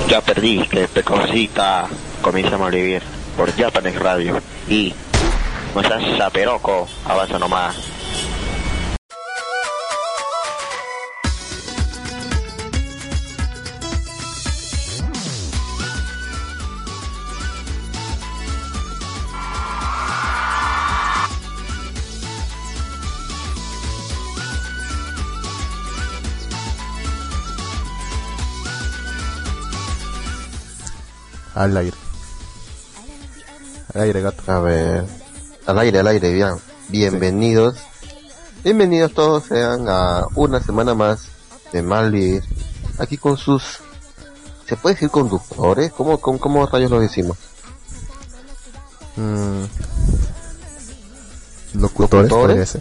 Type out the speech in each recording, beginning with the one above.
Ya perdiste, pecosita. Comienza a malvivir por Japanex Radio. Y no seas chaperoco, avanza nomás. Al aire. Al aire, gato. A ver. Al aire, bien. Bienvenidos. Sí. Bienvenidos todos sean a una semana más de Malvivir. Aquí con sus... ¿Se puede decir conductores? ¿Cómo rayos lo decimos? Locutores.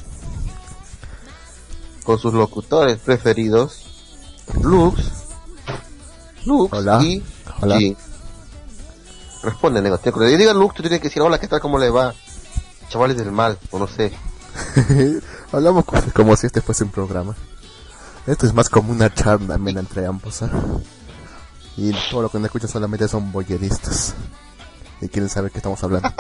Con sus locutores preferidos. Lux. Hola. Y hola. G. Responde, nego. Cuando yo diga Lux, tú tienes que decir hola, ¿qué tal? ¿Cómo le va? Chavales del mal, o no sé. Hablamos como si este fuese un programa. Esto es más como una charla amena entre ambos, ¿eh? Y todo lo que no escuchan solamente son boyeristas. Y quieren saber qué estamos hablando.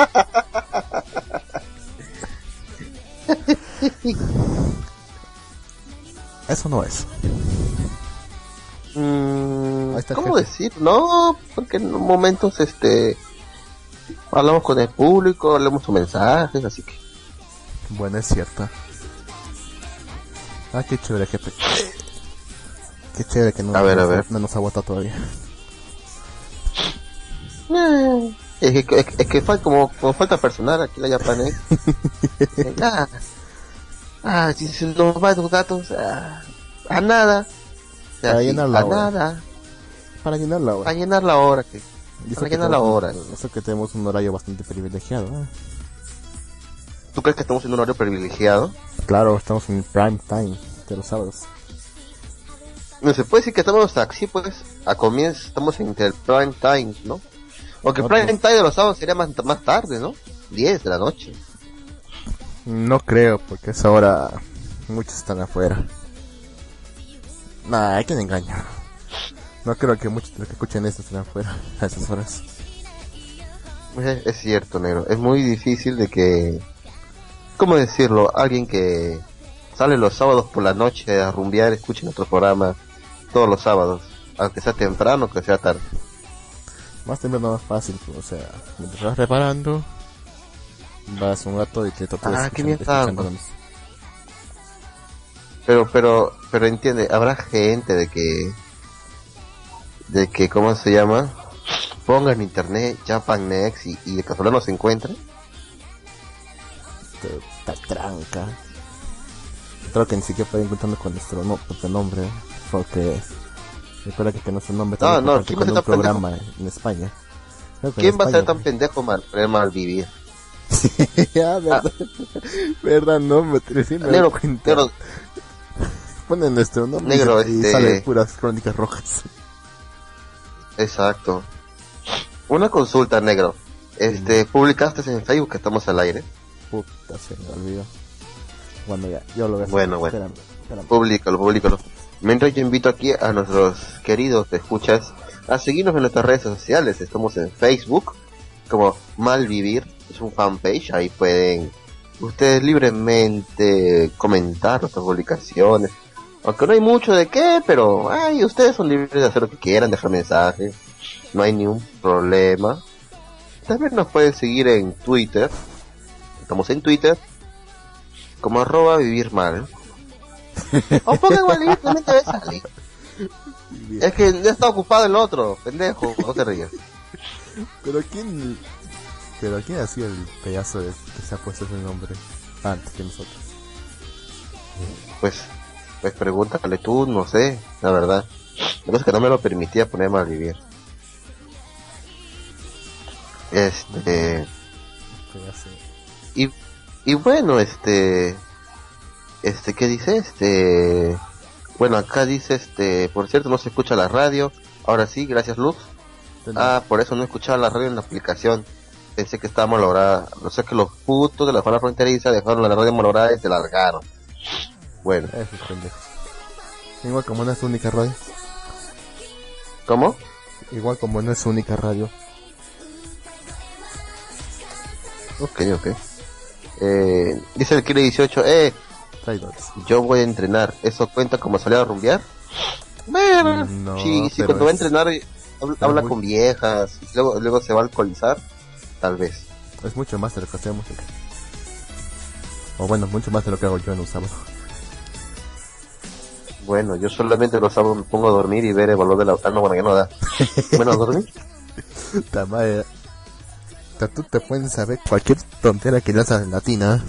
Eso no es. ¿Cómo decir? No, porque en momentos hablamos con el público, leemos sus mensajes, así que... Bueno, es cierto. Ah, qué chévere, jefe. Qué chévere que no, a ver. No nos ha votado todavía. Es que como falta personal aquí en la Japanex. Si se nos va los datos a nada. Para llenar la hora. Nada. Para llenar la hora. Para llenar la hora. Para llenar la hora. Eso que tenemos un horario bastante privilegiado, ¿eh? ¿Tú crees que estamos en un horario privilegiado? Claro, estamos en prime time de los sábados. No se puede decir que estamos así, pues, a comienzo, estamos en el prime time, ¿no? Aunque el prime time de los sábados sería más tarde, ¿no? 10 de la noche. No creo, porque a esa hora muchos están afuera. Nah, hay que engañar. No creo que muchos de los que escuchen esto estén afuera a esas horas. Es cierto, negro. Es muy difícil de que... ¿Cómo decirlo? Alguien que sale los sábados por la noche a rumbear, escuche nuestro programa todos los sábados. Aunque sea temprano, aunque sea tarde. Más temprano más fácil, o sea, mientras vas reparando, vas un rato y te toca qué bien escuchando. Pero entiende, habrá gente de que ¿cómo se llama? Ponga en internet Japan Next y de casualidad no se encuentra. Está tranca. Creo que ni siquiera pueden encontrarnos con nuestro propio nombre, porque espera que nuestro nombre ¿quién va a ser tan un programa en España. ¿Quién va a ser tan pendejo mal vivir? Ya, verdad, no me negro, ponen nuestro nombre negro, y salen puras crónicas rojas. Exacto. Una consulta, negro. ¿Publicaste en Facebook que estamos al aire? Puta, se me olvidó. Bueno, ya, yo lo voy a hacer. Bueno. Espérame. Públicalo. Mientras yo invito aquí a nuestros queridos escuchas a seguirnos en nuestras redes sociales. Estamos en Facebook como Malvivir, es un fanpage, ahí pueden ustedes libremente comentar nuestras publicaciones, aunque no hay mucho de qué, pero ustedes son libres de hacer lo que quieran, dejar mensajes, no hay ningún problema. También nos pueden seguir en Twitter, estamos en Twitter como @vivirmal. O pongan igual, también te ves salir. Es que ya está ocupado el otro, pendejo, no te rías. Pero quién hacía el pedazo de que se ha puesto ese nombre antes que nosotros? Pues pregúntale tú, no sé, la verdad. Lo que es que no me lo permitía poner Malvivir. Y bueno, ¿qué dice? Bueno, acá dice, por cierto, no se escucha la radio. Ahora sí, gracias Lux. Por eso no escuchaba la radio en la aplicación. Pensé que estaba malograda. No sé, que los putos de la zona fronteriza dejaron la radio malograda y se largaron. Bueno. Esos pendejos. Igual como no es tu única radio. ¿Cómo? igual como no es su única radio. Ok. Dice el Kile 18, Traidores. yo voy a entrenar. ¿Eso cuenta como salir a rumbear? Bueno, No, sí, pero cuando va a es- entrenar habla muy- con viejas, y luego se va a alcoholizar, tal vez. Es mucho más de lo que hacemos. O bueno, mucho más de lo que hago yo en un sábado. Bueno, yo solamente los sábados me pongo a dormir y ver el valor de la... Ah, no, bueno, ya no da. Bueno, a dormir. Ta madre. Tú te puedes saber cualquier tontera que lanzas en latina.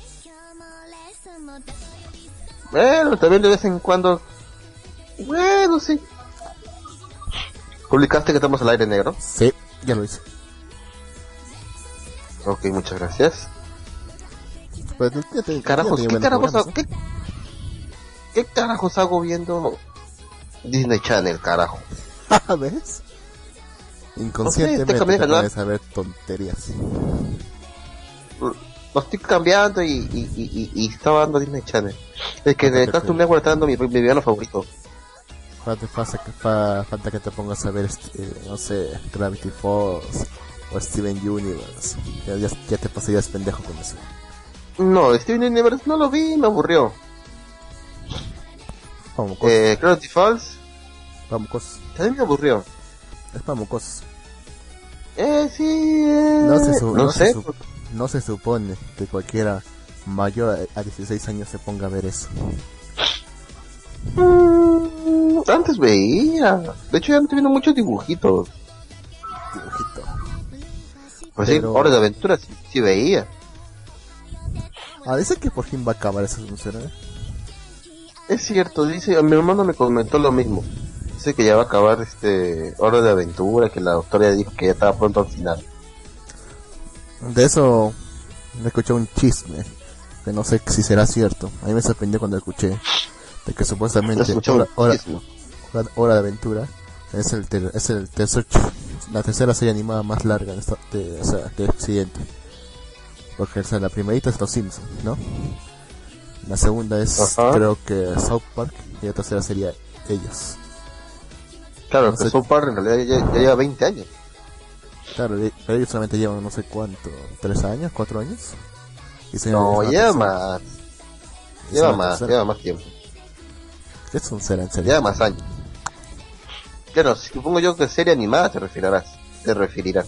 Bueno, también de vez en cuando... Bueno, sí. ¿Publicaste que estamos al aire, negro? Sí, ya lo hice. Ok, muchas gracias. Pues, ya te- Carajos, ya te ¿qué buenos carajos, programas, ¿no? qué carajos hago viendo Disney Channel, carajo? ¿Ves? Inconscientemente te cambié de te canal. puedes saber tonterías. Lo estoy cambiando y estaba dando Disney Channel. Es que de Cartoon Network está dando mi villano favorito. Falta que te pongas a ver, no sé, Gravity Falls o Steven Universe. Ya te pasarías pendejo con eso. No, Steven Universe no lo vi, me aburrió. Vamos, cosas. Gravity Falls Vamos, cosas. también me aburrió. Es vamos, cosas. Sí, No se supone que cualquiera mayor a 16 años se ponga a ver eso. Antes veía. De hecho, ya no estoy viendo muchos dibujitos. Dibujito. Pues Pero- sí, Hora de Aventura sí veía. Dice que por fin va a acabar esa función, ¿eh? Es cierto, dice, a mi hermano me comentó lo mismo. Dice que ya va a acabar Hora de Aventura, que la doctora dijo que ya estaba pronto al final. De eso me escuché un chisme, que no sé si será cierto. A mí me sorprendió cuando escuché de que supuestamente Escuché un chisme. Hora de Aventura es la tercera serie animada más larga de Occidente. Porque la primerita es Los Simpsons, ¿no? La segunda es, Ajá. creo que South Park, y la tercera sería ellos. Claro, No que sé. South Park en realidad ya lleva 20 años. Claro, pero ellos solamente llevan no sé cuánto, 3 años, 4 años. Y se No, es una lleva tercera. más. Es Lleva una más, tercera. lleva más tiempo. ¿Qué es un ser en serio? Lleva más años. Claro, supongo yo que serie animada te referirás.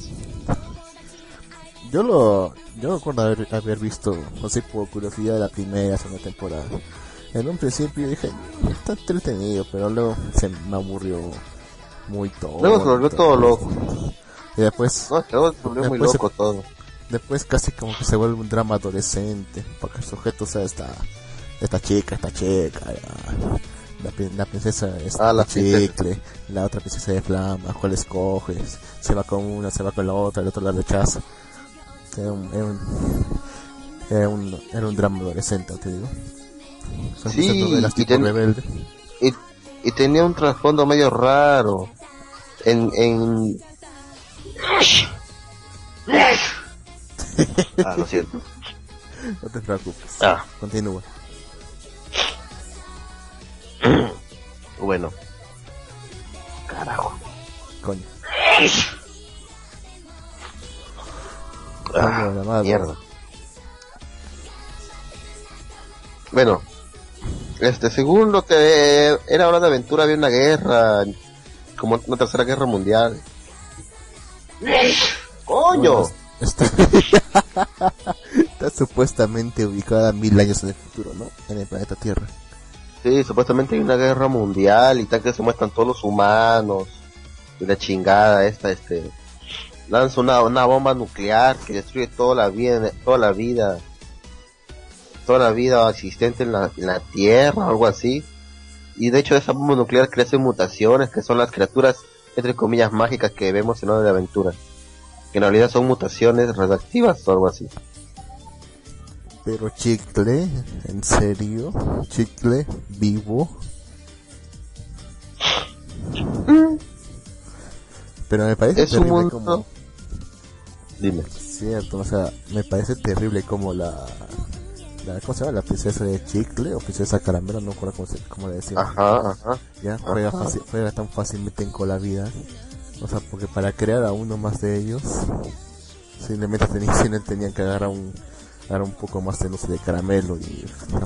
Yo recuerdo haber visto, no sé, por curiosidad, la primera, segunda temporada. En un principio dije, está entretenido, pero luego se me aburrió muy todo. Luego se volvió todo loco. Y después, No, luego se volvió muy Después loco todo. después casi como que se vuelve un drama adolescente, porque el sujeto sea esta chica, ya. La princesa es Ah, la de chicle, la otra princesa de flama, ¿cuál escoges? Se va con una, se va con la otra, el otro la rechaza. Era un drama adolescente, te digo. Son Sí, esas novelas y tipo rebelde. Y tenía un trasfondo medio raro. Lo siento. No te preocupes. Ah, Continúa. bueno. Carajo. Coño. Ah, la madre. mierda. Bueno, según lo que era Hora de Aventura, había una guerra, como una tercera guerra mundial. ¡Coño! Bueno, está supuestamente ubicada 1000 años en el futuro, ¿no? En el planeta Tierra. Sí, supuestamente hay una guerra mundial y tal que se muestran todos los humanos y la chingada lanza una bomba nuclear que destruye toda la vida existente en la Tierra o algo así. Y de hecho esa bomba nuclear crece mutaciones que son las criaturas entre comillas mágicas que vemos en Hora de Aventura, que en realidad son mutaciones radioactivas o algo así. Pero Chicle, ¿en serio? Chicle vivo. Pero me parece Es un terrible mundo. como... Dime. Cierto, o sea, me parece terrible como ¿cómo se llama? La princesa de Chicle o princesa Caramelo, no recuerdo cómo le decimos. Ajá. Ya, juega tan fácilmente con la vida. O sea, porque para crear a uno más de ellos, simplemente tenían que agarrar un poco más de luz de caramelo y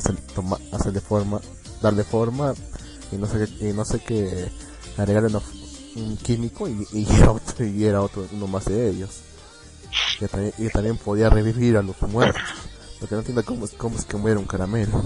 darle forma y no sé qué, agregarle un químico y era otro, uno más de ellos. Y también podía revivir a los muertos. Lo que no entiendo cómo es que muere un caramelo.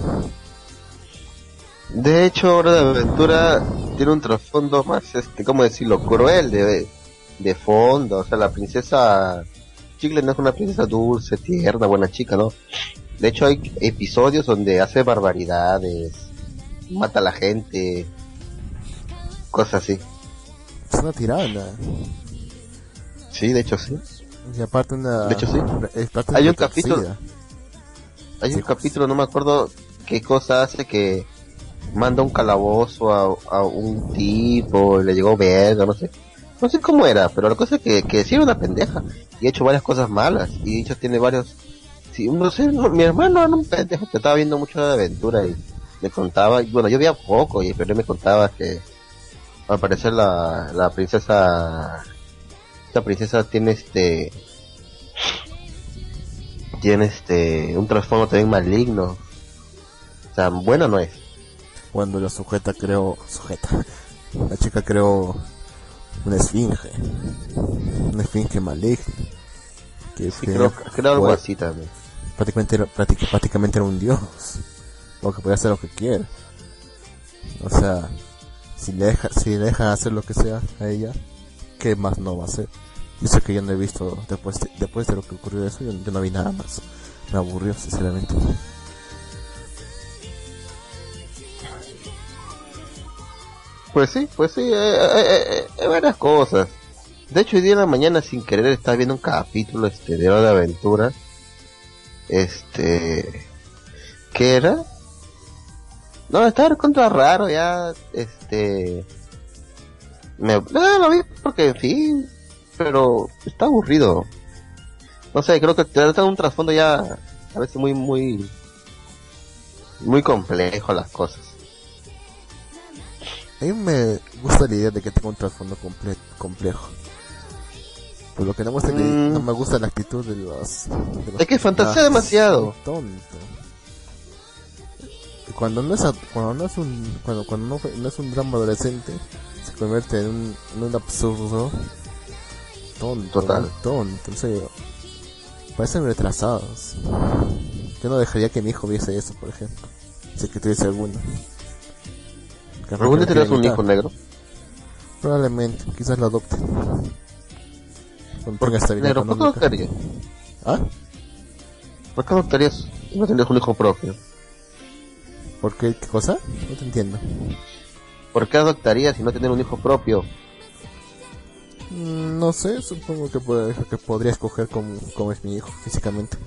De hecho, Hora de Aventura tiene un trasfondo más, ¿cómo decirlo? Cruel de fondo. O sea, la princesa Chicle no es una princesa dulce, tierna, buena chica, ¿no? De hecho, hay episodios donde hace barbaridades, mata a la gente, cosas así. Es una tirana. Sí, de hecho sí. Y aparte De hecho sí. Hay un capítulo, no me acuerdo qué cosa hace, que manda un calabozo a un tipo, le llegó verga, no sé cómo era, pero la cosa es que sí era una pendeja y ha hecho varias cosas malas, y de hecho tiene varios, sí, no sé, mi hermano era un pendejo que estaba viendo mucho de aventura y me contaba, y bueno, yo veía poco, pero él me contaba que al parecer la princesa, esta princesa tiene un trasfondo también maligno, o sea, buena no es. Cuando la chica creó una esfinge maligna, que Sí, creo algo así también. prácticamente era un dios, porque podía hacer lo que quiera. O sea, si le deja hacer lo que sea a ella, ¿qué más no va a hacer? Dice que yo no he visto, después de lo que ocurrió eso, yo no vi nada más. Me aburrió, sinceramente. Pues sí, hay varias cosas. De hecho, hoy día en la mañana, sin querer, estaba viendo un capítulo de Hora de Aventura. ¿Qué era? No, estaba contra raro ya, lo vi porque, en fin, pero está aburrido. No sé, creo que trata de un trasfondo ya, a veces muy complejo las cosas. A mí me gusta la idea de que tenga un trasfondo complejo. Por lo que no me gusta la actitud de los es que fantasea demasiado. Tonto. Cuando no es un drama adolescente, se convierte en un absurdo tonto. Total. Tonto, en serio. Parecen retrasados. Yo no dejaría que mi hijo viese eso, por ejemplo. Si es que tuviese alguno. ¿Algún día tendrás un hijo negro? Probablemente, quizás lo adopte. ¿Por qué adoptarías? ¿Ah? ¿Por qué adoptarías si no tendrías un hijo propio? ¿Por qué? ¿Qué cosa? No te entiendo. ¿Por qué adoptarías si no tener un hijo propio? No sé, supongo que podría escoger cómo es mi hijo físicamente.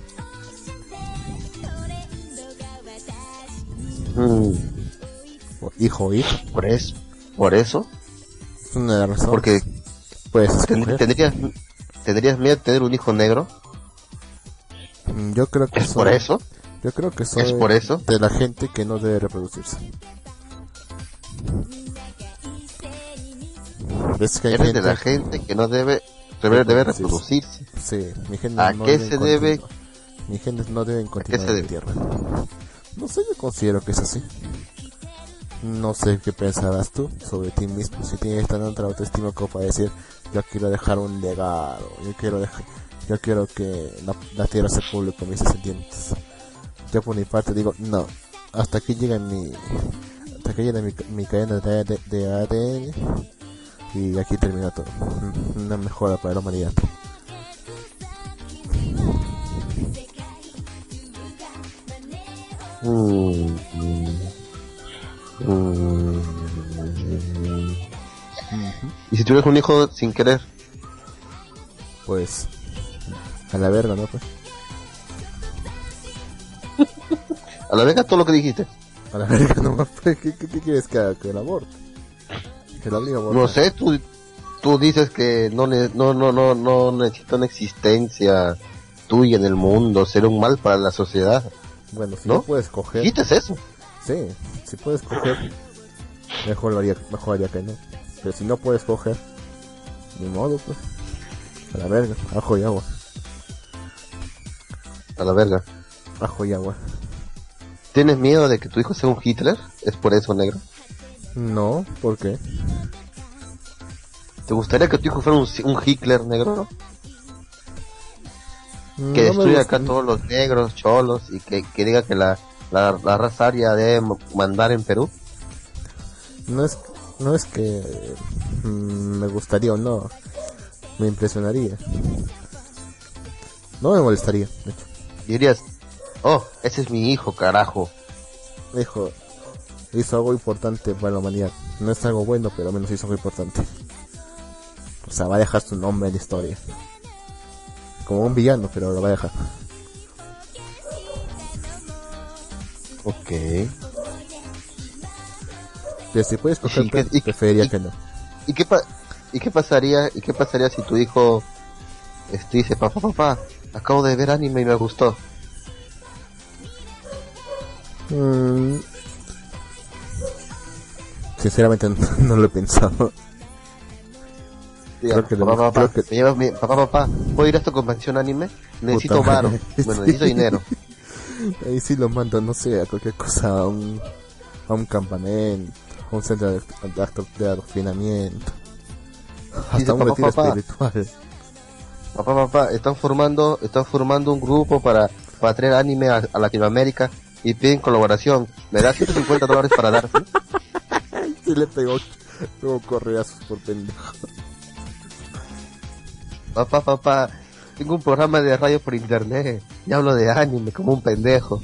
Hijo o hija. ¿Por eso? Es una de las razones. Porque puedes escoger. ¿Tendrías miedo de tener un hijo negro? Yo creo que ¿Es por eso? Yo creo que soy ¿Es por eso? de la gente que no debe reproducirse. ¿Ves que hay Eres de la gente que no debe reproducirse. Sí, mi gente ¿A qué se debe? Mi gente no debe continuar en la tierra. No sé, yo considero que es así. No sé qué pensarás tú sobre ti mismo, si tienes tan alta autoestima como para decir, yo quiero dejar un legado, yo quiero que la tierra se puble con mis descendientes. Yo por mi parte digo, no, hasta aquí llega mi cadena de ADN y aquí termina todo. Una mejora para la humanidad. ¿Y si tuvieras un hijo sin querer? Pues a la verga, ¿no? Pues a la verga todo lo que dijiste. A la verga, no. ¿Qué quieres que haga? Que el aborto. Que la obliga a abortar. No sé, tú dices que no necesita una existencia tuya en el mundo, ser un mal para la sociedad. Bueno, si no puedes coger. ¿Quitas eso? Sí, si puedes coger, mejor haría que no. Pero si no puedes coger, Ni modo, pues. A la verga, ajo y agua. A la verga. Ajo y agua. ¿Tienes miedo de que tu hijo sea un Hitler? ¿Es por eso, negro? No, ¿por qué? ¿Te gustaría que tu hijo fuera un Hitler, negro? Que No me destruya gusta. acá todos los negros, cholos, y que diga que la raza aria debe mandar en Perú. No es que me gustaría o no. Me impresionaría. No me molestaría, de hecho. Y dirías, oh, ese es mi hijo, carajo. Hijo, hizo algo importante para la humanidad. No es algo bueno, pero al menos hizo algo importante. O sea, va a dejar su nombre en la historia. Como un villano, pero lo va a dejar. Ok. Pero si puedes escoger, Sí, y- preferiría y- que no. ¿Y qué pasaría si tu hijo dice, papá, acabo de ver anime y me gustó? Sinceramente no lo he pensado. Diga, Creo que lo- papá, creo que- me llevas papá, ¿puedo ir a esta convención anime? Necesito Puta varo. madre. Bueno, necesito dinero. Ahí sí lo mando, no sé, a cualquier cosa, a un campamento, a un centro de adoctrinamiento, hasta Dice, un papá, retiro papá. espiritual. Papá, están formando un grupo para traer anime a Latinoamérica y piden colaboración. ¿Me das $150 para darse? Sí le pegó correazos por pendejo. Papá, tengo un programa de radio por internet y hablo de anime como un pendejo.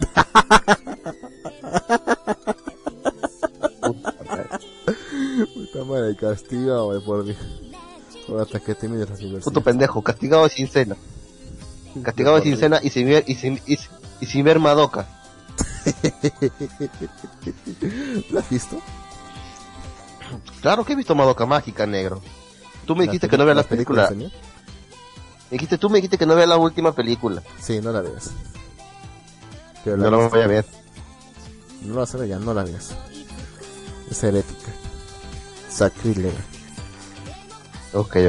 Puta madre, castigado de por Dios. Ahora hasta que termine la universidad. Puto pendejo, castigado sin cena. Castigado sin cena y sin ver Madoka. ¿Lo has visto? Claro que he visto Madoka Mágica, negro. Tú me dijiste que no vea la película. ¿Señor? Tú me dijiste que no vea la última película. Sí, no la veas. Pero No la voy a ver. No la sabes ya, no la veas. Es herética. Sacrílega. Ok.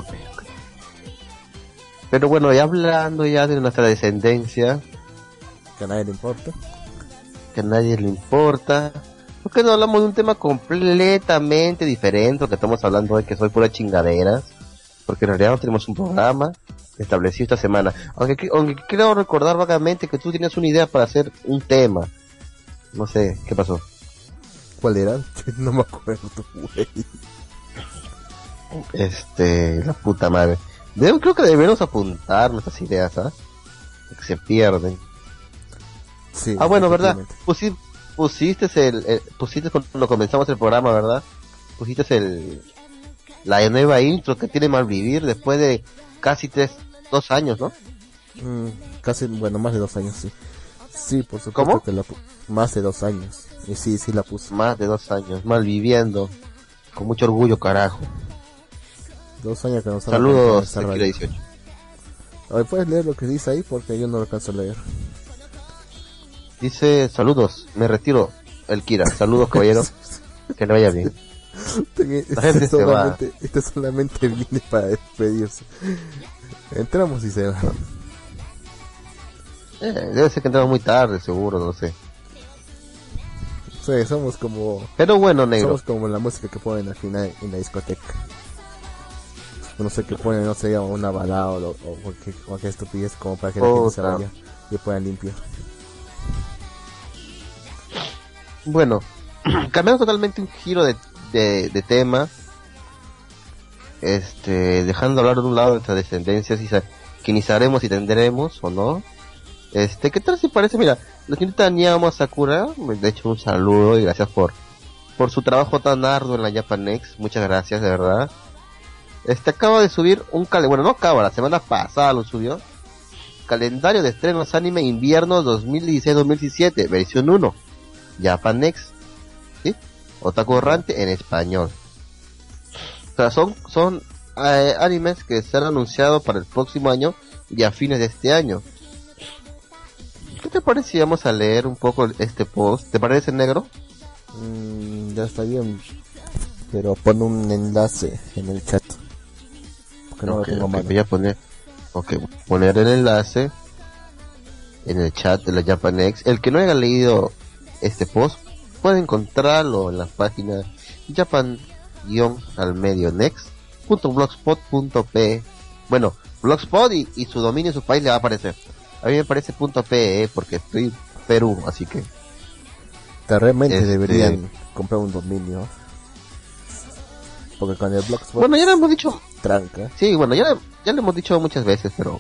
Pero bueno, ya hablando ya de nuestra descendencia, Que a nadie le importa. que a nadie le importa, ¿por qué no hablamos de un tema completamente diferente? Lo que estamos hablando hoy, que soy pura chingaderas, porque en realidad no tenemos un programa establecido esta semana. Aunque creo recordar vagamente que tú tenías una idea para hacer un tema. No sé, ¿qué pasó? ¿Cuál era? No me acuerdo, güey. La puta madre. Creo que debemos apuntar nuestras ideas, ¿ah? Que se pierden. Sí. Ah, bueno, ¿verdad? efectivamente. Pusiste cuando comenzamos el programa, ¿verdad? Pusiste la nueva intro que tiene Malvivir después de casi 2 años, ¿no? Casi, bueno, más de 2 años, sí. Sí, por supuesto. ¿Cómo? Que más de 2 años. Y sí la puse. Más de 2 años, Malviviendo. Con mucho orgullo, carajo. 2 años que nos Saludos, han Tequila 18. A ver, ¿puedes leer lo que dice ahí? Porque yo no lo alcanzo a leer. Dice, saludos, me retiro, el Kira. Saludos, caballero. Que le vaya bien. La gente se va. Este solamente viene para despedirse. Entramos y se va. Debe ser que entramos muy tarde, seguro, no sé. Sí, somos como... Pero bueno, negro. Somos como la música que ponen al final en la discoteca. No sé qué ponen, no sé, una balada o cualquier estupidez como para que la gente se vaya y puedan limpiar. Bueno, cambiando totalmente un giro de tema, dejando hablar de un lado de nuestras descendencias y que ni sabremos si tendremos o no. ¿Qué tal si parece? Mira, la señorita Nyama Sakura, de hecho un saludo y gracias por su trabajo tan arduo en la Japanex, muchas gracias, de verdad. Acaba de subir la semana pasada lo subió, calendario de estrenos anime invierno 2016-2017, versión 1, Japanex, ¿sí? Otaku Errante en español. O sea, son animes que se han anunciado para el próximo año y a fines de este año. ¿Qué te parece si vamos a leer un poco este post? ¿Te parece, negro? Ya está bien, pero pon un enlace en el chat. que no lo tengo mal. Voy a poner, poner el enlace en el chat de la Japanex. El que no haya leído este post puede encontrarlo en la página japan-next.blogspot.pe. Bueno, blogspot y su dominio en su país le va a aparecer. A mí me parece .pe porque estoy en Perú, así que Realmente deberían comprar un dominio, porque con el blogspot, bueno, ya lo hemos dicho. tranca. Sí, bueno, ya lo hemos dicho muchas veces, pero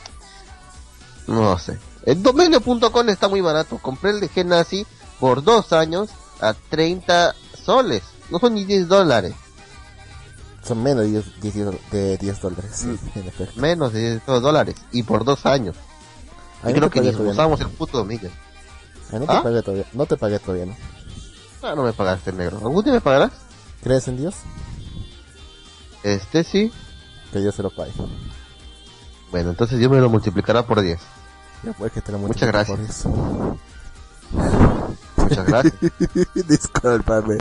no sé. El dominio.com está muy barato. Compré el de Genasi por 2 años a 30 soles. No son ni $10. Son menos de $10, sí, en efecto. Menos de $10. Y por 2 años. Ahí Y no creo te que ni pagué todavía, usamos el puto dominio. no te pagué todavía, no te pagué todavía, ¿no? Ah, no me pagaste, negro. ¿Algún día me pagarás? ¿Crees en Dios? Sí. Que Dios se lo pague. Bueno, entonces Dios me lo multiplicará por 10. Ya puede que te lo Muchas multiplique gracias. por eso. Muchas gracias. Discúlpame.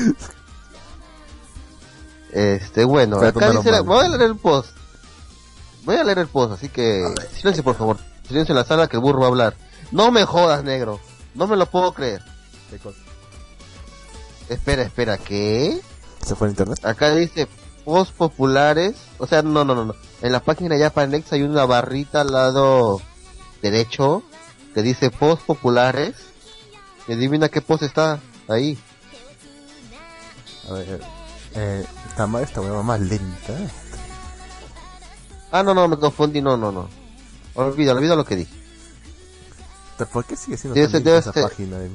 Bueno, Fue acá tu dice, mano, voy a leer el post. Así que silencio, por favor. Silencio en la sala que el burro va a hablar. No me jodas, negro. No me lo puedo creer. ¿Qué cosa? Espera, ¿qué? ¿Se fue en internet? Acá dice post populares. O sea, no. En la página de Japanex hay una barrita al lado derecho que dice post populares. Y adivina qué post está ahí. A ver, esta hueva más lenta. Ah, no, me confundí, no. Olvida lo que dije. ¿Por qué sigue siendo Debe tan ser- lenta debe esa ser- página?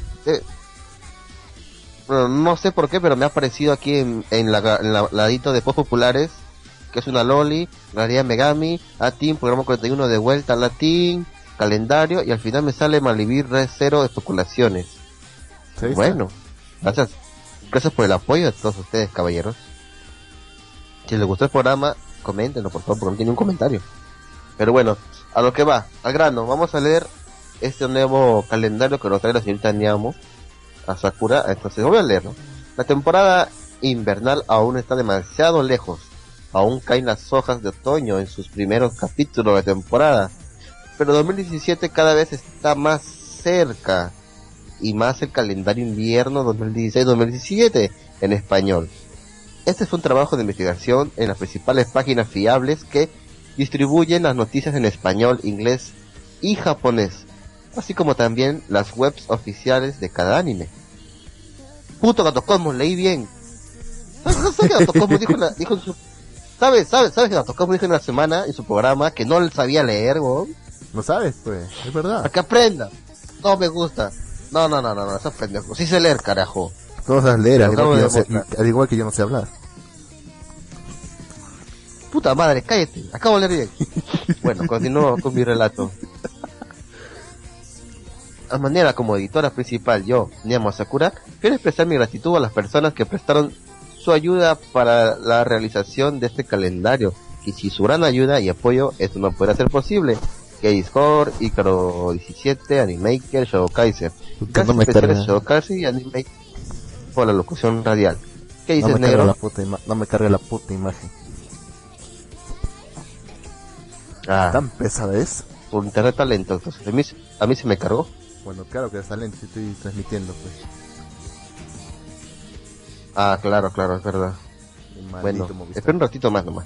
Bueno, no sé por qué, pero me ha aparecido aquí en la ladito de post populares, que es una Loli, Realidad Megami, Atin, programa 41 de vuelta, Latin, calendario, y al final me sale Malivir Red Cero especulaciones. ¿Se viste? Bueno, gracias por el apoyo de todos ustedes, caballeros. Si les gustó el programa, coméntenlo, por favor, porque no tiene un comentario. Pero bueno, a lo que va, al grano, vamos a leer este nuevo calendario que nos trae la señorita Niamo a Sakura. Entonces voy a leerlo. La temporada invernal aún está demasiado lejos. Aún caen las hojas de otoño en sus primeros capítulos de temporada. Pero 2017 cada vez está más cerca. Y más el calendario invierno 2016-2017 en español. Este es un trabajo de investigación en las principales páginas fiables que distribuyen las noticias en español, inglés y japonés, así como también las webs oficiales de cada anime. Puto Gato Cosmos, leí bien. ¿Sabes que Gato Cosmos dijo en su... ¿Sabes que Gato Cosmos dijo en la semana en su programa que no sabía leer, weón? No sabes, pues, es verdad. Para que aprenda. No me gusta. No, eso es pendejo. Sí sé leer, carajo. Todos sabes leer, al Acabo igual, de que yo demostrar. al igual que yo no sé hablar. Puta madre, cállate. Acabo de leer bien. Bueno, continúo con mi relato. A manera como editora principal, yo, Niamo Sakura, quiero expresar mi gratitud a las personas que prestaron su ayuda para la realización de este calendario, y sin su gran ayuda y apoyo esto no puede ser posible. Keyscore, Icaro 17, Animaker, Shadow Kaiser. Gracias No me especiales carga. Shadow Kaiser y Animaker por la locución radial. ¿Qué No dices, me carga negro? la puta no me carga la puta imagen. Ah, Tan pesada es. por internet talento, entonces a mí se me cargó. Bueno, claro que está lento si estoy transmitiendo, pues. Ah, claro, es verdad. Maldito Bueno, Movistar. espera un ratito más nomás.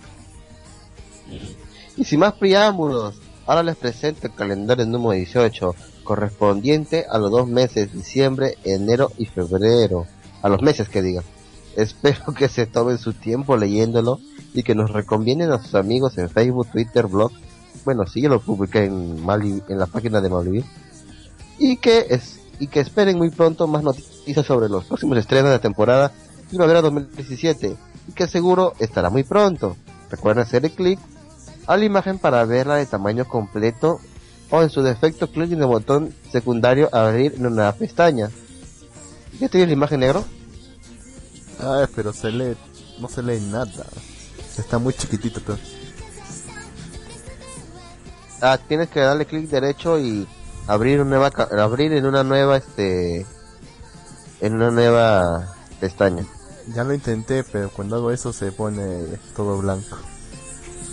Y sin más preámbulos, ahora les presento el calendario número 18, correspondiente a los 2 meses, diciembre, enero y febrero. A los meses que digan. Espero que se tomen su tiempo leyéndolo y que nos recomienden a sus amigos en Facebook, Twitter, blog. Bueno, sí, yo lo publiqué en la página de Malvivir. Y que esperen muy pronto más noticias sobre los próximos estrenos de la temporada primavera 2017, y que seguro estará muy pronto. Recuerden hacerle clic a la imagen para verla de tamaño completo, o en su defecto clic en el botón secundario abrir en una pestaña. ¿Ya tienes la imagen, negro? Ah, pero no se lee nada. Está muy chiquitito todo. Ah, tienes que darle clic derecho y abrir abrir en una nueva pestaña. Ya lo intenté, pero cuando hago eso se pone todo blanco.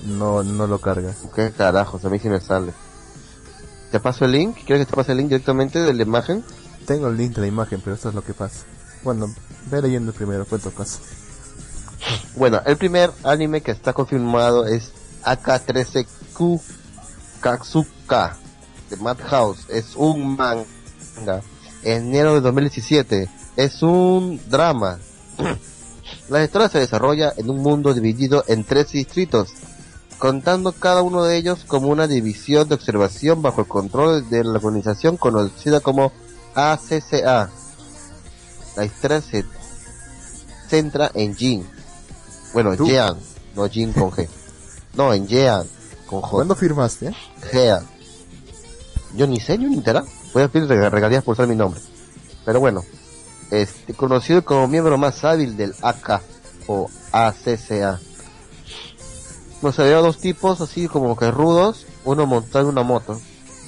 no lo carga. ¿Qué carajos? A mí sí me sale. ¿Te paso el link? ¿Quieres que te pase el link directamente de la imagen? Tengo el link de la imagen, pero esto es lo que pasa. Bueno, ve leyendo primero, fue tu caso. Bueno, el primer anime que está confirmado es AK-13Q Katsuka de Madhouse. Es un manga. Enero de 2017. Es un drama. La historia se desarrolla en un mundo dividido en 3 distritos, contando cada uno de ellos como una división de observación bajo el control de la organización conocida como ACCA. La historia se centra en Jin. Bueno, Jean, no Jin con G. No, en Jean con J. ¿Cuándo firmaste? Jean. Yo ni sé, yo ni entera. Voy a pedir regalías por usar mi nombre. Pero bueno, conocido como miembro más hábil del AK o ACCA. Nos había 2 tipos así como que rudos, uno montado en una moto.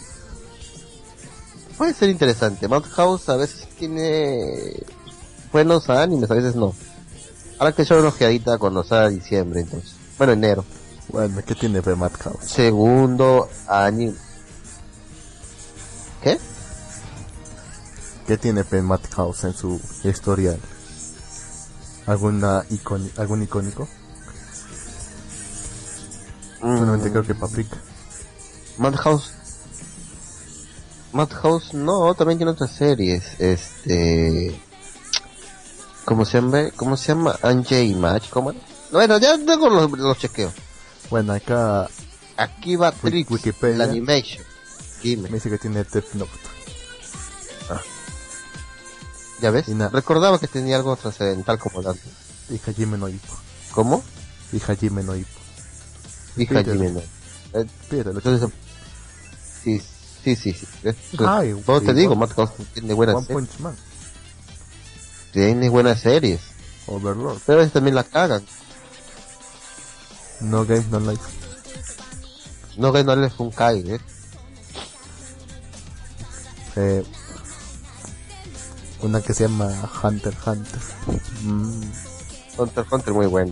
Puede ser interesante. Madhouse a veces tiene buenos animes, a veces no. Ahora que echar una ojeadita cuando salga diciembre, entonces. Bueno, enero. Bueno, ¿qué tiene de Madhouse? Segundo anime. ¿Qué? ¿Qué tiene Madhouse en su historial? ¿Algún icónico? Solamente creo que Paprika. Madhouse no, también tiene otras series. ¿Cómo se llama? Anjay Match, ¿cómo era? Bueno, ya tengo los chequeos. Bueno, acá Aquí va Trix, Wikipedia. la animation. Dime. me dice que tiene Death Note. ¿Ya ves? Y Recordaba que tenía algo trascendental como tanto. Y Hajime no Ippo. ¿Cómo? Y Hajime no Ippo. Hija Jimena. Pídelo. Entonces, sí. Ay, Todo te digo, Madhouse tiene buenas One series. Punch Man. Tiene buenas series. Overlord. Pero a veces también la cagan. No Game, No Life. No que no les fue un Kai, Una que se llama Hunter x Hunter. Hunter x Hunter muy bueno.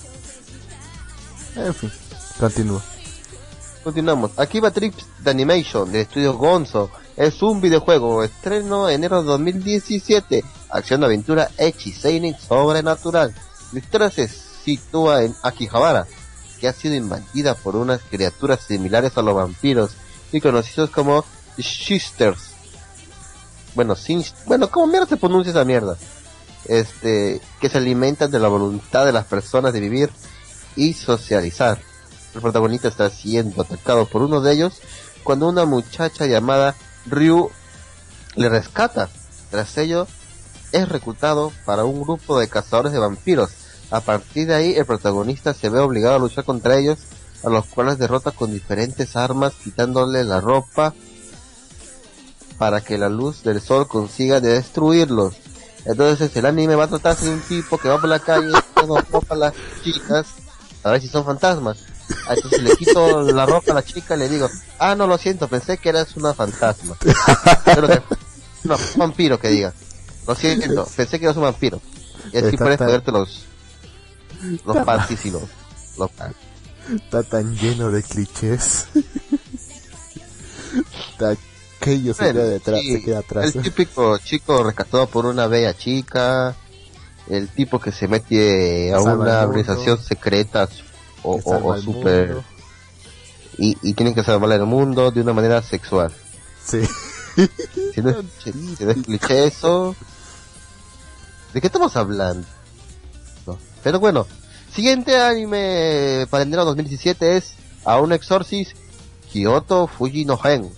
En fin, continúo. Continuamos. Aquí va Trips de Animation del estudio Gonzo. Es un videojuego. Estreno enero de 2017. Acción, aventura, seinen sobrenatural. La historia se sitúa en Akihabara, que ha sido invadida por unas criaturas similares a los vampiros y conocidos como Shisters. Bueno, ¿cómo mierda se pronuncia esa mierda? Que se alimentan de la voluntad de las personas de vivir y socializar. El protagonista está siendo atacado por uno de ellos cuando una muchacha llamada Ryu le rescata. Tras ello, es reclutado para un grupo de cazadores de vampiros. A partir de ahí, el protagonista se ve obligado a luchar contra ellos, a los cuales derrota con diferentes armas, quitándole la ropa para que la luz del sol consiga destruirlos. Entonces el anime va a tratarse de un tipo que va por la calle dando ropa a las chicas a ver si son fantasmas. Entonces le quito la ropa a la chica y le digo, no, lo siento, pensé que eras una fantasma. No, un vampiro, que diga. Lo siento, pensé que eras un vampiro. Y así puedes ponerte los panties y los panties. Está tan lleno de clichés. Aquello se queda detrás, sí, se queda atrás. El típico chico rescatado por una bella chica, el tipo que se mete a una organización secreta o super y tienen que salvar el mundo de una manera sexual. Sí. Si no es cliché eso, ¿de qué estamos hablando? No. Pero bueno, siguiente anime para enero 2017 es Aun Exorcist Kyoto Fuji no Hen.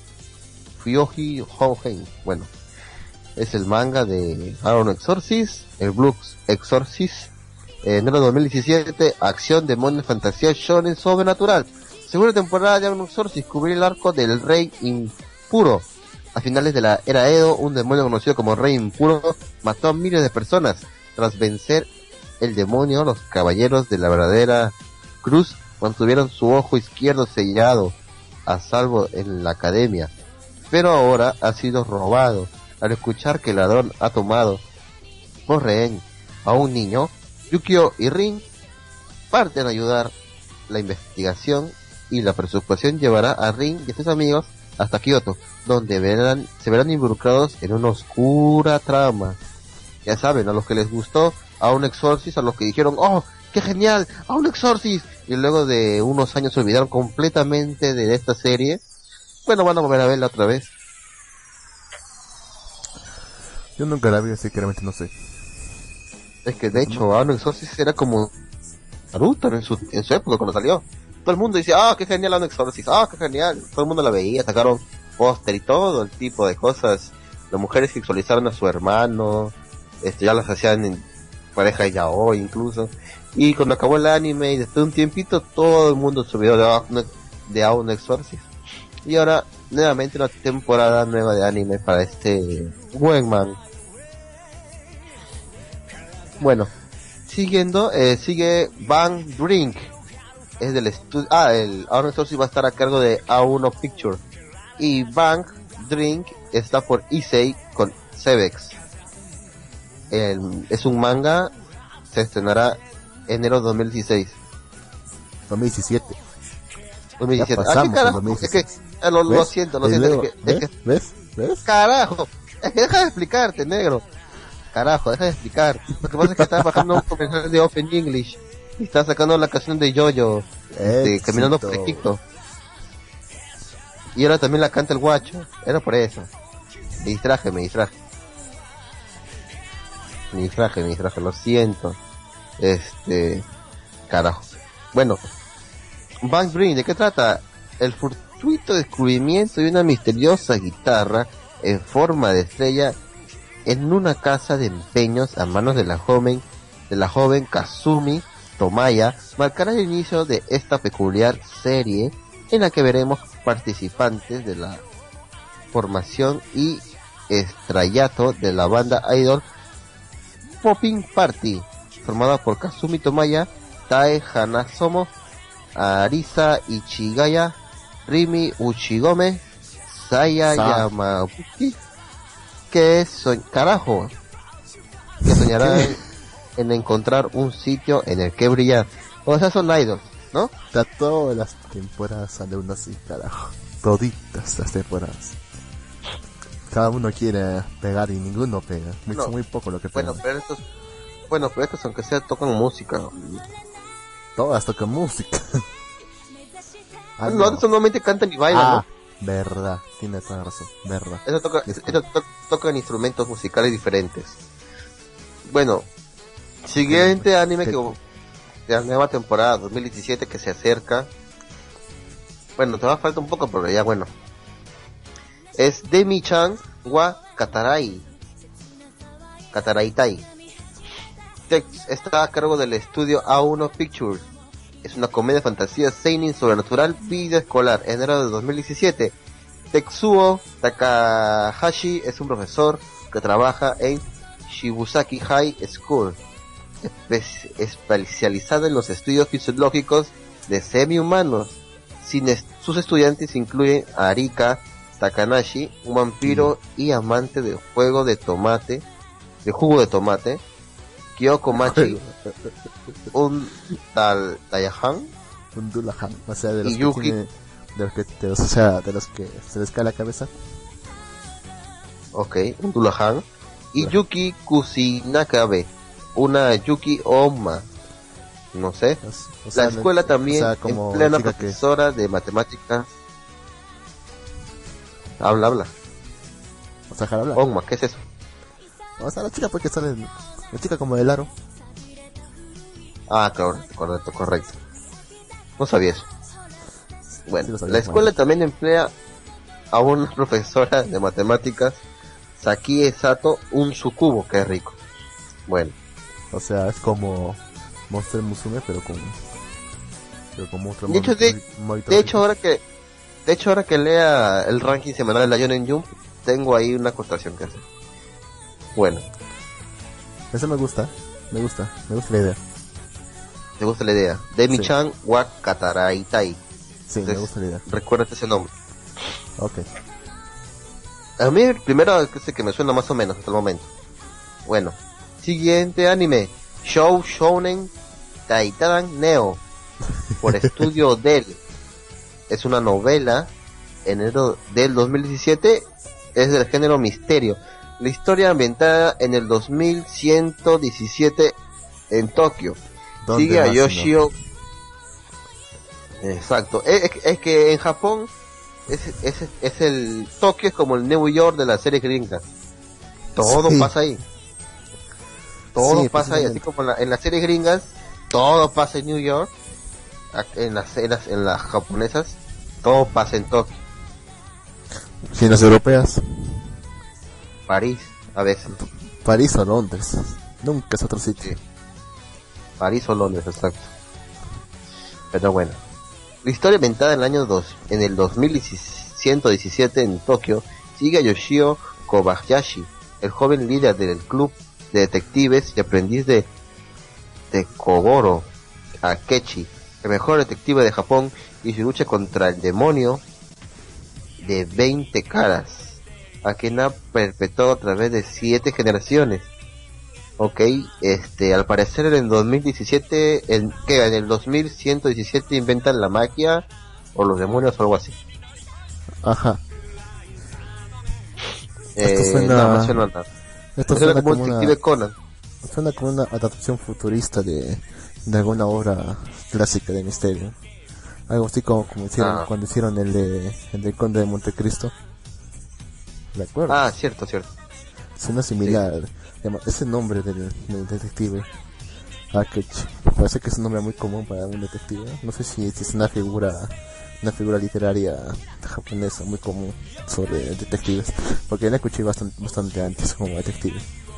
Bueno, es el manga de Aun Exorcist, el Blue Exorcist, enero 2017, acción, demonios, fantasía, shonen, sobrenatural. Segunda temporada de Aun Exorcist, cubrir el arco del Rey Impuro. A finales de la era Edo, un demonio conocido como Rey Impuro mató a miles de personas. Tras vencer el demonio, los caballeros de la verdadera cruz mantuvieron su ojo izquierdo sellado a salvo en la academia, pero ahora ha sido robado. Al escuchar que el ladrón ha tomado por rehén a un niño, Yukio y Rin parten a ayudar la investigación y la persecución llevará a Rin y a sus amigos hasta Kioto, donde se verán involucrados en una oscura trama. Ya saben, a los que les gustó a un Exorcist, a los que dijeron, ¡oh, qué genial! ¡A un Exorcist! Y luego de unos años se olvidaron completamente de esta serie. Bueno, van a volver a verla otra vez. Yo nunca la vi, así que realmente no sé. Es que de hecho, Aon Exorcist era como Naruto en su época cuando salió. Todo el mundo dice, ah, qué genial Aon Exorcist, ah, qué genial. Todo el mundo la veía, sacaron póster y todo el tipo de cosas. Las mujeres sexualizaron a su hermano, ya las hacían en pareja de yaoi incluso. Y cuando acabó el anime y después de un tiempito, todo el mundo se olvidó de Aon Exorcist. Y ahora, nuevamente una temporada nueva de anime para este buen man. Bueno, siguiendo, sigue Bang Drink. Es del estudio. El Aon Exorcist va a estar a cargo de A1 Picture. Y Bang Drink está por Issei con Cebex. Es un manga, se estrenará enero 2016. 2017. 2017. Ya pasamos, ¿Qué carajo? 2016. Es que, lo siento, lo siento. Luego, Es que, ¿Ves? carajo, deja de explicarte, negro. Carajo, deja de explicar. Lo que pasa es que estaba bajando un comercial de Open English y está sacando la canción de Jojo, caminando por Egipto. Y ahora también la canta el guacho. Era por eso. Me distraje, lo siento. Carajo. Bueno, Bang Green, ¿de qué trata? El fortuito descubrimiento de una misteriosa guitarra en forma de estrella en una casa de empeños a manos de la joven Kazumi Tomaya marcará el inicio de esta peculiar serie en la que veremos participantes de la formación y estrellato de la banda idol Popping Party, formada por Kazumi Tomaya, Tae Hanazomo, Arisa Ichigaya, Rimi Uchigome, Saya Yamabuki, que soñarán en encontrar un sitio en el que brillar. O sea, son idols, ¿no? Ya todas las temporadas sale uno así, carajo. Toditas las temporadas. Cada uno quiere pegar y ninguno pega. No. Son muy poco lo que pegan. Pero estos aunque sea tocan música. Todas tocan música. Los otros normalmente cantan y bailan, ¿no? Verdad, tiene toda la razón, verdad. Tocan instrumentos musicales diferentes. Bueno, siguiente anime que de la nueva temporada 2017 que se acerca. Bueno, te va a falta un poco, pero ya bueno. Es Demi-chan wa Kataraitai. Está a cargo del estudio A1 Pictures. Es una comedia de fantasía seinen sobrenatural vida escolar, enero de 2017. Tetsuo Takahashi es un profesor que trabaja en Shibusaki High School, especializado en los estudios fisiológicos de semi-humanos. Sus estudiantes incluyen a Arika Takanashi, un vampiro y amante de jugo de tomate, Kyoko Machi, un Dayahan, un Dulahan, o sea, de los y que Yuki, tiene, de los que se les cae la cabeza. un Dulahan, y Yuki Kusinakabe, una Yuki Oma, no sé. O sea, la escuela también como emplea una chica profesora de matemáticas. Habla. O sea, jala hablar. Oma, ¿qué es eso? O sea, la chica pues que sale, la chica como del aro. Ah, correcto. No sabía eso. Bueno, Sí lo sabía, la escuela también emplea a una profesora de matemáticas, Sakie Sato, un sucubo, que es rico. Bueno, O sea, es como Monster Musume, pero como otro de hecho, ahora que lea el ranking semanal de la Shonen Jump, tengo ahí una acotación que hacer. Bueno, Eso me gusta la idea. ¿te gusta la idea? Demi-chan wa Kataraitai. Sí, me gusta la idea. Recuérdate ese nombre. Ok. A mí el primero es ese que me suena más o menos hasta el momento. Bueno, siguiente anime, Shou Shounen Taitan Neo. por Estudio Dell. Es una novela del 2017, es del género misterio. La historia ambientada en el 2117 en Tokio. Sigue a Yoshio. Exacto. Es que en Japón es el Tokio es como el New York de la serie gringa. Todo pasa ahí. Todo pasa ahí, así como en las series gringas, todo pasa en New York. En las japonesas, todo pasa en Tokio. Sí, en las europeas. París, a veces. París o Londres. Nunca es otro sitio. Sí. París o Londres, exacto. Pero bueno. La historia inventada en el 2117 en Tokio sigue a Yoshio Kobayashi, el joven líder del club de detectives y aprendiz de Kogoro Akechi, el mejor detective de Japón, y su lucha contra el demonio de 20 caras, a quien ha perpetuado a través de 7 generaciones. Ok, al parecer en el 2017, en el 2117 inventan la magia o los demonios o algo así. Ajá. Esto suena como un detective Conan. Suena como una adaptación futurista de alguna obra clásica de misterio. Algo así como hicieron cuando hicieron el de Conde de Montecristo. ¿De acuerdo? Cierto. Suena similar. Sí. Ese nombre del detective Akechi parece que es un nombre muy común para un detective. No sé si es una figura literaria japonesa muy común sobre detectives, porque la escuché bastante antes como detective.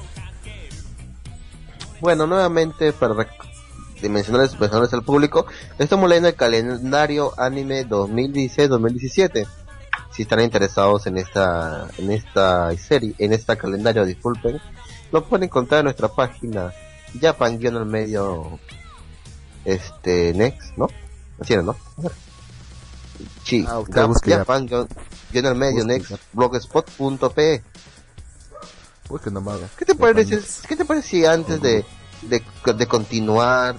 Bueno, nuevamente para mencionarles al público, estamos leyendo el calendario anime 2016-2017. Si están interesados en esta serie, en esta calendario, disculpen, lo pueden encontrar en nuestra página Japan-medio Next, ¿no? Así era, ¿no? Sí, Japan-medio Next blogspot.pe. ¿Qué te parece si antes de continuar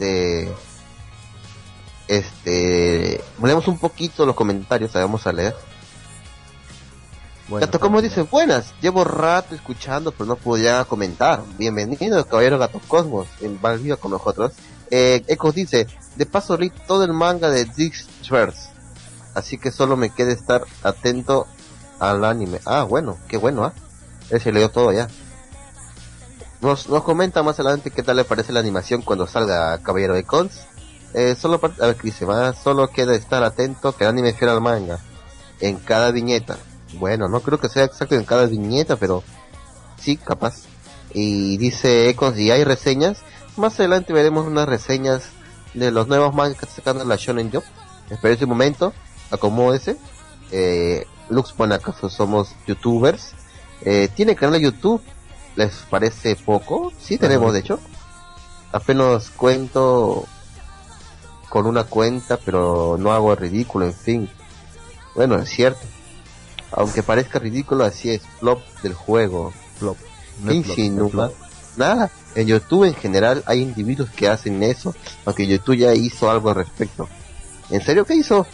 leemos un poquito los comentarios que vamos a leer? Bueno, Gato como dice, buenas, llevo rato escuchando pero no podía comentar. Bienvenido, caballero Gato Cosmos, en Valviva con nosotros. Ecos dice, de paso leí todo el manga de Dix Schwartz, así que solo me queda estar atento al anime. Bueno, qué bueno, él se leyó todo ya. Nos comenta más adelante qué tal le parece la animación cuando salga Caballero de Cons. Solo queda estar atento que el anime fiel al manga en cada viñeta. Bueno, no creo que sea exacto en cada viñeta, pero sí, capaz. Y dice Ecos, y hay reseñas. Más adelante veremos unas reseñas de los nuevos mangas que está sacando la Shonen Jump. Espera ese momento, acomódese. Lux pone acaso somos youtubers. ¿Tiene canal de YouTube? ¿Les parece poco? Sí, tenemos, de hecho. Apenas cuento con una cuenta, pero no hago ridículo, en fin. Bueno, es cierto. Aunque parezca ridículo, así es. Flop del juego. Flop. No insinúa. Nada. En YouTube en general hay individuos que hacen eso, aunque YouTube ya hizo algo al respecto. ¿En serio qué hizo?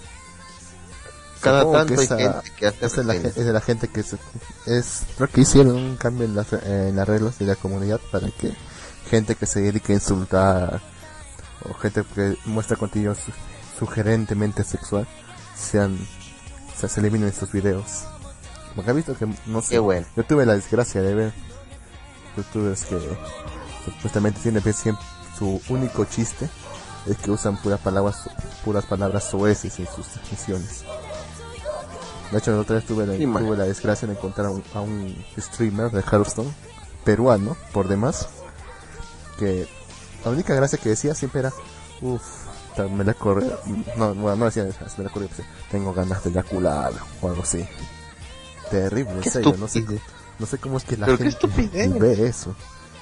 Cada tanto hay gente que hace es de la gente que creo que hicieron un cambio en las reglas de la comunidad para que gente que se dedique a insultar o gente que muestra contenido sugerentemente sexual se eliminen sus videos. Porque he visto que, no sé, bueno. Yo tuve la desgracia de ver youtubers que supuestamente tienen su único chiste es que usan puras palabras soeces en sus transmisiones. De hecho, la otra vez tuve la desgracia de encontrar a un streamer de Hearthstone, peruano, por demás, que la única gracia que decía siempre era, me la corre, no decía eso, me la corre, tengo ganas de eyacular, o algo así. Terrible, en serio, no sé cómo es que la gente ve eso.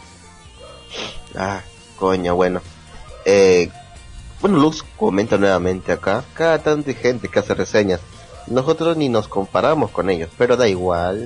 Coño, bueno. Bueno, Luz comenta nuevamente acá, cada tanto hay gente que hace reseñas. Nosotros ni nos comparamos con ellos, pero da igual.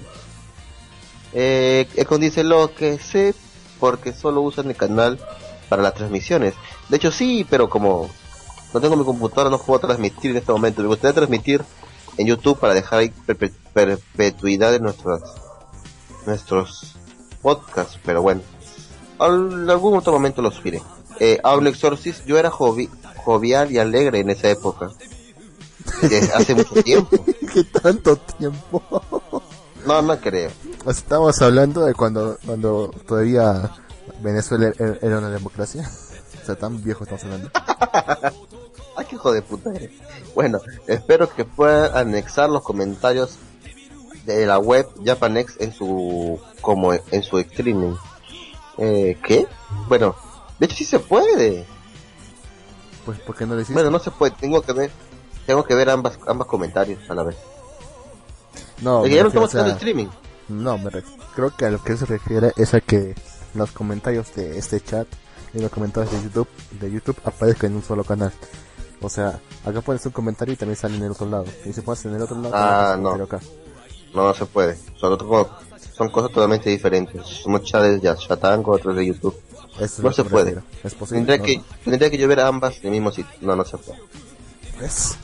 Econ dice lo que sé, porque solo usan el canal para las transmisiones. De hecho sí, pero como no tengo mi computadora, no puedo transmitir en este momento. Me gustaría transmitir en YouTube para dejar ahí perpetuidad de nuestros podcasts, pero bueno, en algún otro momento los subiré. Audio Exorcist, yo era jovial y alegre en esa época. Hace mucho tiempo. ¿Qué tanto tiempo? No creo. Estamos hablando de cuando todavía Venezuela era una democracia. O sea, tan viejo estamos hablando. Ay, qué hijo de puta eres. Bueno, espero que puedan anexar los comentarios de la web Japanex en su streaming. ¿Qué? Bueno, de hecho sí se puede. Pues, ¿por qué no lo hiciste? Bueno, no se puede, tengo que ver ambas comentarios a la vez. No, ya no estamos haciendo streaming. No, creo que a lo que se refiere es a que los comentarios de este chat y los comentarios de YouTube aparezcan en un solo canal. O sea, acá pones un comentario y también sale en el otro lado. Y si pones en el otro lado, no. Acá. No se puede. Son cosas totalmente diferentes. Unos chats de Chatango, otros de YouTube. No se puede. ¿Es posible? Tendría que yo ver ambas en el mismo sitio. No se puede. ¿Ves?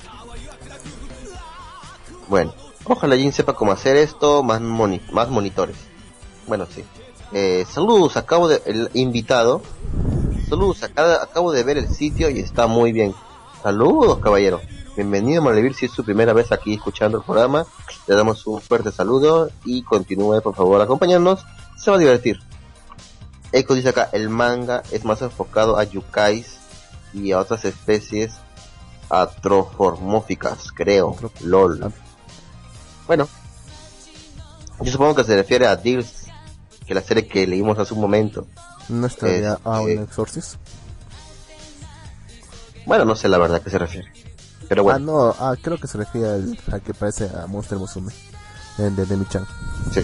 Bueno, ojalá Jin sepa cómo hacer esto, más monitores. Bueno, sí. Saludos, el invitado. Saludos, acabo de ver el sitio y está muy bien. Saludos, caballero. Bienvenido a Malvivir, si es su primera vez aquí escuchando el programa. Le damos un fuerte saludo y continúe, por favor, acompañarnos. Se va a divertir. Echo dice acá, el manga es más enfocado a yukais y a otras especies atrofomórficas, creo. LOL. Bueno, yo supongo que se refiere a Deals, que la serie que leímos hace un momento. ¿No estaría a un Exorcist? Bueno, no sé la verdad a qué se refiere. Pero bueno. Creo que se refiere al que parece a Monster Musume, el de Demi-chan. Sí.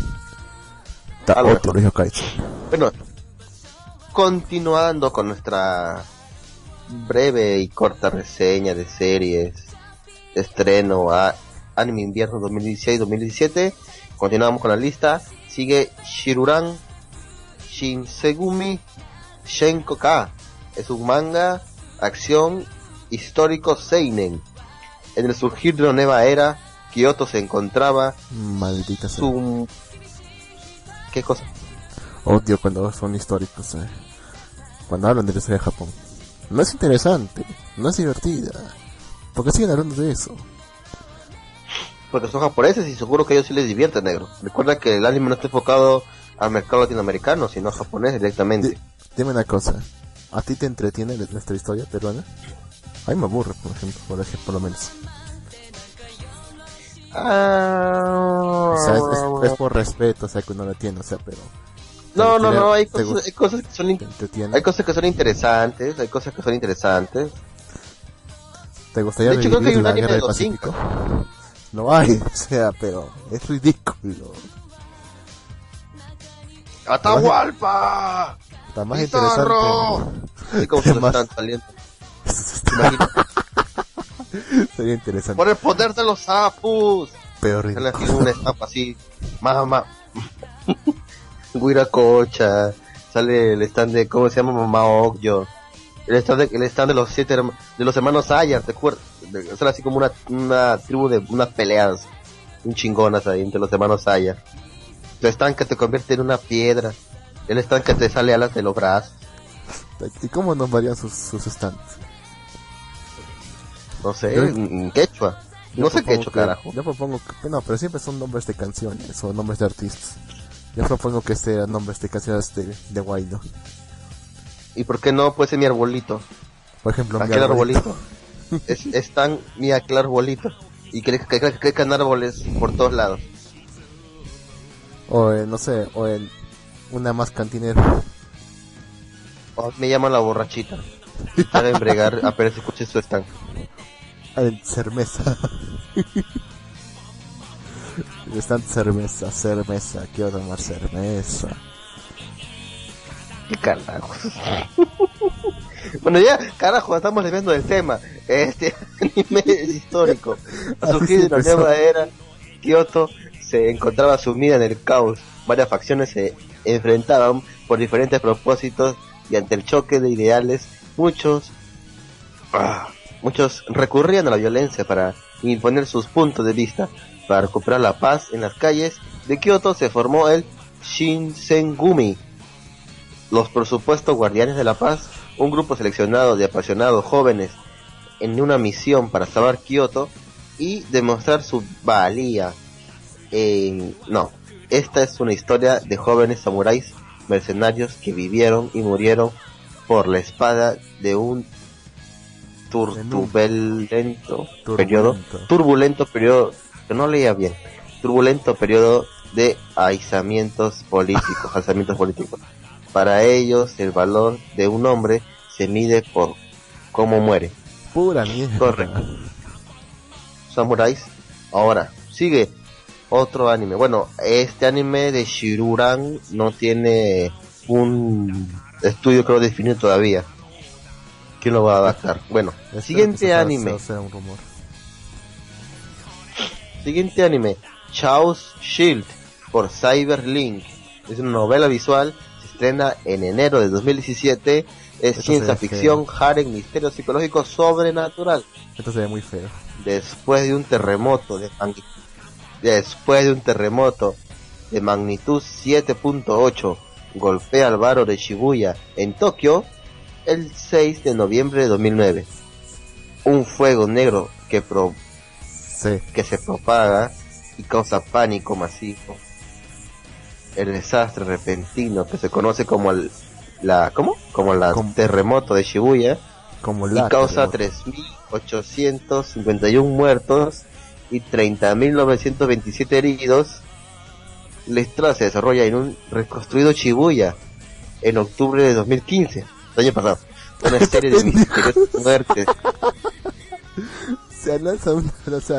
Bueno, continuando con nuestra breve y corta reseña de series de estreno a Anime Invierno 2016-2017, continuamos con la lista. Sigue Shiruran Shinsegumi Shenko-ka. Es un manga, acción, histórico seinen. En el surgir de una nueva era, Kyoto se encontraba... Maldita sea. ¿Qué cosa? Odio cuando son históricos, cuando hablan de la historia de Japón. No es interesante, no es divertida. ¿Por qué siguen hablando de eso? Porque son japoneses y seguro que a ellos sí les divierte, negro. Recuerda que el anime no está enfocado al mercado latinoamericano, sino japonés directamente. Dime una cosa, ¿a ti te entretiene nuestra historia peruana? A mí me aburre, por ejemplo, por lo menos. O sea, es por respeto, o sea, que uno la tiene, o sea, pero... No, hay cosas que son interesantes, ¿Te gustaría de hecho, creo que hay un la anime Guerra de del los Pacífico? 5. No hay, o sea, pero es ridículo. ¡Atahualpa! Está más ¡Pizarro! interesante. ¿Y cómo se lo están saliendo? Sería interesante. Por el poder de los sapus. Pero Sale ridículo. así una estampa así. Mamá. Guiracocha. Sale el stand de, ¿cómo se llama? Mamá Okyo. El stand de los de los hermanos Ayar, ¿te acuerdas? Sale así como una tribu de unas peleas un chingonas ahí entre los hermanos Ayar. El stand que te convierte en una piedra. El stand que te sale alas de los brazos. ¿Y cómo nos varían sus stands? No sé, en quechua. No sé quechua, carajo. Yo propongo que... No, pero siempre son nombres de canciones o nombres de artistas. Yo propongo que sean nombres de canciones de Guaido. ¿Y por qué no puede ser mi arbolito? Por ejemplo, aquel arbolito. es tan mi aquel arbolito. Y que crezcan árboles por todos lados. O no sé, o en una más cantinera. O me llaman la borrachita. Para embregar apenas escuché su stand. El cerveza. Están cerveza, quiero tomar cerveza. ¿Qué carajo? Bueno, ya, carajo, estamos desviando del tema. Este anime es histórico. A surgir de una nueva era, Kyoto se encontraba sumida en el caos. Varias facciones se enfrentaban por diferentes propósitos y ante el choque de ideales, muchos muchos recurrían a la violencia para imponer sus puntos de vista. Para recuperar la paz en las calles de Kioto se formó el Shinsengumi, los por supuesto guardianes de la paz, un grupo seleccionado de apasionados jóvenes en una misión para salvar Kioto y demostrar su valía. No, esta es una historia de jóvenes samuráis mercenarios que vivieron y murieron por la espada de un turbulento periodo, que no leía bien, turbulento periodo de alzamientos políticos. Para ellos el valor de un hombre se mide por cómo muere. Pura mierda. Correcto. Samuráis. Ahora, sigue otro anime. Bueno, este anime de Shiruran no tiene un estudio creo definido todavía. ¿Quién lo va a adaptar? Bueno, siguiente anime. Sea un rumor. Siguiente anime, Chaos Shield por Cyberlink. Es una novela visual, se estrena en enero de 2017. Es ciencia ficción, harem, misterio psicológico sobrenatural. Esto se ve muy feo. Después de un terremoto de magnitud 7.8 golpea al barrio de Shibuya en Tokio el 6 de noviembre de 2009. Un fuego negro que se propaga y causa pánico masivo. El desastre repentino que se conoce como terremoto de Shibuya y causa 3.851 muertos y 30.927 heridos. La historia se desarrolla en un reconstruido Shibuya en octubre de 2015, el año pasado. Una serie de misteriosas muertes. Se lanzan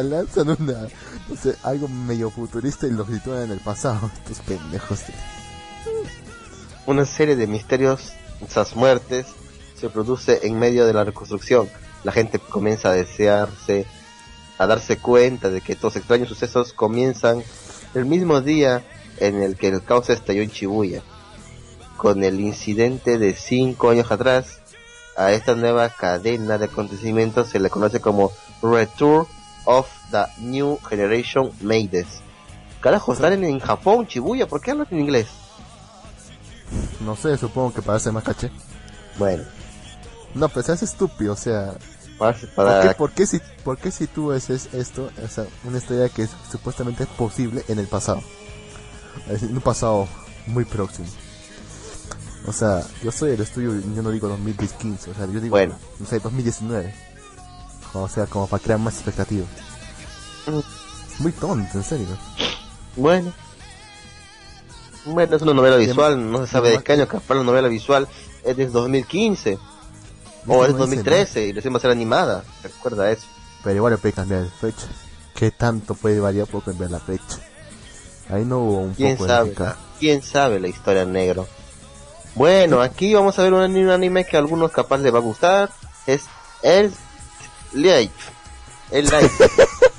algo medio futurista y lo sitúan en el pasado. Estos pendejos. Una serie de misteriosas muertes se produce en medio de la reconstrucción. La gente comienza a darse cuenta de que estos extraños sucesos comienzan el mismo día en el que el caos estalló en Shibuya. Con el incidente de 5 años atrás, a esta nueva cadena de acontecimientos se le conoce como Return of the New Generation Maides. Carajo, están en Japón, Shibuya, ¿por qué hablan en inglés? No sé, supongo que para hacer más caché. Bueno. No, pero se hace estúpido, o sea... ¿Por qué si tú haces esto, o sea, una historia que supuestamente es posible en el pasado? En un pasado muy próximo. O sea, yo soy el estudio, yo no digo 2015, o sea, yo digo, bueno, no sé, 2019. O sea, como para crear más expectativas. Muy tonto, en serio. Bueno, es una novela visual, no se sabe de qué año, capaz la novela visual es de 2015. O es 2013 y recién va a ser animada, recuerda eso. Pero igual le puede cambiar la fecha. ¿Qué tanto puede variar por cambiar la fecha? Ahí no hubo un poco de ¿Quién sabe la historia negro? Bueno, aquí vamos a ver un anime que a algunos capaz les va a gustar. Es el Life. El Life.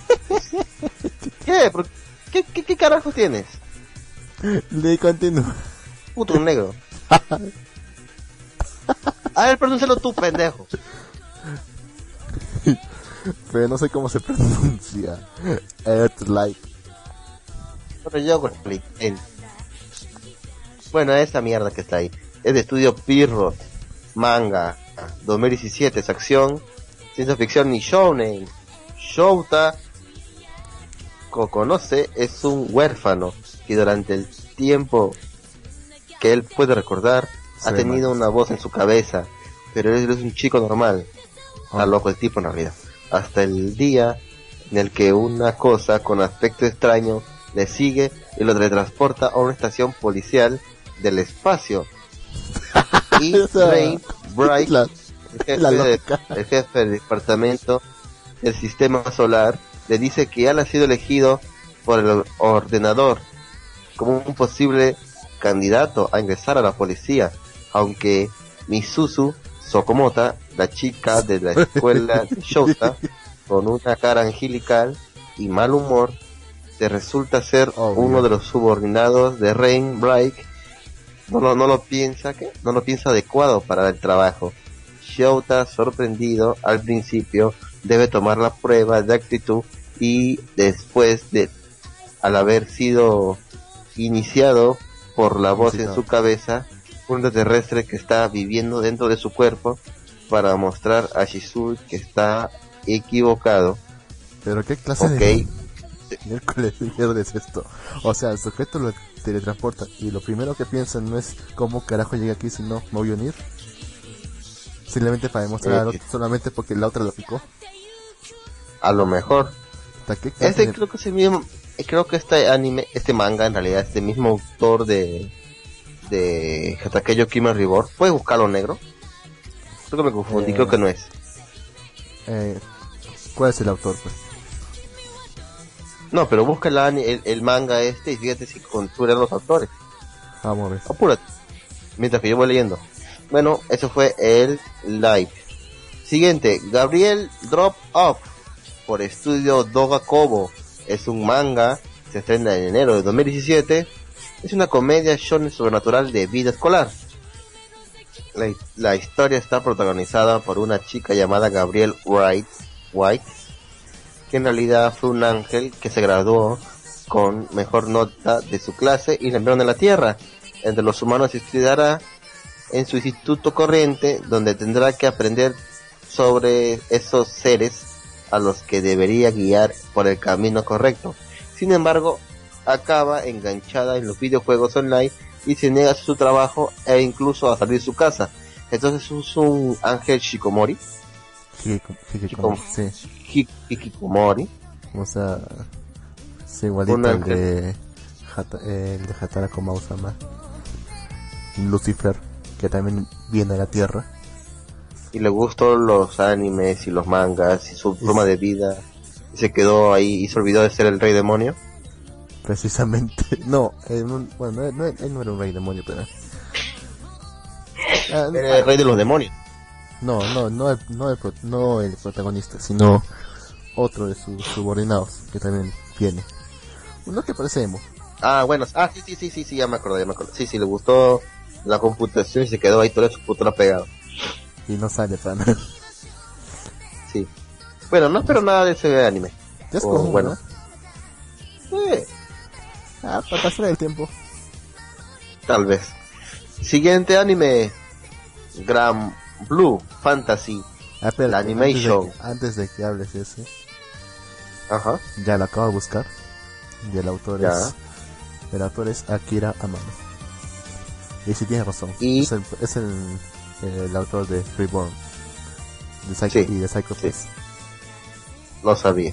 ¿Qué carajo tienes? Le continúa. Puto un negro. A ver, pronúncialo tú, pendejo. Pero no sé cómo se pronuncia. Earthlight. Pero yo bueno, esta mierda que está ahí es de estudio Pirro, manga, 2017, es acción, ciencia ficción y shounen. Shouta Kokonose es un huérfano que durante el tiempo que él puede recordar ha tenido una voz en su cabeza, pero él es un chico normal. Está loco el tipo en realidad. Hasta el día en el que una cosa con aspecto extraño le sigue y lo teletransporta a una estación policial del espacio. Y Rain Bright, el jefe del departamento del sistema solar, le dice que ya ha sido elegido por el ordenador como un posible candidato a ingresar a la policía, aunque Misuzu Sokomota, la chica de la escuela de Shouta, con una cara angelical y mal humor, se resulta ser uno de los subordinados de Rain Bright. No lo piensa adecuado para el trabajo. Shouta, sorprendido al principio, debe tomar la prueba de actitud y después de, al haber sido iniciado por la voz en su cabeza, un extraterrestre que está viviendo dentro de su cuerpo para mostrar a Shizue que está equivocado. Pero qué clase de miércoles de mierda es esto. O sea, el sujeto lo teletransporta y lo primero que piensa no es cómo carajo llegué aquí, sino me voy a unir. Simplemente para demostrar solamente porque la otra lo picó. A lo mejor. Creo que es el mismo. Creo que este manga en realidad es el mismo autor de Hatakeyo Kime Reborn. ¿Puedes buscarlo, negro? Creo que me confundí, creo que no es. ¿Cuál es el autor, pues? No, pero busca el manga y fíjate si conturan los autores. Vamos a ver. Apúrate. Mientras que yo voy leyendo. Bueno, eso fue el live. Siguiente, Gabriel Drop Off por estudio Doga Kobo. Es un manga, se estrena en enero de 2017. Es una comedia shonen sobrenatural de vida escolar. La historia está protagonizada por una chica llamada Gabriel White, que en realidad fue un ángel que se graduó con mejor nota de su clase y la enviaron a la Tierra. Entre los humanos estudiará en su instituto corriente, donde tendrá que aprender sobre esos seres a los que debería guiar por el camino correcto. Sin embargo, acaba enganchada en los videojuegos online y se niega a su trabajo e incluso a salir de su casa. Entonces es un ángel Shikomori. Hikikomori. O sea, es igualito el de Hatara Komausama. Lucifer, que también viene a la Tierra. Y le gustó los animes y los mangas y su forma de vida. Y se quedó ahí y se olvidó de ser el rey demonio. Precisamente. No, bueno, él no era un rey demonio, pero... era el rey de los demonios. No el protagonista, sino otro de sus subordinados, que también viene. Uno que parece emo. Ah, bueno, sí, ya me acordé. Sí, le gustó la computación y se quedó ahí toda su puta pegado. Y no sale para nada. Sí. Bueno, no espero nada de ese anime. Ya es como bueno. Para pasar el tiempo. Tal vez. Siguiente anime. Gran Blue Fantasy. La animation. Antes de que hables ese. Ajá. Ya lo acabo de buscar. Y el autor es Akira Amano. Y si tienes razón. Y es el autor de Reborn. Y de Psycho Pass. Lo sabía.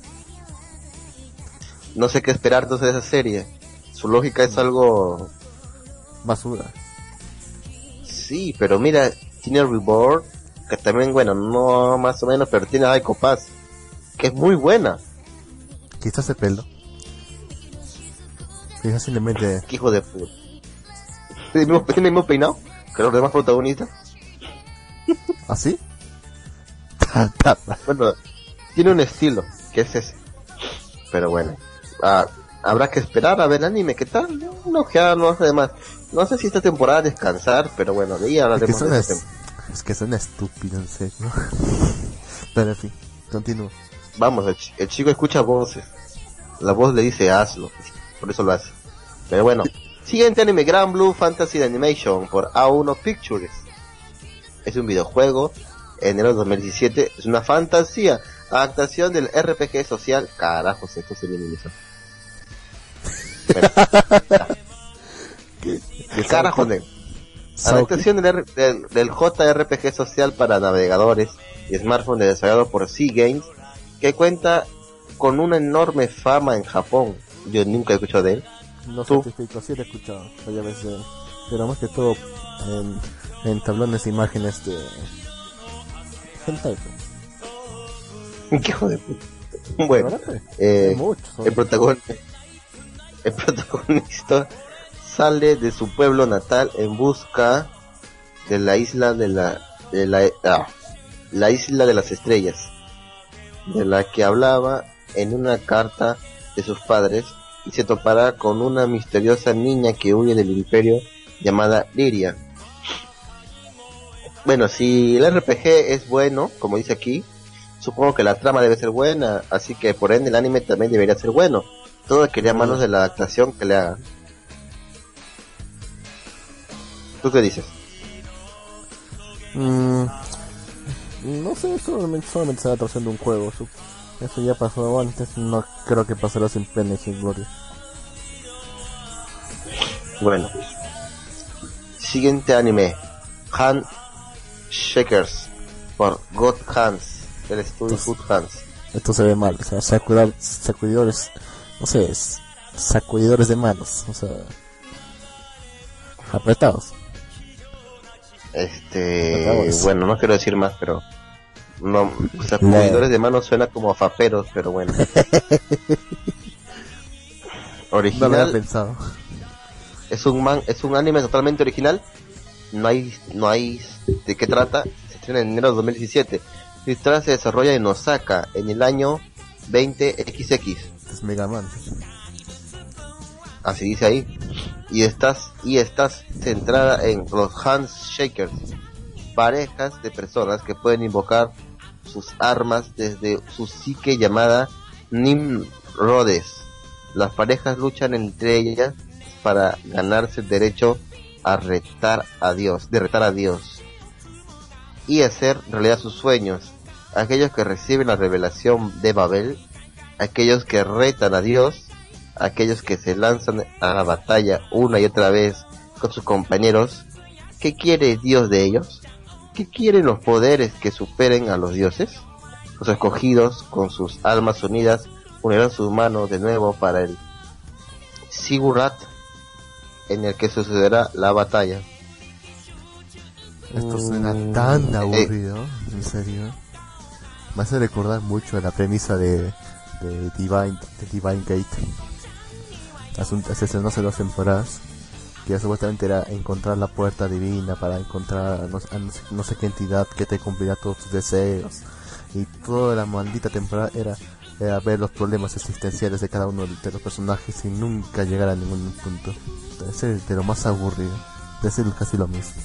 No sé qué esperar entonces de esa serie. Su lógica es algo... basura. Sí, pero mira, tiene Reborn, que también, bueno, no más o menos, pero tiene Psycho Pass, que es muy buena. Quizás el pelo. Quizás simplemente... ¿Qué hijo de puta? ¿Tiene el mismo peinado que los demás protagonistas? ¿Así? Bueno, tiene un estilo, que es ese. Pero bueno, habrá que esperar a ver el anime, ¿qué tal? No ojear, no hace de más. No sé si esta temporada descansar, pero bueno, de ahí hablaremos de ese tema. Es que suena estúpido, en serio. Pero en fin, continúo. Vamos, el chico escucha voces. La voz le dice hazlo, por eso lo hace. Pero bueno, siguiente anime, Gran Blue Fantasy de Animation por A1 Pictures. Es un videojuego, enero de 2017, es una fantasía, adaptación del RPG social. Carajos, esto se viene eso. ¿Qué carajo de adaptación del JRPG social para navegadores y smartphones desarrollado por Sea Games, que cuenta con una enorme fama en Japón? Yo nunca he escuchado de él. No certifico, sí lo he escuchado varias veces, pero más que todo en tablones de imágenes de hentai. ¿Qué hijo de puta? Bueno, el protagonista sale de su pueblo natal en busca de la isla la isla de las estrellas, de la que hablaba en una carta de sus padres, y se topará con una misteriosa niña que huye del imperio llamada Liria. Bueno, si el RPG es bueno, como dice aquí, supongo que la trama debe ser buena, así que por ende el anime también debería ser bueno. Todo quería manos de la adaptación que le hagan. ¿Tú qué dices? No sé, solamente se va traduciendo un juego. Eso ya pasó antes, no creo que pasará sin pena y sin gloria. Bueno, siguiente anime, Hand Shakers por God Hands, del estudio Good Hands. Esto se ve mal, o sea, sacudidores, no sé, sacudidores de manos, o sea, apretados. Bueno, no quiero decir más, pero no, sacudidores de manos suena como a faperos, pero bueno. Original. No lo había pensado. Es un anime totalmente original. No hay de qué trata. Se estrena en enero de 2017. La historia se desarrolla en Osaka en el año 20XX. Es Mega Man. Así dice ahí. Y estás centrada en los Handshakers, parejas de personas que pueden invocar sus armas desde su psique llamada Nimrodes. Las parejas luchan entre ellas para ganarse el derecho a derretar a Dios y hacer realidad sus sueños. Aquellos que reciben la revelación de Babel, aquellos que retan a Dios, aquellos que se lanzan a la batalla una y otra vez con sus compañeros. ¿Qué quiere Dios de ellos? ¿Qué quieren los poderes que superen a los dioses? Los escogidos, con sus almas unidas, unirán sus manos de nuevo para el Sigurat, en el que sucederá la batalla. Esto suena tan aburrido, en serio. Me hace recordar mucho la premisa de Divine Gate. Se estrenó hace 2 temporadas, que ya supuestamente era encontrar la puerta divina para encontrar no sé qué entidad que te cumplirá todos tus deseos. Y toda la maldita temporada era ver los problemas existenciales de cada uno de los personajes y nunca llegar a ningún punto. Debe ser de lo más aburrido, debe ser casi lo mismo.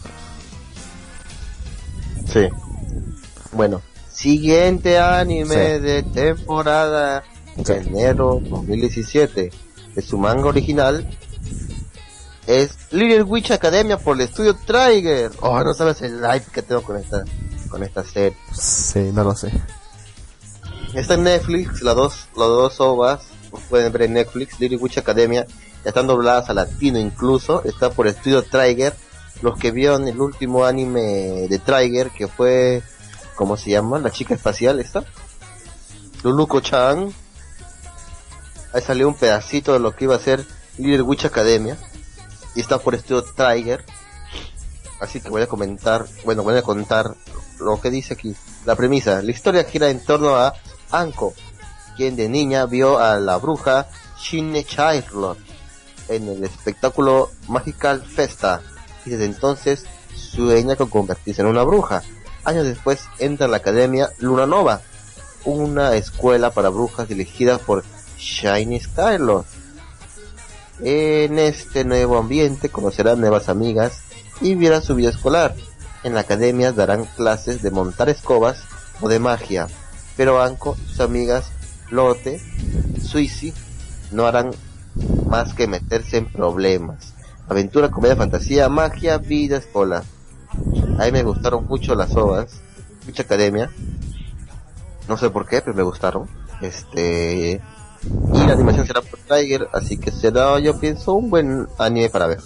Sí. Bueno, siguiente anime de temporada, enero 2017. De su manga original es Little Witch Academia por el estudio Trigger. Oh, no sabes el hype que tengo con esta serie. Sí, no lo sé. Está en Netflix, las dos ovas pueden ver en Netflix. Little Witch Academia ya están dobladas a latino incluso. Está por el estudio Trigger. Los que vieron el último anime de Trigger, que fue, ¿cómo se llama? La chica espacial esta, Luluko-chan. Ahí salió un pedacito de lo que iba a ser Little Witch Academia. Y está por estudio Trigger. Así que voy a contar lo que dice aquí. La premisa: la historia gira en torno a Anko, quien de niña vio a la bruja Shine Charlotte en el espectáculo Magical Festa, y desde entonces sueña con convertirse en una bruja. Años después entra a la Academia Luna Nova, una escuela para brujas dirigida por Shiny Skylar. En este nuevo ambiente conocerán nuevas amigas y vivirán su vida escolar. En la academia darán clases de montar escobas o de magia, pero Anko y sus amigas Lotte, Suisi, no harán más que meterse en problemas. Aventura, comedia, fantasía, magia, vida, escolar. A mí me gustaron mucho las ovas, mucha academia. No sé por qué, pero me gustaron. Y la animación será por Tiger, así que será, yo pienso, un buen anime para ver.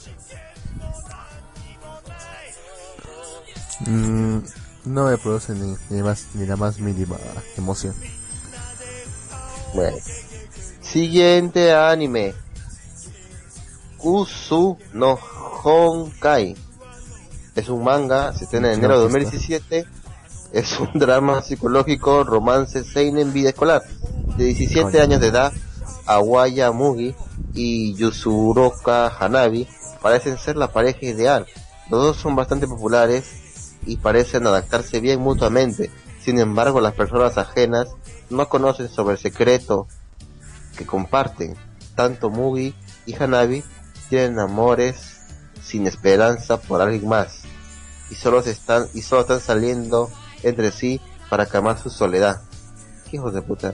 No me produce ni la más mínima emoción. Bueno, siguiente anime, Kusu no Honkai. Es un manga, se estrena en enero de 2017. Es un drama psicológico, romance seinen, vida escolar. De 17 años de edad, Awaya Mugi y Yusuroka Hanabi parecen ser la pareja ideal. Los dos son bastante populares y parecen adaptarse bien mutuamente. Sin embargo, las personas ajenas no conocen sobre el secreto que comparten. Tanto Mugi y Hanabi tienen amores sin esperanza por alguien más. y solo están saliendo entre sí para calmar su soledad. ¿Qué hijos de puta?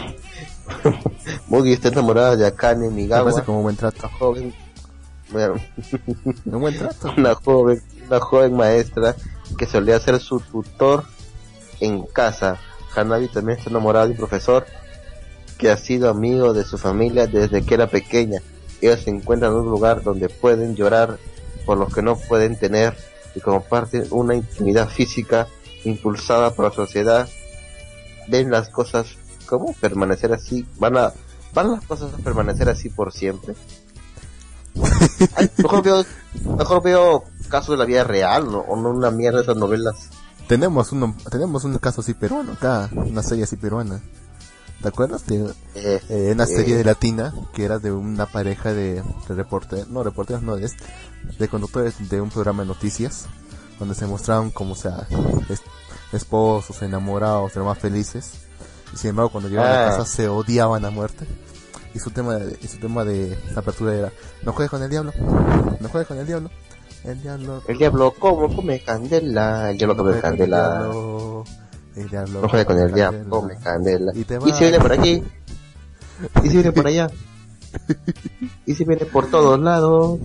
Mugi está enamorada de Akane Me Migawa, parece como un buen trato. una joven, bueno, Un buen trato. una joven maestra que solía ser su tutor en casa. Hanabi también está enamorada de un profesor que ha sido amigo de su familia desde que era pequeña. Ellos se encuentran en un lugar donde pueden llorar por lo que no pueden tener y comparten una intimidad física impulsada por la sociedad. Ven las cosas como permanecer así, van las cosas a permanecer así por siempre. Ay, mejor veo casos de la vida real, ¿no? O no una mierda de esas novelas. Tenemos un caso así peruano acá, una serie así peruana. ¿Te acuerdas? De una serie de latina que era de una pareja de reporteros, de conductores de un programa de noticias, donde se mostraban como, o sea, esposos, enamorados, pero más felices. Y sin embargo, cuando llegaban a casa se odiaban a muerte. Y su tema de apertura era: no juegues con el diablo, no juegues con el diablo. El diablo come candela, el diablo come candela. El diablo no juegue con el diablo, come candela. Y si viene por aquí, y si viene por allá, y si viene por todos lados.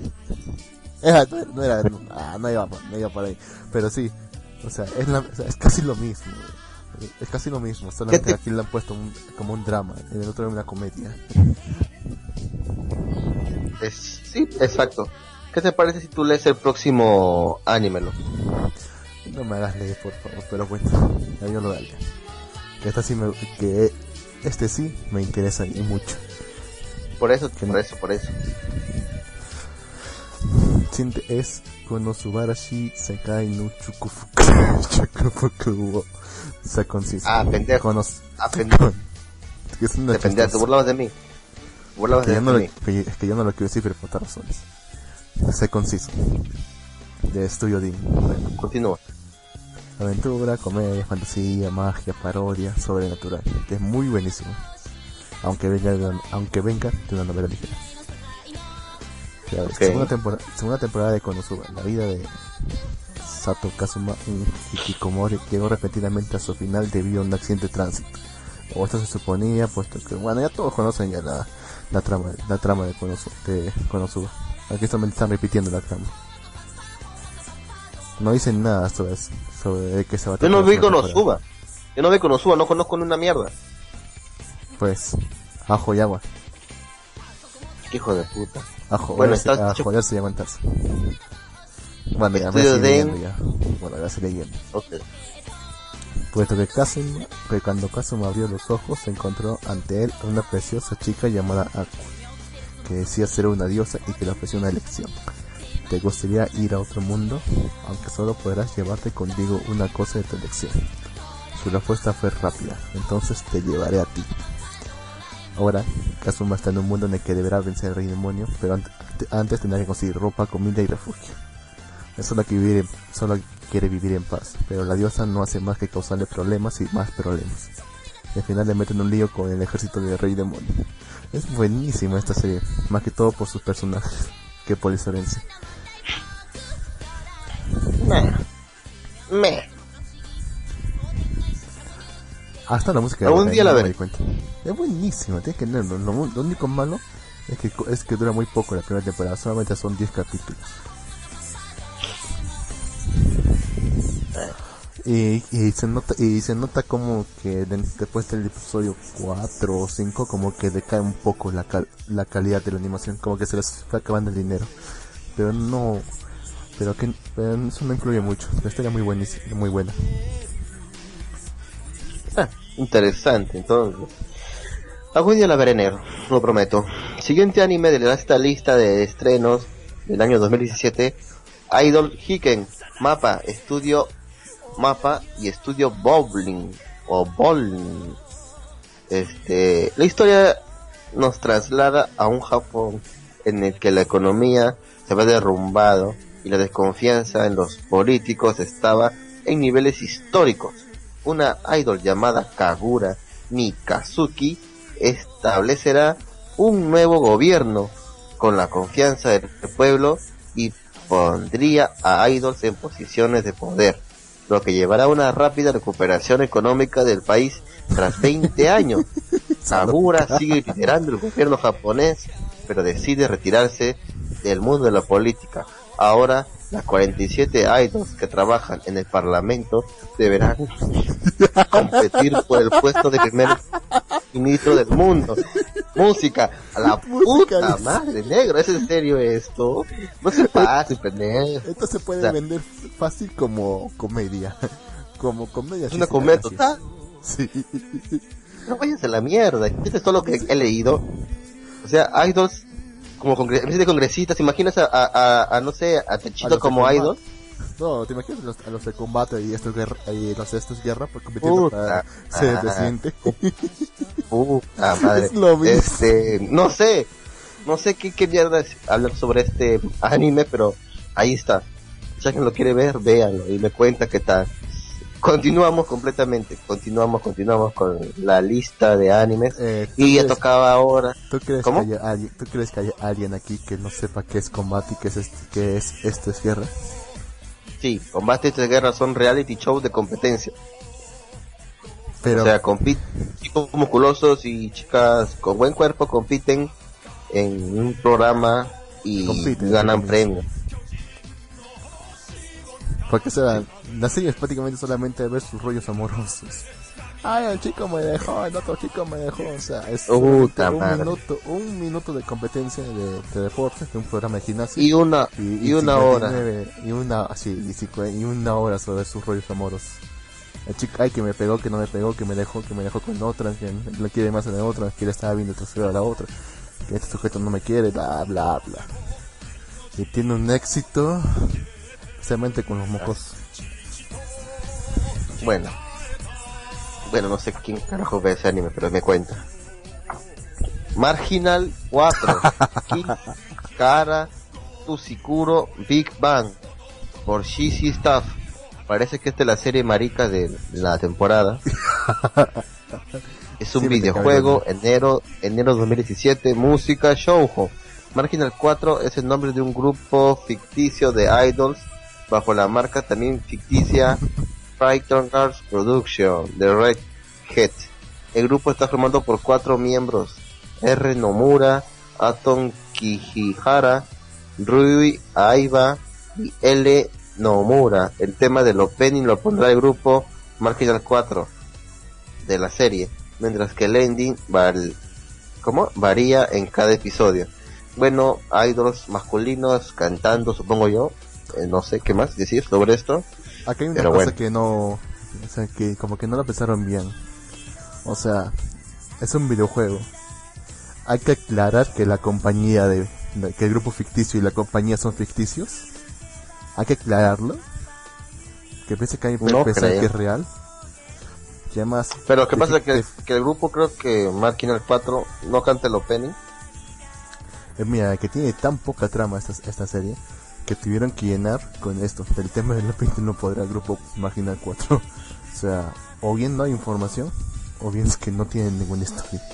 No iba por ahí. Pero sí, o sea, es casi lo mismo. Es casi lo mismo, solamente que aquí le han puesto como un drama, en el otro una comedia. Sí, exacto. ¿Qué te parece si tú lees el próximo anime? No me hagas leer, por favor, pero bueno, ya yo lo daré. Este sí me interesa y mucho. Por eso. Es Konosubarashi Sekai no Chukufuku wo Sakonsis. Pendejo. Te burlabas de mí. Es que yo no lo quiero decir, pero por otras razones. Sé conciso. De Estudio Dim. Bueno, continúa. Aventura, comedia, fantasía, magia, parodia, sobrenatural. Que es muy buenísimo. Aunque venga de una novela ligera. Okay. Segunda temporada de Konosuba. La vida de Sato Kazuma, un hikikomori, llegó repentinamente a su final debido a un accidente de tránsito. O esto se suponía, puesto que, bueno, ya todos conocen ya la trama de Konosuba. Aquí solamente están repitiendo la trama. No dicen nada sobre eso, sobre qué se va a tratar. Yo no vi Konosuba, no conozco ni una mierda. Pues, ajo y agua. ¿Qué hijo de puta? Bueno, ya se llama entonces. Bueno, ya me leyendo ya. Bueno, ya se leyendo. Okay. Puesto que cuando Kazuma abrió los ojos, se encontró ante él una preciosa chica llamada Aqua, que decía ser una diosa y que le ofreció una elección. ¿Te gustaría ir a otro mundo? Aunque solo podrás llevarte contigo una cosa de tu elección. Su respuesta fue rápida: entonces te llevaré a ti. Ahora, Kazuma está en un mundo en el que deberá vencer al rey demonio, pero antes tendrá que conseguir ropa, comida y refugio. Él solo quiere vivir en paz, pero la diosa no hace más que causarle problemas y más problemas. Y al final le meten un lío con el ejército del rey demonio. Es buenísima esta serie, más que todo por sus personajes, que por la historia. Hasta la música algún día la veré. Es buenísima, tienes que leerlo. Lo único malo es que dura muy poco la primera temporada, solamente son 10 capítulos. Y se nota como que después del episodio 4 o 5 como que decae un poco la calidad de la animación, como que se les está acabando el dinero. Pero eso no influye mucho. La historia es muy buenísima, muy buena. Interesante, entonces. Algún día la veré, negro, lo prometo. Siguiente anime de esta lista de estrenos del año 2017: Idol Hiken, Mapa y Estudio Bowling. La historia nos traslada a un Japón en el que la economía se había derrumbado y la desconfianza en los políticos estaba en niveles históricos. Una idol llamada Kagura Mikazuki establecerá un nuevo gobierno con la confianza del pueblo y pondría a idols en posiciones de poder, lo que llevará a una rápida recuperación económica del país tras 20 años. Kagura sigue liderando el gobierno japonés, pero decide retirarse del mundo de la política. Ahora, las 47 idols que trabajan en el parlamento deberán competir por el puesto de primer ministro del mundo. Música, a la puta madre, negro, ¿es en serio esto? No se pase, pendejo. Esto se puede vender fácil como comedia. Como comedia. Es una comedia total. Sí. No vayas a la mierda. Esto es todo lo que he leído. O sea, idols como de congresistas. ¿Imaginas a no sé, a Techito como idol? No, ¿te imaginas a los de combate y estos guerra, por compitiendo para ser presidente? Puta madre. Es lo mismo. No sé qué mierda hablar sobre este anime, pero ahí está. Si alguien lo quiere ver, véanlo y me cuenta qué tal. Continuamos con la lista de animes y ya tocaba ahora. ¿Tú crees que hay alguien aquí que no sepa qué es combate y qué es esto es guerra? Sí, combate y guerra son reality shows de competencia. Pero... O sea, chicos musculosos y chicas con buen cuerpo compiten en un programa y ganan premios. Porque la serie es prácticamente solamente ver sus rollos amorosos. Ay, el chico me dejó, el otro chico me dejó. O sea, es un minuto de competencia de deporte, de un programa de gimnasia. Y una hora. Y una hora sobre sus rollos amorosos. El chico, ay, que me pegó, que no me pegó, que me dejó con otra, que lo quiere más a la otra, que le estaba viendo trasero a la otra, que este sujeto no me quiere, bla, bla, bla. Y tiene un éxito, especialmente con los mocos. Bueno, no sé quién carajo ve ese anime, pero me cuenta. Marginal 4, Kara Tsuchikuro Big Bang, por Shishi Staff. Parece que esta es la serie marica de la temporada. Es un videojuego, enero 2017, música shoujo. Marginal 4 es el nombre de un grupo ficticio de idols bajo la marca también ficticia Frightened Girls Production de Red Hat. El grupo está formado por 4 miembros: R. Nomura, Aton Kijihara, Rui Aiba y L. Nomura. El tema del opening lo pondrá el grupo Marginal 4 de la serie, mientras que el ending varía en cada episodio. Bueno, idols masculinos cantando, supongo yo. No sé qué más decir sobre esto. Aquí hay una cosa que no, o sea, que como que no lo pensaron bien. O sea, es un videojuego. Hay que aclarar que la compañía que el grupo ficticio y la compañía son ficticios. Hay que aclararlo. Que piense que hay pensar que es real. Y además, pero lo que pasa es que el grupo, creo que Marginal 4 no canta el opening. Mira, que tiene tan poca trama esta serie que tuvieron que llenar con esto. Del tema del opening no podrá el grupo Marginal 4. O sea, o bien no hay información, o bien es que no tienen ninguna historia.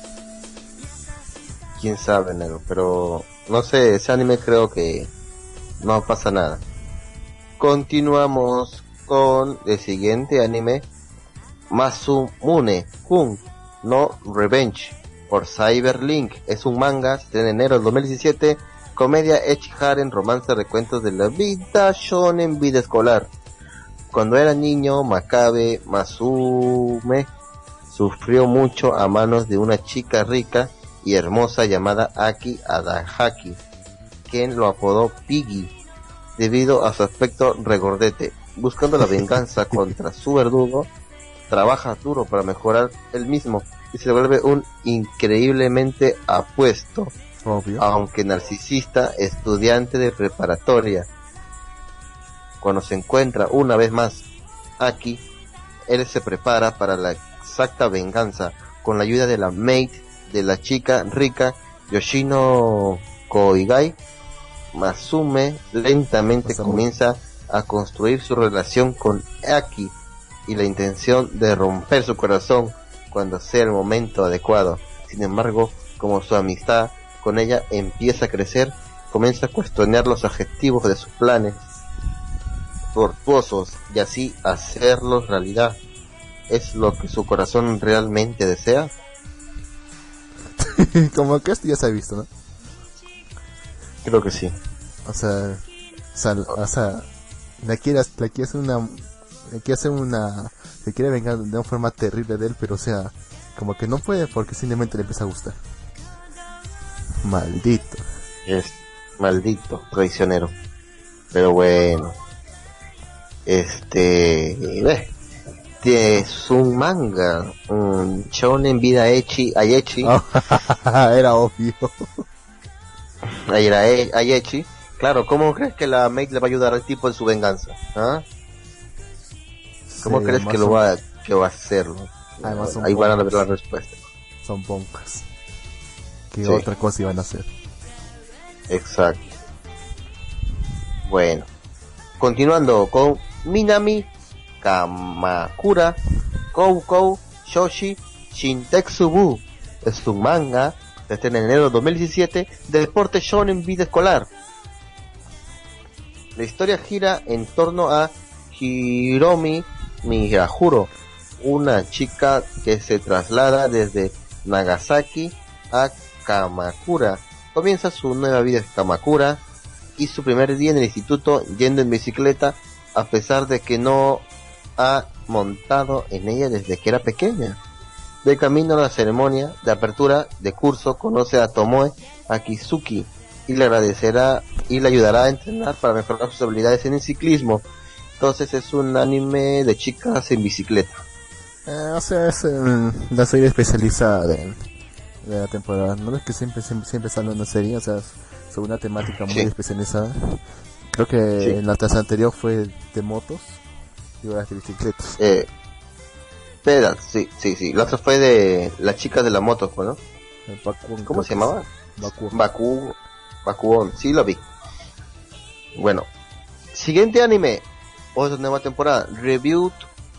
Quién sabe, negro, pero no sé, ese anime creo que no pasa nada. Continuamos con el siguiente anime, Masumune Kun no Revenge, por Cyberlink. Es un manga, se en enero del 2017, comedia ecchi harem, romance, recuentos de la vida shonen, vida escolar. Cuando era niño, Makabe Masume sufrió mucho a manos de una chica rica y hermosa llamada Aki Adahaki, quien lo apodó Piggy debido a su aspecto regordete. Buscando la venganza contra su verdugo, trabaja duro para mejorar él mismo y se vuelve un increíblemente apuesto, aunque narcisista, estudiante de preparatoria. Cuando se encuentra una vez más Aki, él se prepara para la exacta venganza con la ayuda de la maid de la chica rica Yoshino Koigai. Masume lentamente comienza a construir su relación con Aki y la intención de romper su corazón cuando sea el momento adecuado. Sin embargo, como su amistad con ella empieza a crecer, comienza a cuestionar los objetivos de sus planes tortuosos y así hacerlos realidad. ¿Es lo que su corazón realmente desea? Como que esto ya se ha visto, ¿no? Creo que sí. O sea, le quiere hacer se quiere vengar de una forma terrible de él, pero o sea, como que no puede porque simplemente le empieza a gustar. Maldito. Es maldito traicionero. Pero bueno. Es un manga, un shonen vida Ayechi. Era obvio. Ahí era Ayechi. Claro, ¿cómo crees que la Mate le va a ayudar al tipo en su venganza? ¿Ah? ¿Cómo crees que va a hacerlo? Además Ahí van a ver la respuesta. Son boncas. ¿Qué Sí. otra cosa iban a hacer? Exacto. Bueno, continuando con Minami Kamakura Koukou Shoshi Shintetsubu. Es un manga desde enero de 2017 de deporte shonen vida escolar. La historia gira en torno a Hiromi Miyahuro, una chica que se traslada desde Nagasaki a Kamakura. Comienza su nueva vida en Kamakura y su primer día en el instituto yendo en bicicleta, a pesar de que no ha montado en ella desde que era pequeña. De camino a la ceremonia de apertura de curso conoce a Tomoe Akizuki y le agradecerá y le ayudará a entrenar para mejorar sus habilidades en el ciclismo. Entonces es un anime de chicas en bicicleta. O sea, es la serie especializada de la temporada. No es que siempre sale una serie, o sea, sobre una temática muy especializada. Creo que en la tasa anterior fue de motos y ahora de bicicletas. Espera, sí. La otra fue de las chicas de la moto, ¿no? ¿Cómo se llamaba? Bakuon, sí lo vi. Bueno, siguiente anime, otra nueva temporada, Rebirth,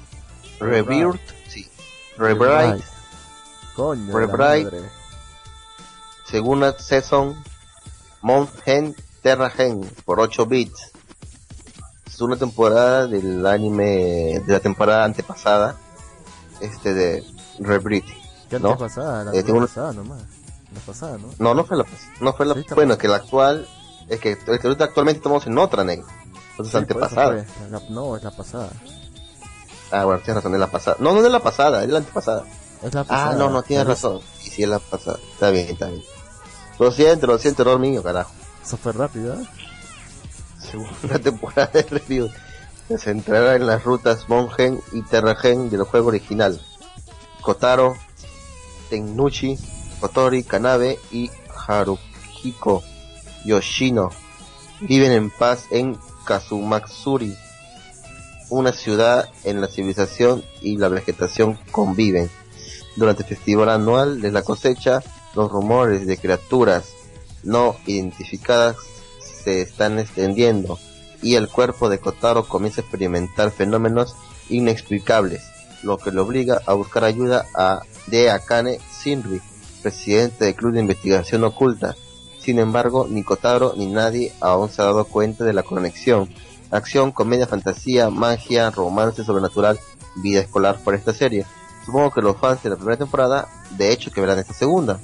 Coño, Rebright, segunda season, Mount Gen, Terra Gen, por 8 bits. Es una temporada del anime de la temporada antepasada, de Rebirth. ¿Qué ¿no? antepasada? La pasada nomás. La pasada, ¿no? No fue la Sí, bueno, que la actual, es que ahorita actualmente estamos en otra, negro. Entonces sí, antepasada. No, es la pasada. Ah, bueno, tienes razón, es la pasada. No es la pasada, es la antepasada. Es la pasada. No, tienes razón. Sí, es la pasada. Está bien. Lo siento, error mío, carajo. Eso fue rápido, ¿eh? Segunda temporada de review. Se centrará en las rutas Mongen y Terragen del juego original. Kotaro, Tennuchi, Kotori, Kanabe y Haruhiko Yoshino viven en paz en Kazumatsuri, una ciudad en la civilización y la vegetación conviven. Durante el festival anual de la cosecha, los rumores de criaturas no identificadas se están extendiendo y el cuerpo de Kotaro comienza a experimentar fenómenos inexplicables, lo que le obliga a buscar ayuda de Akane Shinri, presidente del Club de Investigación Oculta. Sin embargo, ni Kotaro ni nadie aún se ha dado cuenta de la conexión. Acción, comedia, fantasía, magia, romance sobrenatural, vida escolar por esta serie. Supongo que los fans de la primera temporada, de hecho, que verán esta segunda.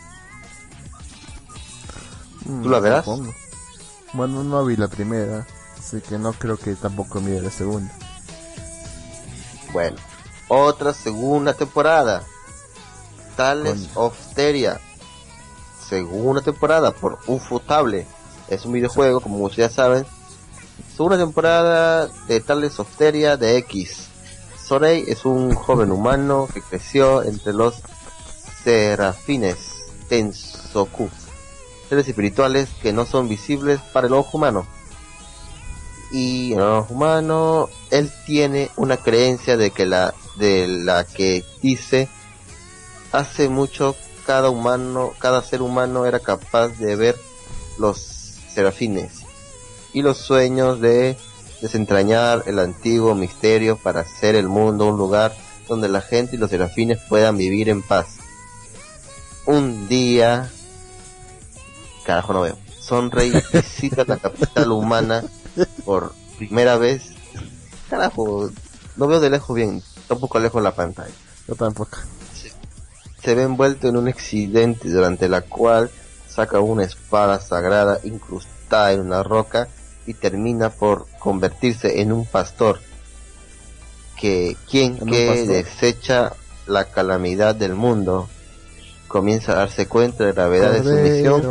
¿Tú la verás? Supongo. Bueno, no vi la primera, así que no creo que tampoco mire la segunda. Bueno, otra segunda temporada. Tales of Teria. Segunda temporada por Ufotable. Es un videojuego, como muchos ya saben. Segunda temporada de Tales of Teria de X. Sorei es un joven humano que creció entre los serafines Tensoku, seres espirituales que no son visibles para el ojo humano. Y en el ojo humano, él tiene una creencia de la que dice: hace mucho cada ser humano era capaz de ver los serafines y los sueños de desentrañar el antiguo misterio para hacer el mundo un lugar donde la gente y los serafines puedan vivir en paz. Un día, carajo no veo, Sonrey visita la capital humana por primera vez. Carajo, no veo de lejos bien, tampoco lejos la pantalla. Yo tampoco. Se ve envuelto en un accidente durante la cual saca una espada sagrada incrustada en una roca y termina por convertirse en un pastor que desecha la calamidad del mundo. Comienza a darse cuenta de la gravedad de su misión.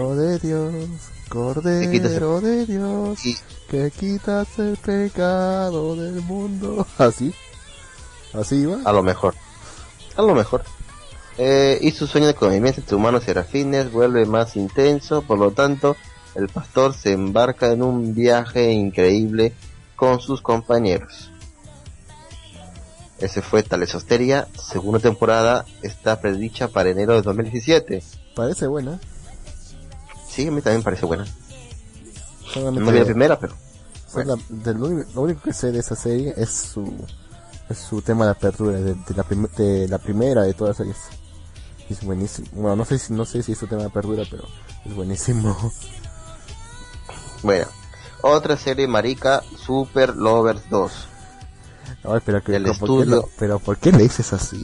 Cordero de Dios, Y que quitas el pecado del mundo. ¿Así? ¿Así va? a lo mejor. Y su sueño de convivencia entre humanos y serafines vuelve más intenso, por lo tanto, el pastor se embarca en un viaje increíble con sus compañeros. Ese fue Talesosteria, segunda temporada, está predicha para enero de 2017. Parece buena. Sí, a mí también parece buena. Solamente No vi la primera, pero... lo único que sé de esa serie es su tema de apertura, de la primera de todas las series. Es buenísimo. Bueno, no sé si es su tema de apertura, pero es buenísimo. Bueno, otra serie marica, Super Lovers 2. Ay, pero Del estudio. ¿por qué le dices así?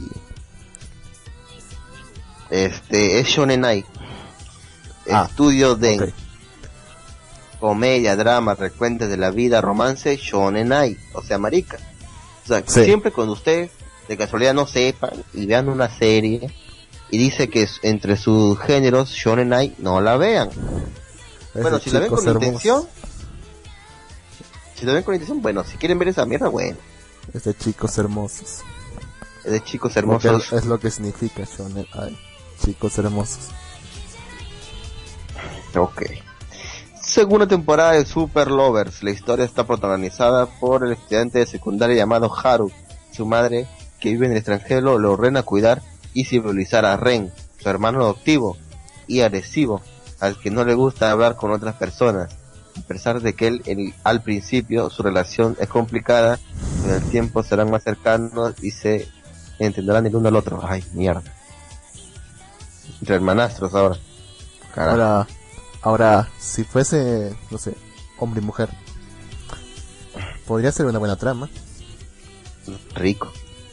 Es Shonen Ai. Estudio de Ok. comedia, drama, recuentos de la vida, romance, Shonen Ai, o sea, marica. O sea, Sí. siempre cuando ustedes de casualidad no sepan y vean una serie y dice que entre sus géneros Shonen Ai, no la vean. Bueno, si la ven con intención, bueno, si quieren ver esa mierda, bueno, Es de chicos hermosos. es de chicos Porque hermosos. es lo que significa Shonen Ai. Chicos hermosos. Ok. Segunda temporada de Super Lovers. La historia está protagonizada por el estudiante de secundaria llamado Haru. Su madre, que vive en el extranjero, le ordena cuidar y civilizar a Ren, su hermano adoptivo y agresivo, al que no le gusta hablar con otras personas. A pesar de que al principio su relación es complicada, con el tiempo serán más cercanos y se entenderán el uno al otro. Ay, mierda. Entre hermanastros ahora. Carajo. Ahora, si fuese, no sé, hombre y mujer, podría ser una buena trama. Rico.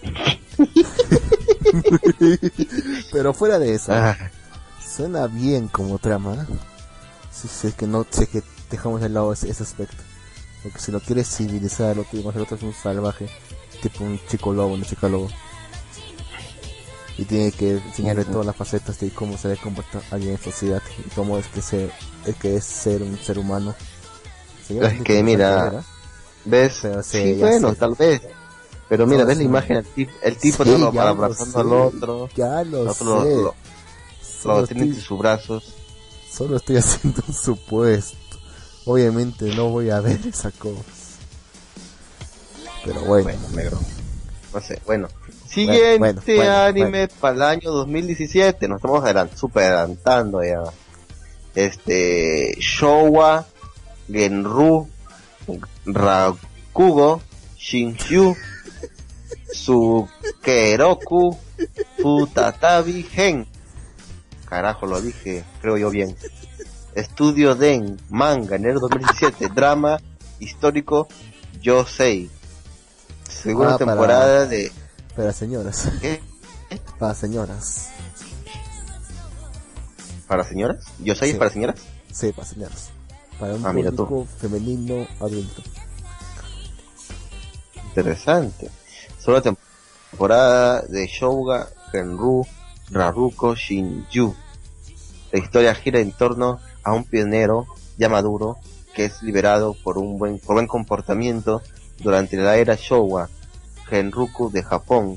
Pero fuera de eso, Ah. suena bien como trama. Si es que dejamos de lado ese aspecto. Porque si lo quieres civilizar, lo que el otro es un salvaje, tipo un chico lobo, una chica lobo. Y tiene que enseñarle todas las facetas de cómo se debe comportar alguien en sociedad y cómo es que es ser un ser humano. Es que mira, ¿ves? Pero Sí, ya bueno, sé. tal vez. Pero mira, No, ¿ves la sí. imagen? El tipo Sí, todo ya lo abrazando al sé, otro. Ya lo El otro sé. lo Solo tiene entre estoy, sus brazos. solo estoy haciendo un supuesto. Obviamente no voy a ver esa cosa. Pero bueno. Bueno, negro. No sé, bueno. Siguiente bueno, anime para el año 2017. Nos estamos super adelantando ya. Showa Genru Rakugo Shinkyu Sukeroku Futatabi Gen. Carajo, lo dije, creo yo bien. Estudio Den, manga, enero 2017, drama histórico Yosei. Segunda temporada de... Para señoras. ¿Qué? Para señoras. ¿Para señoras? ¿Yosei Sí. es para señoras? Sí, para señoras. Para un Mira tú. público femenino adulto. Interesante. Segunda temporada de Shouga Genru Raruko Shinju. La historia gira en torno a un pionero ya maduro que es liberado por buen comportamiento durante la era Showa Genroku de Japón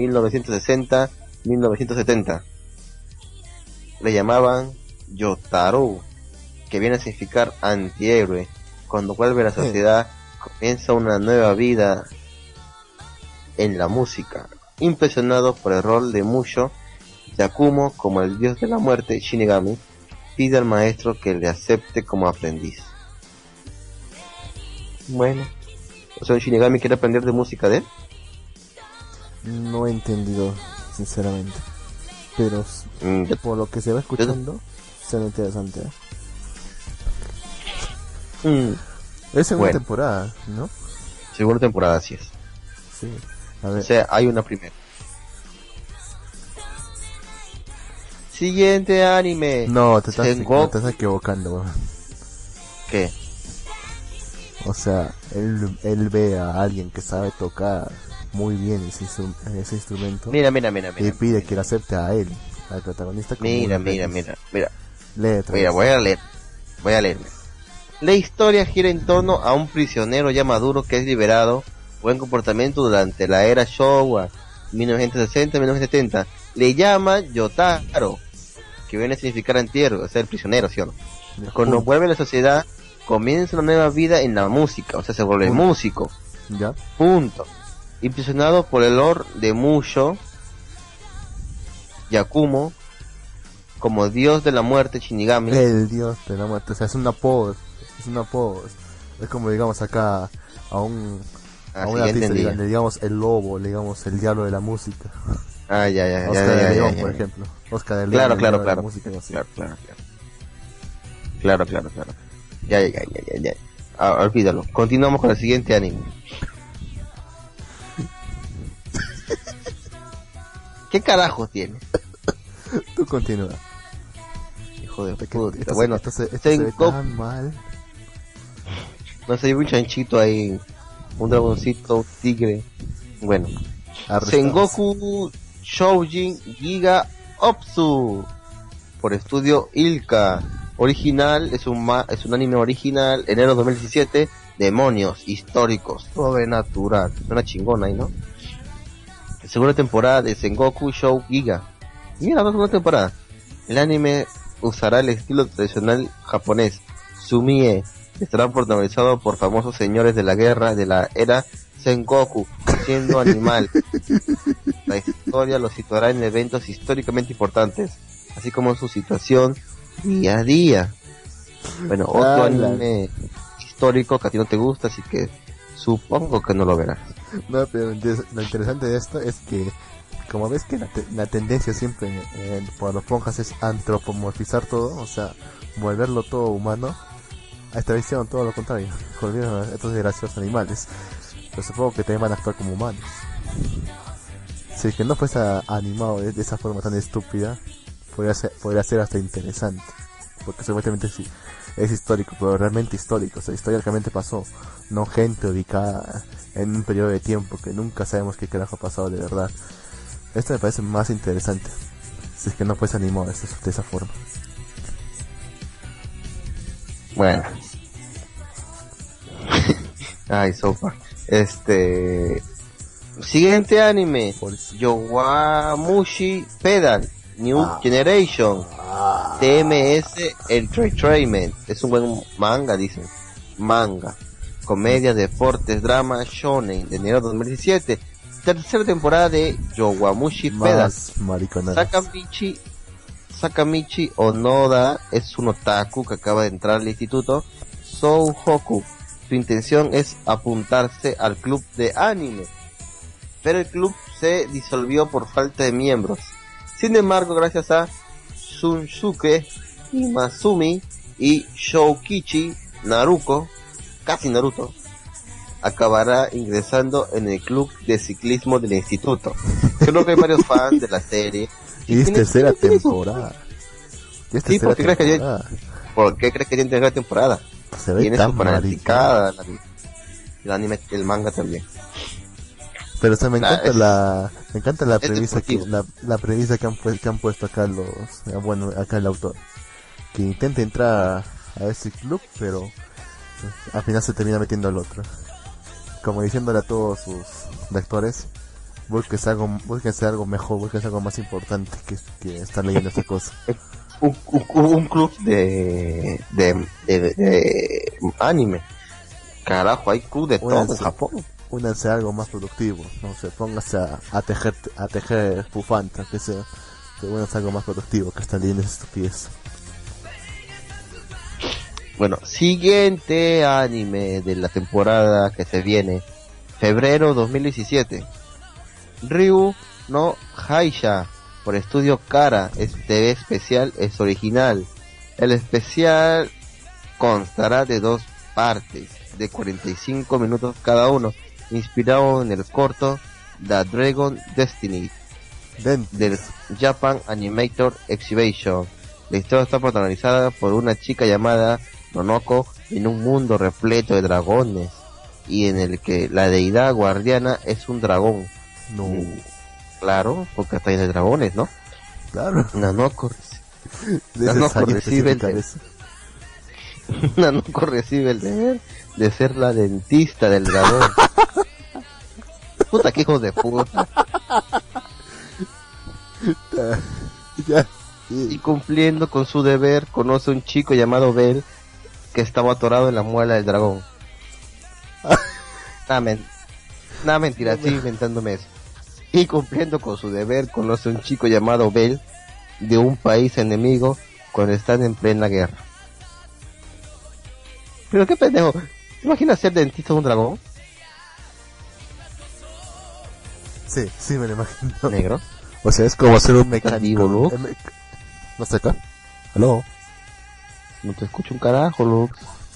1960-1970. Le llamaban Yotaro, que viene a significar antihéroe. Cuando vuelve a la sociedad comienza una nueva vida en la música. Impresionado por el rol de Musho, Yakumo, como el dios de la muerte, Shinigami, pide al maestro que le acepte como aprendiz. Bueno, o sea, Shinigami quiere aprender de música de él. No he entendido, sinceramente. Pero por lo que se va escuchando, suena interesante. Es segunda Bueno. temporada, ¿no? Segunda temporada, así es. Sí. A O ver, sea, hay una primera. Siguiente anime. no, te estás Sengoku. equivocando, weón. ¿Qué? O sea, él ve a alguien que sabe tocar muy bien ese instrumento Mira. y pide que lo acepte a él, al protagonista. Como Mira. un aprendiz. Mira, Letra. voy a leerme. La historia gira en torno a un prisionero ya maduro que es liberado buen comportamiento durante la era Showa, 1960-1970. Le llama Yotaro, que viene a significar entierro, o sea, el prisionero, ¿sí o no? Cuando vuelve a la sociedad, comienza una nueva vida en la música, o sea, se vuelve músico. ¿Ya? Punto. Impresionado por el lore de Musho, Yakumo, como dios de la muerte Shinigami. El dios de la muerte, o sea, es una pose. Es como, digamos, acá a un Así un ya artista, entendí. le digamos el lobo, le digamos el diablo de la música. Ya. Oscar de León, por ejemplo. Oscar de León. Claro, el claro, diablo de claro. la música, así. Claro. Ya. Olvídalo. Continuamos con el siguiente anime. ¿Qué carajos tiene? Tú continúa. Hijo de Esto puta. Bueno, esto se ve Sengoku, tan mal. no sé, un chanchito ahí, un dragoncito, un tigre. Bueno, Arrestados. Sengoku Shoujin Giga Opsu por estudio Ilka. Original, es un anime original, enero 2017. Demonios históricos, sobrenatural. Una chingona ahí, ¿no? Segunda temporada de Sengoku Shou Giga. Mira, la segunda temporada. El anime usará el estilo tradicional japonés, Sumie. Estará protagonizado por famosos señores de la guerra de la era Sengoku, siendo animal. La historia lo situará en eventos históricamente así como en su situación día a día. Bueno, otro anime histórico que a ti no te gusta, así que supongo que no lo verás. No, pero lo interesante de esto es que, como ves que la tendencia siempre por los ponjas es antropomorfizar todo, o sea, volverlo todo humano. A esta vez hicieron todo lo contrario, volvieron a estos graciosos animales, pero supongo que también van a actuar como humanos. Si es que no fuese animado de esa forma tan estúpida, podría ser hasta interesante, porque supuestamente sí, es histórico, pero realmente histórico, o sea, históricamente pasó, no gente ubicada en un periodo de tiempo que nunca sabemos qué carajo ha pasado de verdad. Esto me parece más interesante, si es que no fuese animado de esa forma. Bueno. Ay, sopa. Siguiente anime. Yowamushi Pedal New Generation. TMS Entertainment. Es un buen manga, dicen. Manga. Comedia, deportes, drama, shonen. De enero 2017. Tercera temporada de Yowamushi Pedal. Más mariconadas. Sakamichi Onoda es un otaku que acaba de entrar al instituto Souhoku. Su intención es apuntarse al club de anime, pero el club se disolvió por falta de miembros. Sin embargo, gracias a Shunsuke Imasumi y Shoukichi Naruto, casi Naruto, acabará ingresando en el club de ciclismo del instituto. Creo que hay varios fans de la serie. Y es tercera temporada. Sí, ¿por qué crees que tiene tercera temporada? Se ve Tiene tan su fanaticada el anime, el manga también. Pero o sea, me encanta la premisa deportivo. la premisa que han puesto acá acá el autor, que intenta entrar a ese club, pero al final se termina metiendo al otro, como diciéndole a todos sus lectores: búsquense algo mejor, búsquense algo más importante que estar leyendo esta cosa. Un club de anime. Carajo, hay club de todo en Japón. Únanse a algo más productivo, no sé, póngase a tejer bufantas, que sea, únanse a algo más productivo que estar leyendo esa estupidez. Bueno, siguiente anime de la temporada que se viene, febrero 2017. Ryu no Haisha, por estudio Kara. TV especial es original. El especial constará de dos partes de 45 minutos cada uno, inspirado en el corto The Dragon Destiny del Japan Animator Exhibition. La historia está protagonizada por una chica llamada Nonoko en un mundo repleto de dragones y en el que la deidad guardiana es un dragón. No, Claro, porque hasta hay de dragones, ¿no? claro. Nanoko Necesario recibe especificar eso. Nanoko recibe el deber de ser la dentista del dragón. Puta, que hijos de puta. Ya. Y cumpliendo con su deber, conoce a un chico llamado Bell que estaba atorado en la muela del dragón. Nada, mentira, estoy inventándome eso. Y cumpliendo con su deber, conoce a un chico llamado Bell de un país enemigo cuando están en plena guerra. Pero qué pendejo, ¿te imaginas ser dentista de un dragón Sí, me lo imagino. negro? O sea, es como ser un ¿Estás mecánico. vivo, Lux? ¿No está acá? ¿Aló? No te escucho un carajo, Lux.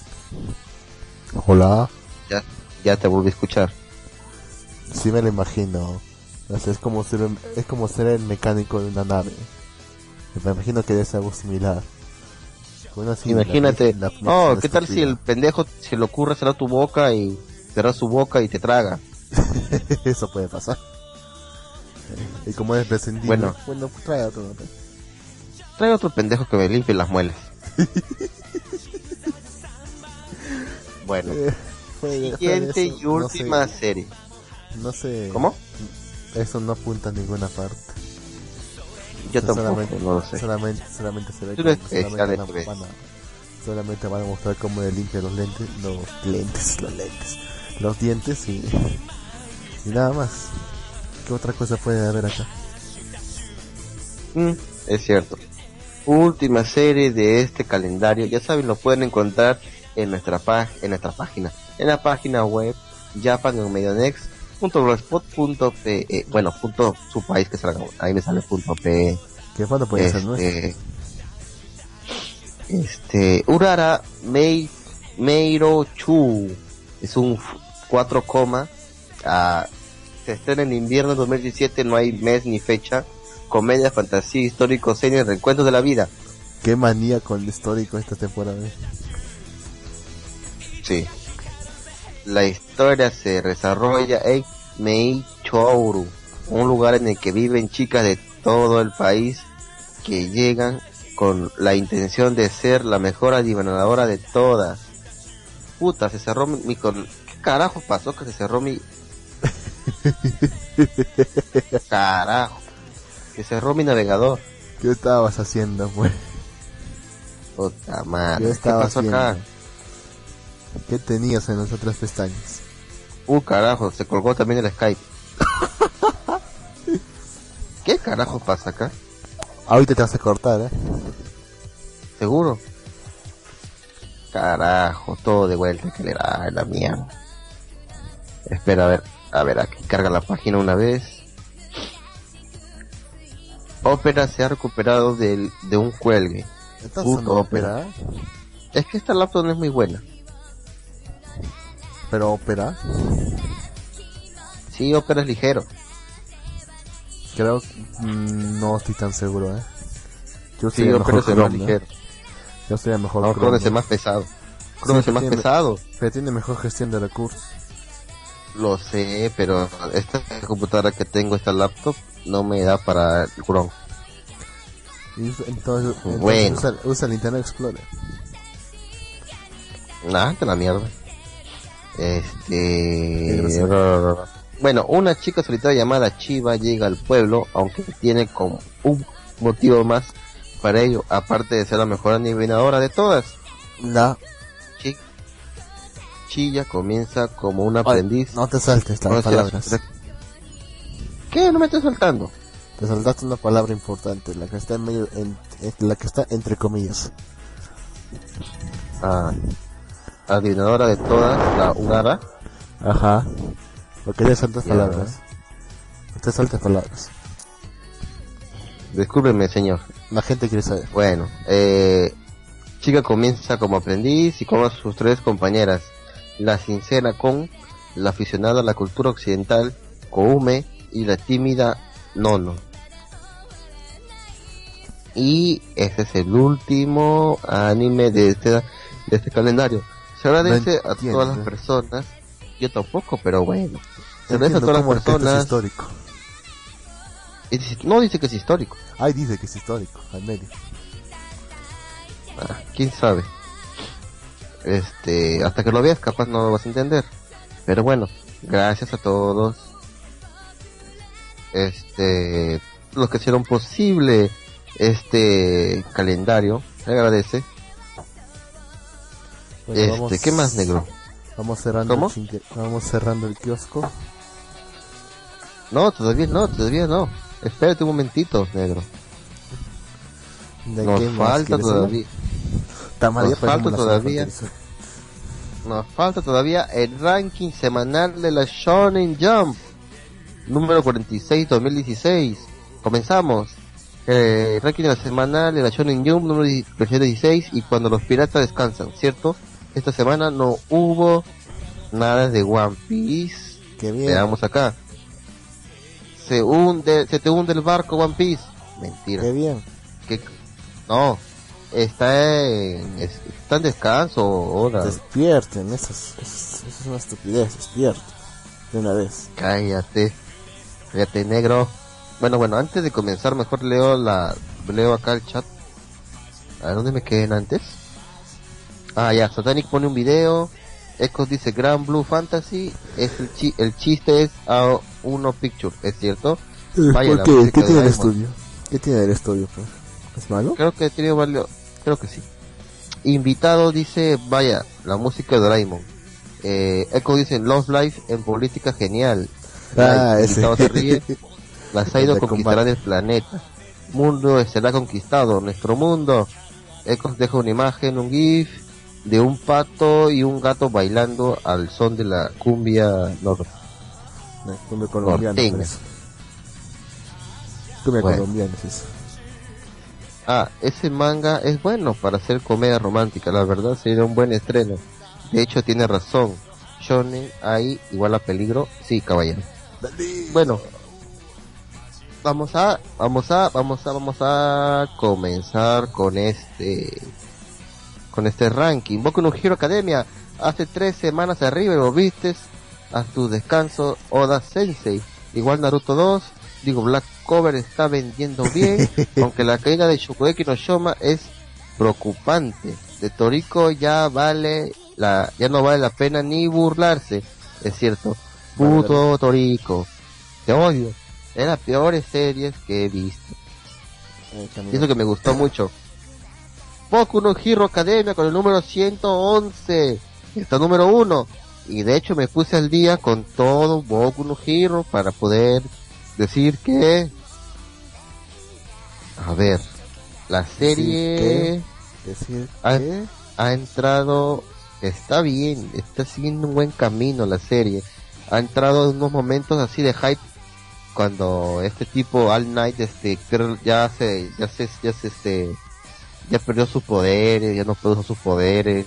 Hola. Ya te volví a escuchar. Sí, me lo imagino. O sea, es como ser el mecánico de una nave. Me imagino que debe ser algo similar. Bueno, así, Imagínate, no, ¿qué tal si el pendejo se le ocurre cerrar tu boca y cerrar su boca y te traga? Eso puede pasar. Y como es prescindible, Bueno, pues trae otro. ¿No? trae otro pendejo que me limpie las muelas. Bueno, siguiente y última serie. No sé. ¿Cómo? Eso no apunta a ninguna parte. Yo Eso tampoco, no lo sé. Solamente se ve Tú eres como especial esta vez. solamente van a mostrar cómo le limpia los dientes y nada más. ¿Qué otra cosa puede haber acá? Es cierto. Última serie de este calendario, ya saben, lo pueden encontrar en nuestra página, en la página web japanmedionext.blogspot.pe, bueno, punto su país que salga, ahí me sale .pe. ¿Qué foto puede ser nuestro? Urara Meiro Chu es un 4, se estrena en invierno 2017, no hay mes ni fecha. Comedia, fantasía, histórico, serie, reencuentros de la vida. Qué manía con el histórico esta temporada. Sí. La historia se desarrolla en Meichouru, un lugar en el que viven chicas de todo el país que llegan con la intención de ser la mejor adivinadora de todas. Puta, se cerró mi ¿qué carajo pasó que se cerró mi carajo? Que cerró mi navegador. ¿Qué estabas haciendo, pues? Puta madre. ¿Qué estabas pasó acá? ¿Qué tenías en las otras pestañas? Carajo, se colgó también el Skype. ¿Qué carajo pasa acá? Ahorita te vas a cortar, ¿eh? ¿Seguro? Carajo, todo de vuelta que le da la mierda. Espera, a ver, aquí carga la página una vez. Opera se ha recuperado de un cuelgue. ¿Estás Puto usando Opera? Es que esta laptop no es muy buena. ¿Pero Opera? Sí, Opera es ligero. Creo no estoy tan seguro, ¿eh? Yo Sí, sería Opera mejor es más Chrome, ¿no? ligero. Yo sería mejor No, Chrome, Chrome es más pesado. Chrome es pero más tiene- pesado. Pero tiene mejor gestión de recursos. Lo sé, pero esta computadora que tengo, esta laptop, no me da para el Chrome. Entonces Bueno. usa el Internet Explorer. Nada, que la mierda. grosero. Bueno, una chica solitaria llamada Chiva llega al pueblo, aunque tiene como un motivo más para ello, aparte de ser la mejor adivinadora de todas. No, Chilla comienza como un aprendiz. no te saltes las Conoce palabras. ¿Qué? No me estoy saltando. Te saltaste una palabra importante, la que está en medio, la que está entre comillas. Adivinadora de todas, la Urara. Ajá. Porque te saltas Ya. palabras. Te saltas palabras. Discúlpeme, señor. La gente quiere saber. Bueno, chica comienza como aprendiz y con sus 3 compañeras, la sincera Kon, la aficionada a la cultura occidental Koume y la tímida Nono. Y ese es el último anime de este calendario. Se agradece a todas las personas. Yo tampoco, pero bueno. Se agradece a todas las personas. Es histórico. No dice que es histórico. Ay, dice que es histórico, al medio. Quién sabe. Hasta que lo veas capaz no lo vas a entender. Pero bueno, gracias a todos. Los que hicieron posible este calendario, se agradece. Bueno, ¿Qué más, negro? Vamos cerrando. ¿Cómo? Vamos cerrando el kiosco. No, todavía no. Espérate un momentito, negro. Nos falta todavía. Nos falta todavía el ranking semanal de la Shonen Jump, número 46 2016. Comenzamos. Ranking de la semanal de la Shonen Jump, número 16, y cuando los piratas descansan, ¿cierto? Esta semana no hubo nada de One Piece. Qué bien. Veamos acá. Se te hunde el barco, One Piece. Mentira. Qué bien. No, está en descanso ahora. Despierten, eso es una estupidez, despierten de una vez. Cállate, negro. Bueno, antes de comenzar mejor leo acá el chat. ¿A dónde me quedé antes? Ya, Satanic pone un video. Ecos dice Grand Blue Fantasy, el chiste es a uno Picture, ¿es cierto? Vaya, ¿por qué? ¿Qué tiene el estudio? ¿Qué tiene el estudio? ¿Es malo? Creo que tiene varios, creo que sí. Invitado dice, vaya, la música de Doraemon. Echo dice, Love Life en política genial. Ese. Invitado se ríe. Las ha ido conquistarán el planeta. Mundo será conquistado, nuestro mundo. Echo deja una imagen, un GIF de un pato y un gato bailando al son de la cumbia cumbia colombiana. Cumbia colombiana es eso. Ese manga es bueno para hacer comedia romántica, la verdad sería un buen estreno. De hecho tiene razón. Shonen ahí igual a peligro. Sí, caballero. Bueno, vamos a comenzar con este ranking. Boku no Hero Academia, hace 3 semanas arriba y lo vistes a tu descanso. Oda Sensei, igual Naruto 2, Black Cover está vendiendo bien, aunque la caída de Shokugeki no Shoma es preocupante. De Toriko ya no vale la pena ni burlarse, es cierto. Puto Toriko, te odio, es la peores series que he visto. Y eso que me gustó mucho. Boku no Hero Academia con el número 111, está número 1, y de hecho me puse al día con todo Boku no Hero para poder decir que, a ver, la serie ha entrado, está bien, está siguiendo un buen camino la serie, ha entrado en unos momentos así de hype cuando este tipo All Night ya perdió sus poderes, ya no puede usar sus poderes.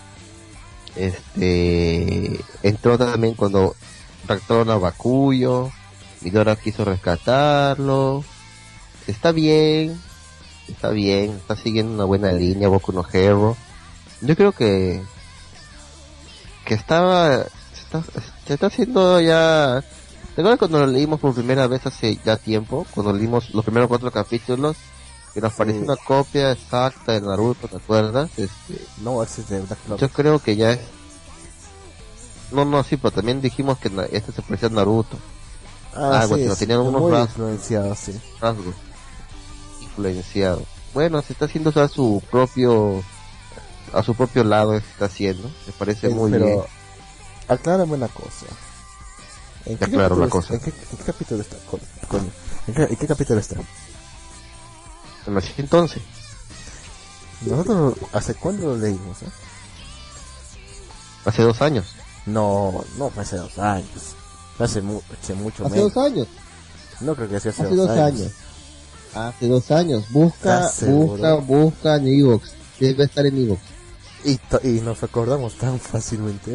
Entró también cuando raptaron a Bakuyo, Midora quiso rescatarlo. Está bien, está siguiendo una buena línea Boku no Hero. Yo creo que se está haciendo ya. ¿Te acuerdas cuando lo leímos por primera vez hace ya tiempo? Cuando leímos los primeros 4 capítulos, que nos pareció una copia exacta de Naruto, ¿te acuerdas? No, ese es de Black Clover. Yo creo que ya es. No, sí, pero también dijimos que se parecía a Naruto. Bueno, tenían unos rasgos influenciados. Bueno, se está haciendo a su propio lado, se está haciendo. Me parece muy bien. Aclárame una cosa. ¿En qué capítulo está? ¿En qué capítulo está? En la 111. Nosotros, ¿hace cuándo lo leímos? Hace 2 años. No fue hace 2 años. Hace mucho menos. ¿Hace 2 años? No creo que sea hace 2 años. Hace 2 años. Busca en Evox. Debe estar en Evox. Y nos acordamos tan fácilmente.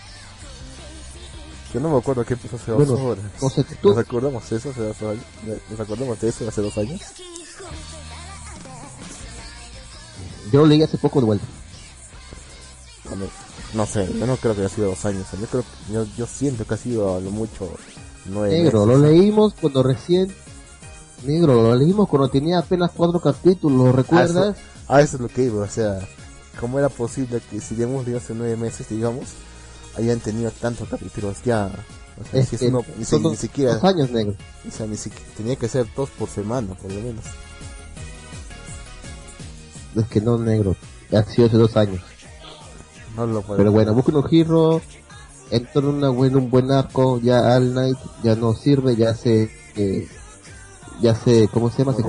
Yo no me acuerdo qué pasó hace 2 horas. No sé, tú... ¿Nos acordamos de eso hace 2 años? ¿Nos acordamos de eso hace 2 años? Yo lo leí hace poco de vuelta. No sé, yo no creo que haya sido 2 años. Yo siento que ha sido a lo mucho 9 Negro, meses. lo leímos cuando recién... Negro, lo leímos cuando tenía apenas 4 capítulos, ¿recuerdas? Eso es lo que iba, o sea, ¿cómo era posible que si habíamos leído hace 9 meses, digamos, hayan tenido tantos capítulos ya? O sea, si es uno, ni siquiera... 2 años, negro. O sea, ni siquiera, tenía que ser 2 por semana, por lo menos. Es que no, negro, ha sido hace 2 años. No lo puedo. Pero bueno, Boku no Hero entró en un buen arco. Ya All Night ya no sirve, ya se ¿cómo se llama? Se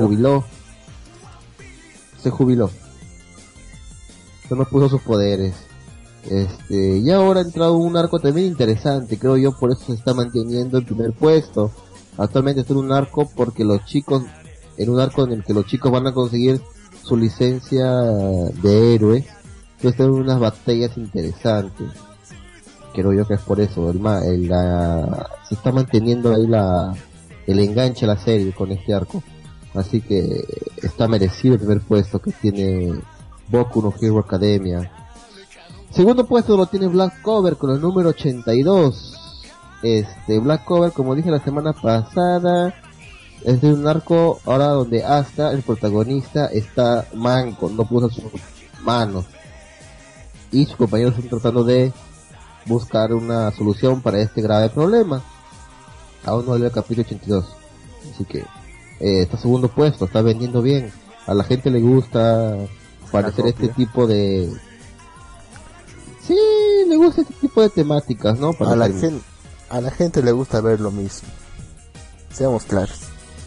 jubiló. No puso sus poderes. Y ahora ha entrado un arco también interesante, creo yo, por eso se está manteniendo en primer puesto. Actualmente está en un arco porque en un arco en el que los chicos van a conseguir su licencia de héroe. Entonces están unas batallas interesantes. Creo yo que es por eso. Se está manteniendo ahí el enganche a la serie con este arco. Así que está merecido el primer puesto que tiene Boku no Hero Academia. Segundo puesto lo tiene Black Cover con el número 82. Black Cover, como dije la semana pasada, es de un arco ahora donde hasta el protagonista está manco, no puso sus manos. Y sus compañeros están tratando de buscar una solución para este grave problema. Aún no leo el capítulo 82. Así que está segundo puesto, está vendiendo bien. A la gente le gusta parecer este tipo de... Sí, le gusta este tipo de temáticas, ¿no? A la gente le gusta ver lo mismo. Seamos claros.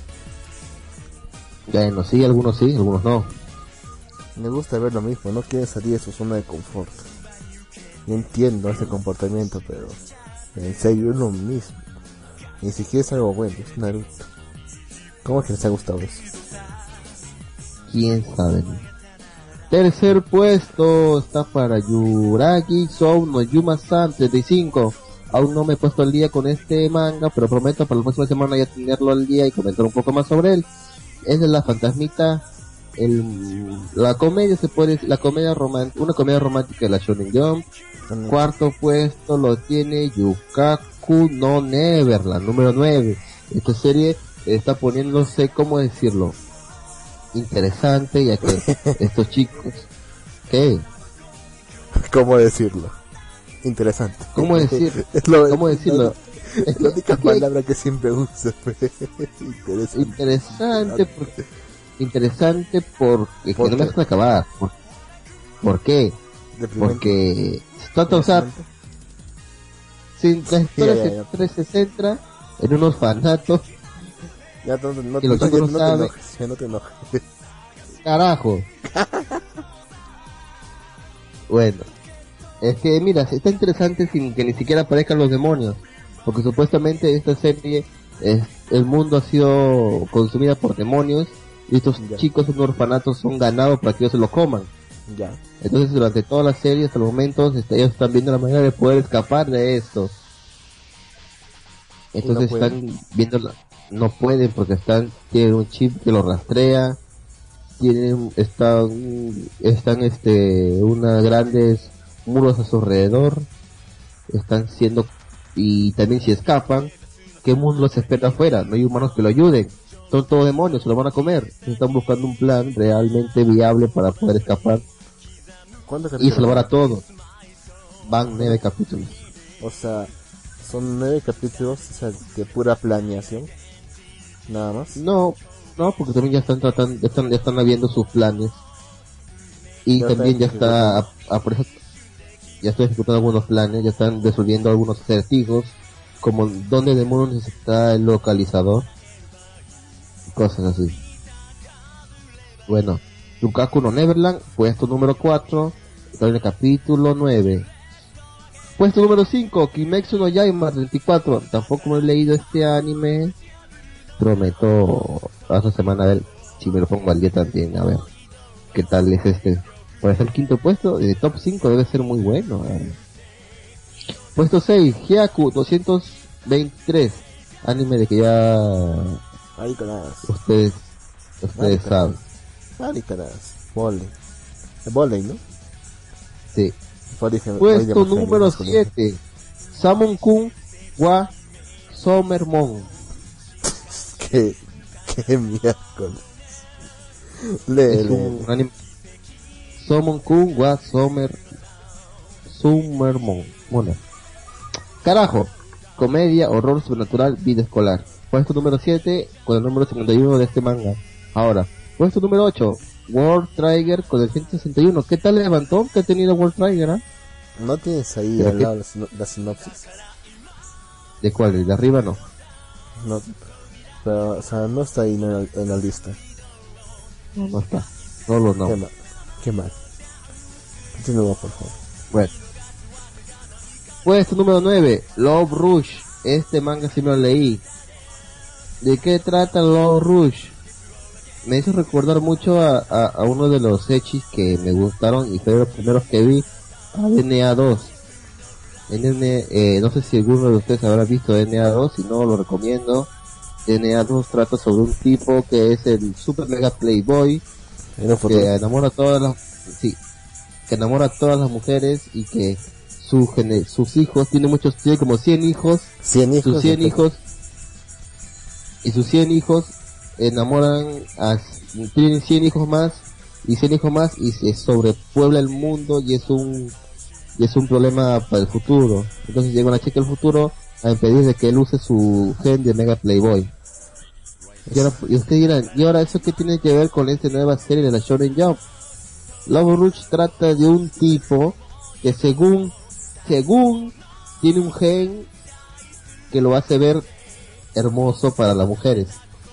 Bueno, sí, algunos no. Me gusta ver lo mismo, no quiere salir de su zona de confort. Yo entiendo ese comportamiento, pero en serio es lo mismo. Ni siquiera es algo bueno, es Naruto. ¿Cómo que les ha gustado eso? ¿Quién sabe? Tercer puesto está para Yuragi Soul no Yuma-san 35. Aún no me he puesto al día con este manga, pero prometo para la próxima semana ya tenerlo al día y comentar un poco más sobre él. Es de la fantasmita, la comedia una comedia romántica de la Shonen Jump. Cuarto puesto lo tiene Yukaku no Neverland, número 9. Esta serie está poniéndose, ¿cómo decirlo?, interesante, ya que estos chicos... ¿Qué? ¿Cómo decirlo? Interesante. ¿Cómo decirlo? ¿Cómo decirlo? Es la única palabra que siempre uso. Interesante porque que no me dejan acabar. ¿Por qué? Porque trata de usar... La historia se centra en unos fanatos. Ya no te enojes. Carajo. Bueno, es que mira, está interesante sin que ni siquiera aparezcan los demonios, porque supuestamente esta serie el mundo ha sido consumida por demonios y estos chicos en un orfanato son ganados para que ellos se lo coman. Ya. Entonces durante toda la serie hasta el momento ellos están viendo la manera de poder escapar de esto. Entonces están viendo no pueden porque tienen un chip que los rastrea, están unas grandes muros a su alrededor, están siendo, y también si escapan, ¿qué mundo los espera afuera? No hay humanos que lo ayuden, son todos demonios, se lo van a comer. Están buscando un plan realmente viable para poder escapar y salvar a todos. Van 9 capítulos. O sea, son 9 capítulos, o sea, de pura planeación. Nada más. No, porque también ya están ya están habiendo sus planes. Y también ya está ya estoy ejecutando algunos planes, ya están resolviendo algunos acertijos, como dónde demonios está el localizador, cosas así. Bueno, Lukaku no Neverland, puesto número 4, está en el capítulo 9. Puesto número 5, Kimetsu no Yaiba 34. Tampoco me he leído este anime. Prometo esta semana a ver si me lo pongo al día también, a ver qué tal es este. Para ser el quinto puesto, de top 5 debe ser muy bueno. Puesto 6, Hyaku 223, anime de que ya Mariconadas. ustedes saben. Mariconadas. Voley, ¿no? Sí. Voley Puesto masculino, número masculino. 7, Samon Kun wa Somermon. Qué miércoles. Lee. Es un anime. Samon Kun wa Somermon. Bueno. Carajo. Comedia, horror sobrenatural, vida escolar. Puesto número 7 con el número 51 de este manga. Ahora, puesto número 8, World Trigger con el 161. ¿Qué tal levantó que ha tenido World Trigger? ¿No tienes ahí ¿Pero al qué? lado la sinopsis? ¿De cuál? ¿El de arriba no? No, pero, o sea, no está ahí en la lista. No está. No lo no. Qué mal. Continúa, por favor. Bueno. Puesto número 9, Love Rush. Este manga sí me lo leí. ¿De qué trata Love Rush? Me hizo recordar mucho a uno de los hechis que me gustaron y fue de los primeros que vi, a DNA2. No sé si alguno de ustedes habrá visto DNA2, si no lo recomiendo. DNA2 trata sobre un tipo que es el super mega playboy, que enamora a todas las, sí, que enamora a todas las mujeres y que sus hijos, tiene como 100 hijos, sus 100 hijos, y sus 100 hijos tienen 100 hijos más, y 100 hijos más, y se sobrepuebla el mundo, y es un problema para el futuro. Entonces llega una chica del futuro a impedir de que él use su gen de mega playboy. Y ustedes dirán, ¿y ahora eso qué tiene que ver con esta nueva serie de la Shonen Jump? Love Rush trata de un tipo que según tiene un gen que lo hace ver hermoso para las mujeres.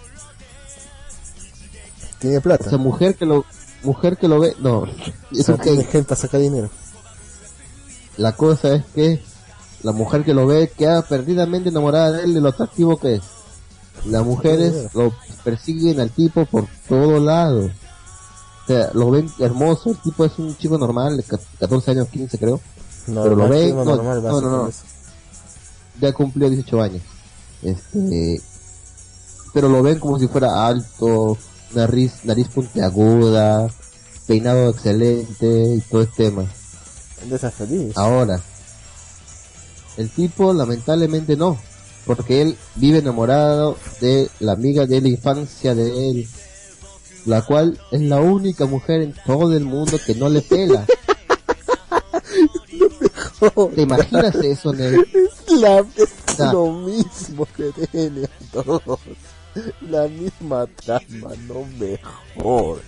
Tiene plata. O sea, mujer que lo ve, no, es un tiene gen. gente para sacar dinero. La cosa es que la mujer que lo ve queda perdidamente enamorada de él, de lo atractivo que es. Las mujeres lo persiguen al tipo por todo lado. O sea, lo ven hermoso, el tipo es un chico normal, de 14 años, 15 creo. No, pero lo ven, no. Ya cumplió 18 años. Pero lo ven como si fuera alto, nariz puntiaguda, peinado excelente y todo el tema. Feliz. Ahora, el tipo lamentablemente no, porque él vive enamorado de la amiga de la infancia de él, la cual es la única mujer en todo el mundo que no le pela. ¿Te imaginas eso, Nel? Es lo mismo que tiene todos. La misma trama, no mejor.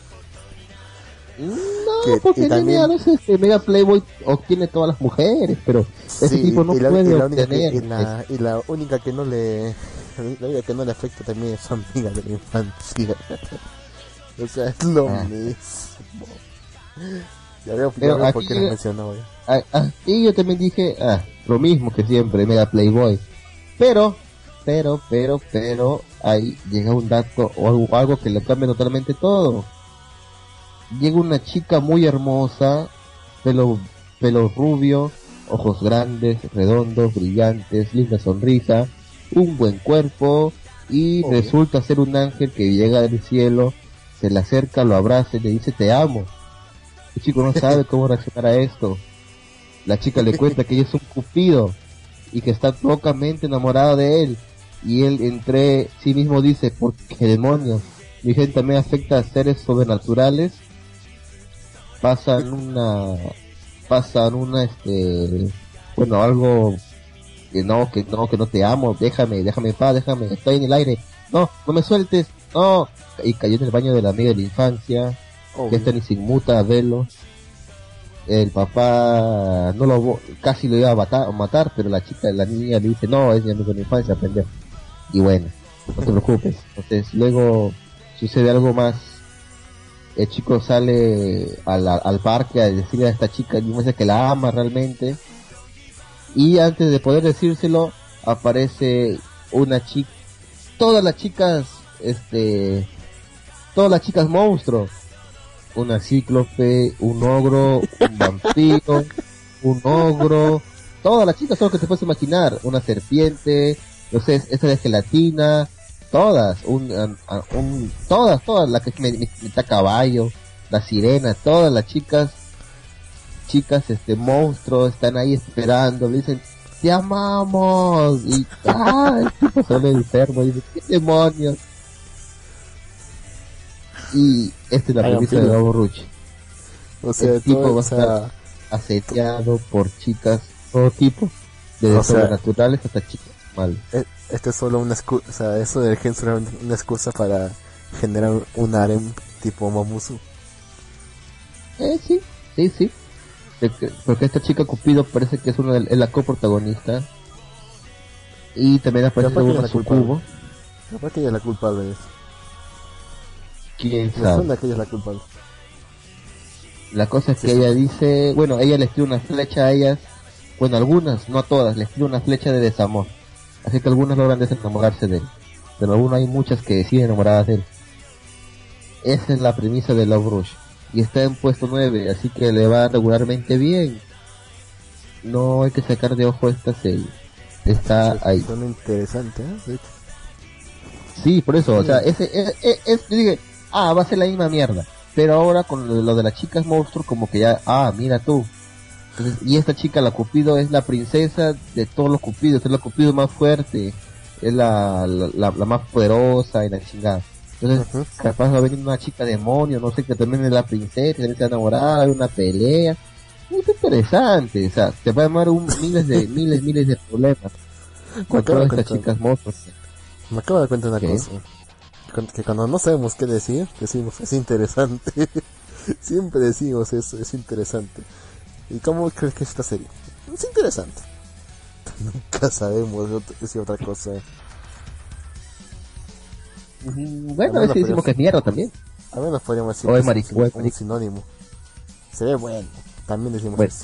No, porque también... no sé, Mega Playboy obtiene todas las mujeres, pero ese tipo no puede obtener. Y la única que no le afecta también es su amiga de la infancia. O sea, es lo mismo. Ya veo por qué les mencionaba. Y yo también dije, lo mismo que siempre, Mega Playboy. Pero, ahí llega un dato o algo que le cambia totalmente todo. Llega una chica muy hermosa, pelo rubio, ojos grandes, redondos, brillantes, linda sonrisa, un buen cuerpo, y resulta ser un ángel que llega del cielo, se le acerca, lo abraza y le dice te amo. El chico no sabe cómo reaccionar a esto. La chica le cuenta que ella es un cupido y que está locamente enamorado de él, y él entre sí mismo dice, ¿por qué demonios? Mi gente también afecta a seres sobrenaturales. pasan una algo que no te amo, déjame en paz, estoy en el aire, no me sueltes, no, y cayó en el baño de la amiga de la infancia, que esta ni se inmuta a verlo. El papá casi lo iba a matar, pero la niña le dice, no, es mi amigo de la infancia, pendejo. Y bueno, no te preocupes. Entonces luego sucede algo más. El chico sale al parque a decirle a esta chica que la ama realmente, y antes de poder decírselo aparece una chica, todas las chicas monstruo, una cíclope, un ogro, un vampiro, un ogro, todas las chicas son lo que te puedes imaginar, una serpiente, no sé, esa de gelatina, todas, todas, la que me está caballo, la sirena, todas las chicas, monstruos, están ahí esperando, le dicen, te amamos, y el tipo se vuelve enfermo, y dice, ¿qué demonios? Y esta es la premisa de Lobo Ruch. O sea, el tipo todo, va a estar asediado por chicas, todo tipo, desde sobrenaturales hasta chicas normales. Esto es solo una excusa, o sea, eso del gen es una excusa para generar un harem tipo Mamusu. Sí. Porque esta chica Cupido parece que es es la coprotagonista. Y también aparece una sucubo. Capaz que ella es la culpable de eso. ¿Quién Me sabe? suena que ella es la culpable. La cosa es que ella dice, bueno, ella le escribe una flecha a ellas, bueno, algunas, no a todas, le escribe una flecha de desamor. Así que algunas logran desenamorarse de él. Pero aún hay muchas que siguen enamoradas de él. Esa es la premisa de Love Rush. Y está en puesto 9, así que le va regularmente bien. No hay que sacar de ojo esta serie. Está ahí. Suena interesante, ¿eh? Sí, por eso, o sea, yo dije, va a ser la misma mierda. Pero ahora con lo de las chicas monstruos, como que ya, mira tú. Entonces, y esta chica, la Cupido, es la princesa de todos los Cupidos, es la Cupido más fuerte, es la más poderosa y la chingada. Entonces, capaz va a venir una chica demonio, no sé, que también es la princesa, también se va a enamorar, hay una pelea. Muy interesante, o sea, te va a llamar miles de problemas con todas estas chicas monstruos. Me acabo de dar cuenta de una cosa. Que cuando no sabemos qué decir, decimos, es interesante. Siempre decimos eso, es interesante. ¿Y cómo crees que es esta serie? Es interesante. Nunca sabemos decir otra cosa. Bueno, a veces decimos que es mierda también. A menos podríamos decir que es un sinónimo. Se ve bueno, también decimos eso.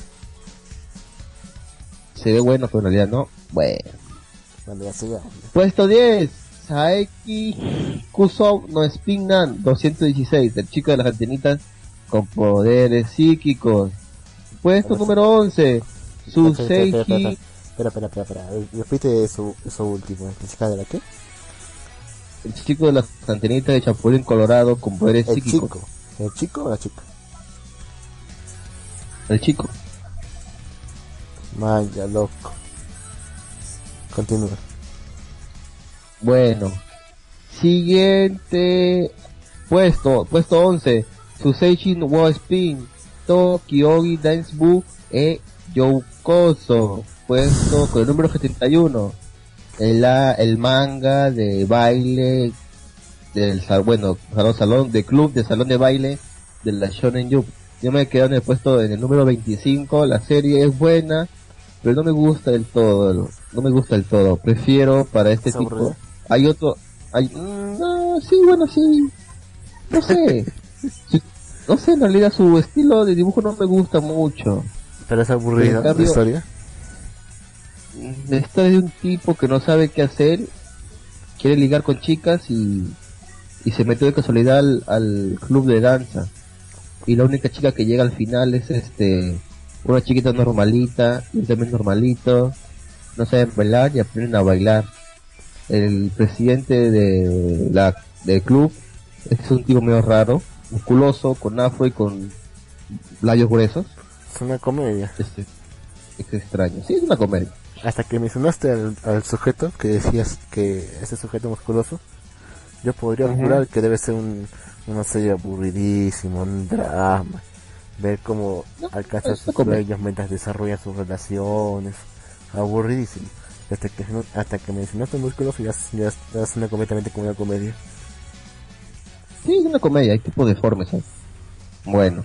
Se ve bueno, pero en realidad no. Bueno. Cuando ya siga. Puesto 10. Saeki Kusou no Spinnan 216, el chico de las antenitas con poderes psíquicos. Puesto número 11. Suseiji. Espera. Repite eso último. ¿El chica de la qué? El chico de las antenitas de Chapulín Colorado con poderes psíquicos. ¿El chico o la chica? El chico. Maya, loco. Continúa. Bueno. Siguiente puesto 11. Suseiji wo Spin to Kyogi Dance Youkoso. Puesto con el número 71. El manga de baile del salón de baile de la Shonen Jump. Yo me quedé en el puesto en el número 25. La serie es buena, pero no me gusta del todo. Prefiero para este tipo. Aburrido. Hay otro. Sí. No sé. No sé, en realidad su estilo de dibujo no me gusta mucho. Pero es aburrida la historia. La historia de un tipo que no sabe qué hacer, quiere ligar con chicas y se metió de casualidad al club de danza. Y la única chica que llega al final es una chiquita normalita, y él también normalito, no saben bailar y aprenden a bailar. El presidente del club es un tipo medio raro, musculoso, con afro y con labios gruesos. Es una comedia. Es extraño, sí, es una comedia. Hasta que mencionaste al sujeto, que decías que ese sujeto musculoso, yo podría jurar que debe ser una serie aburridísima, un drama. Ver cómo alcanza sus sueños mientras desarrolla sus relaciones. Aburridísimo. Hasta que mencionaste musculoso ya suena completamente como una comedia. Sí, es una comedia, hay tipo deformes, ¿sabes? Bueno.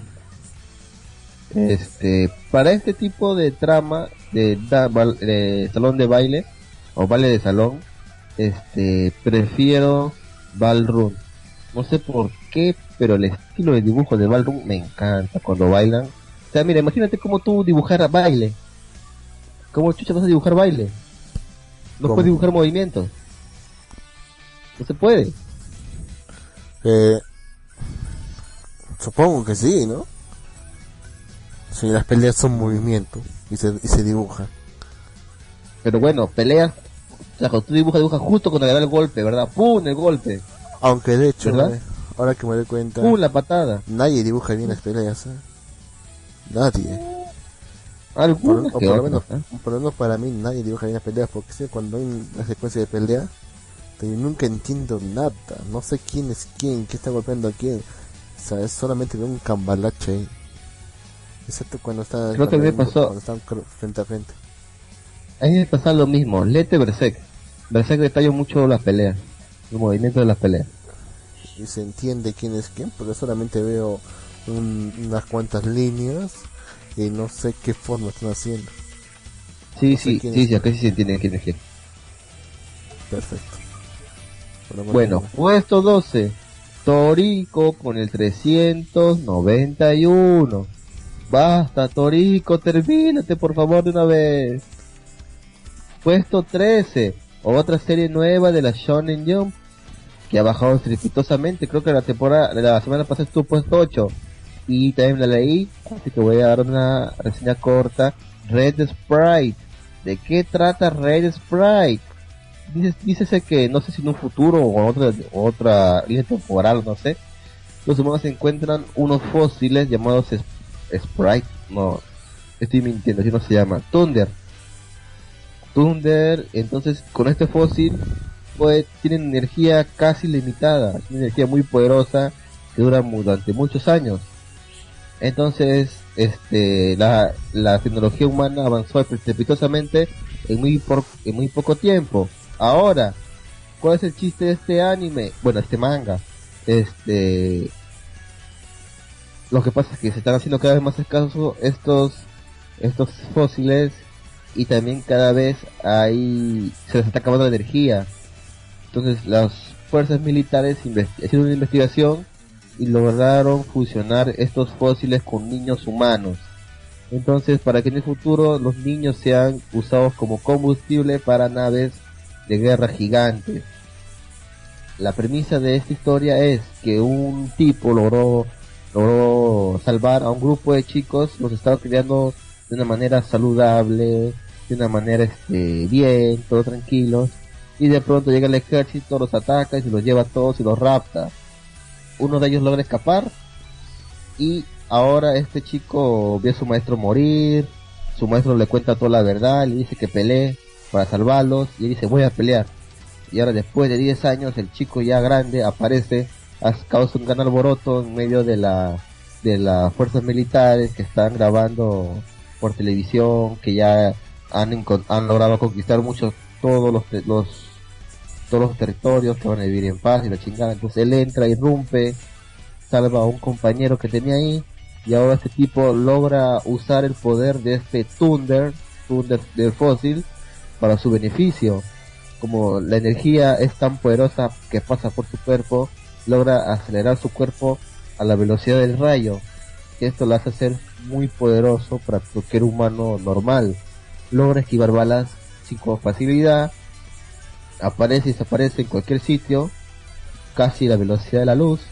Para este tipo de trama de salón de baile o baile de salón, prefiero Ballroom. No sé por qué, pero el estilo de dibujo de Ballroom me encanta cuando bailan. O sea, mira, imagínate cómo tú dibujar baile. ¿Cómo chucha vas a dibujar baile? No puedes dibujar movimientos. No se puede. Supongo que sí, ¿no? Si las peleas son movimiento y se dibujan. Pero bueno, peleas, o sea, cuando tú dibujas justo cuando le da el golpe, ¿verdad? ¡Pum! El golpe. Aunque de hecho, ¿verdad? ahora que me doy cuenta, ¡Pum! La patada. nadie dibuja bien las peleas, ¿eh? Nadie. Algunas Por que lo otras, menos, ¿eh? por lo menos para mí nadie dibuja bien las peleas, porque sé cuando hay una secuencia de pelea, nunca entiendo nada, no sé quién es quién, quién está golpeando a quién, o sea, es solamente veo un cambalache ahí, excepto cuando está Creo que me pasó. cuando están frente a frente. A mí me pasa lo mismo. Lete Berserk. Berserk detalla mucho las peleas, los movimientos de las peleas. Y se entiende quién es quién, porque solamente veo unas cuantas líneas y no sé qué forma están haciendo. Sí, No sé sí, quién sí, es sí, acá sí se entiende quién es quién. Perfecto. Bueno, puesto 12. Torico con el 391. Basta, Torico, termínate por favor de una vez. Puesto 13. Otra serie nueva de la Shonen Jump que ha bajado estrepitosamente. Creo que la temporada de la semana pasada estuvo puesto 8. Y también la leí, así que voy a dar una reseña corta. Red Sprite. ¿De qué trata Red Sprite? Dícese que no sé si en un futuro o otra línea temporal, no sé, los humanos encuentran unos fósiles llamados Sprite, no, estoy mintiendo, así no se llama, Thunder. Entonces con este fósil pues tienen energía casi limitada, es una energía muy poderosa que dura durante muchos años. Entonces la tecnología humana avanzó estrepitosamente en muy poco tiempo. Ahora, ¿cuál es el chiste de este anime? Bueno, este manga. Lo que pasa es que se están haciendo cada vez más escasos estos fósiles y también cada vez se les está acabando la energía. Entonces las fuerzas militares hicieron una investigación y lograron fusionar estos fósiles con niños humanos. Entonces, para que en el futuro los niños sean usados como combustible para naves de guerra gigantes. La premisa de esta historia es que un tipo logró salvar a un grupo de chicos, los estaba criando de una manera saludable, de una manera bien, todo tranquilos, y de pronto llega el ejército, los ataca y se los lleva a todos y los rapta. Uno de ellos logra escapar y ahora este chico ve a su maestro morir, su maestro le cuenta toda la verdad, le dice que pelee para salvarlos y él dice voy a pelear. Y ahora después de 10 años el chico ya grande aparece, causa un gran alboroto en medio de las fuerzas militares que están grabando por televisión, que ya han logrado conquistar todos los territorios, que van a vivir en paz y la chingada. Entonces él entra, irrumpe, salva a un compañero que tenía ahí y ahora este tipo logra usar el poder de este Thunder del fósil para su beneficio. Como la energía es tan poderosa que pasa por su cuerpo, logra acelerar su cuerpo a la velocidad del rayo, que esto lo hace ser muy poderoso para cualquier humano normal. Logra esquivar balas con facilidad, aparece y desaparece en cualquier sitio, casi a la velocidad de la luz.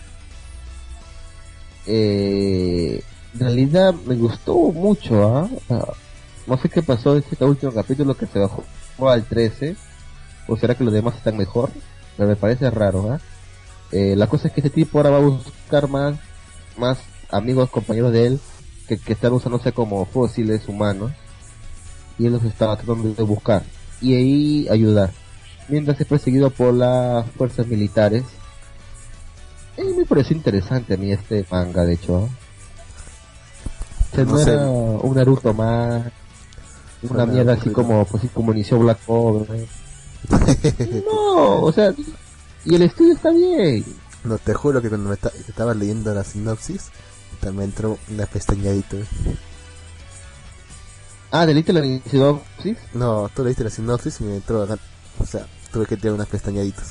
En realidad me gustó mucho, no sé qué pasó en este último capítulo que se bajó al 13, o será que los demás están mejor, pero me parece raro. La cosa es que este tipo ahora va a buscar más amigos, compañeros de él que están usándose como fósiles humanos, y él los está tratando de buscar y ahí ayudar mientras es perseguido por las fuerzas militares. Me pareció interesante a mí este manga, de hecho. No era un Naruto más, una mierda así como inició Black Clover. No, o sea, y el estudio está bien. No, te juro que cuando estaba leyendo la sinopsis también entró una pestañadita. ¿Leíste la sinopsis? No, tú leíste la sinopsis y me entró, o sea, tuve que tirar unas pestañaditas.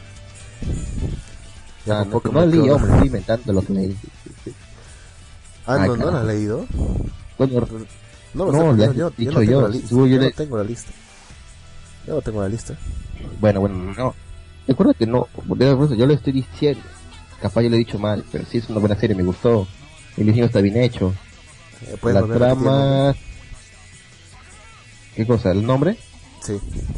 Ya no leí, yo me estoy inventando lo que leí. ¿No la has leído? Bueno, no tengo la lista. Yo no tengo la lista. Yo no tengo la lista. Bueno, no. Recuerda que no, yo le estoy diciendo. capaz yo le he dicho mal, pero sí es una buena serie, me gustó. El diseño está bien hecho. ¿Puedes La volver a repetir el nombre? trama... ¿Qué cosa? ¿El nombre? Sí.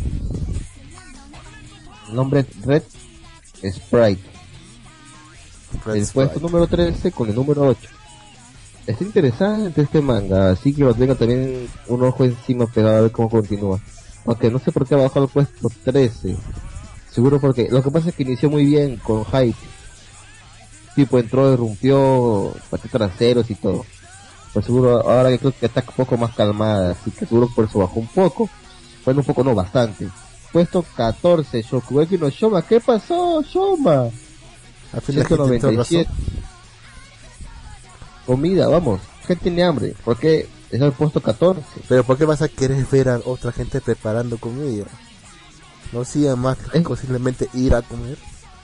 El nombre es Red Sprite. Red El puesto Sprite. número 13 con el número 8. Está interesante este manga, así que lo tengo también un ojo encima pegado a ver cómo continúa. Aunque no sé por qué ha bajado al puesto 13. Seguro porque lo que pasa es que inició muy bien con hype. Tipo entró, irrumpió, pateó traseros y todo. Pues seguro ahora yo creo que está un poco más calmada, así que seguro por eso bajó un poco. Bueno, un poco no, bastante. Puesto 14, Shokugeki no Shoma. ¿Qué pasó, Shoma? Al fin la gente entró 197. razón. Comida, vamos. ¿Qué tiene hambre? ¿Por qué es el puesto 14? Pero ¿por qué vas a querer ver a otra gente preparando comida? ¿No hacía más que posiblemente ir a comer?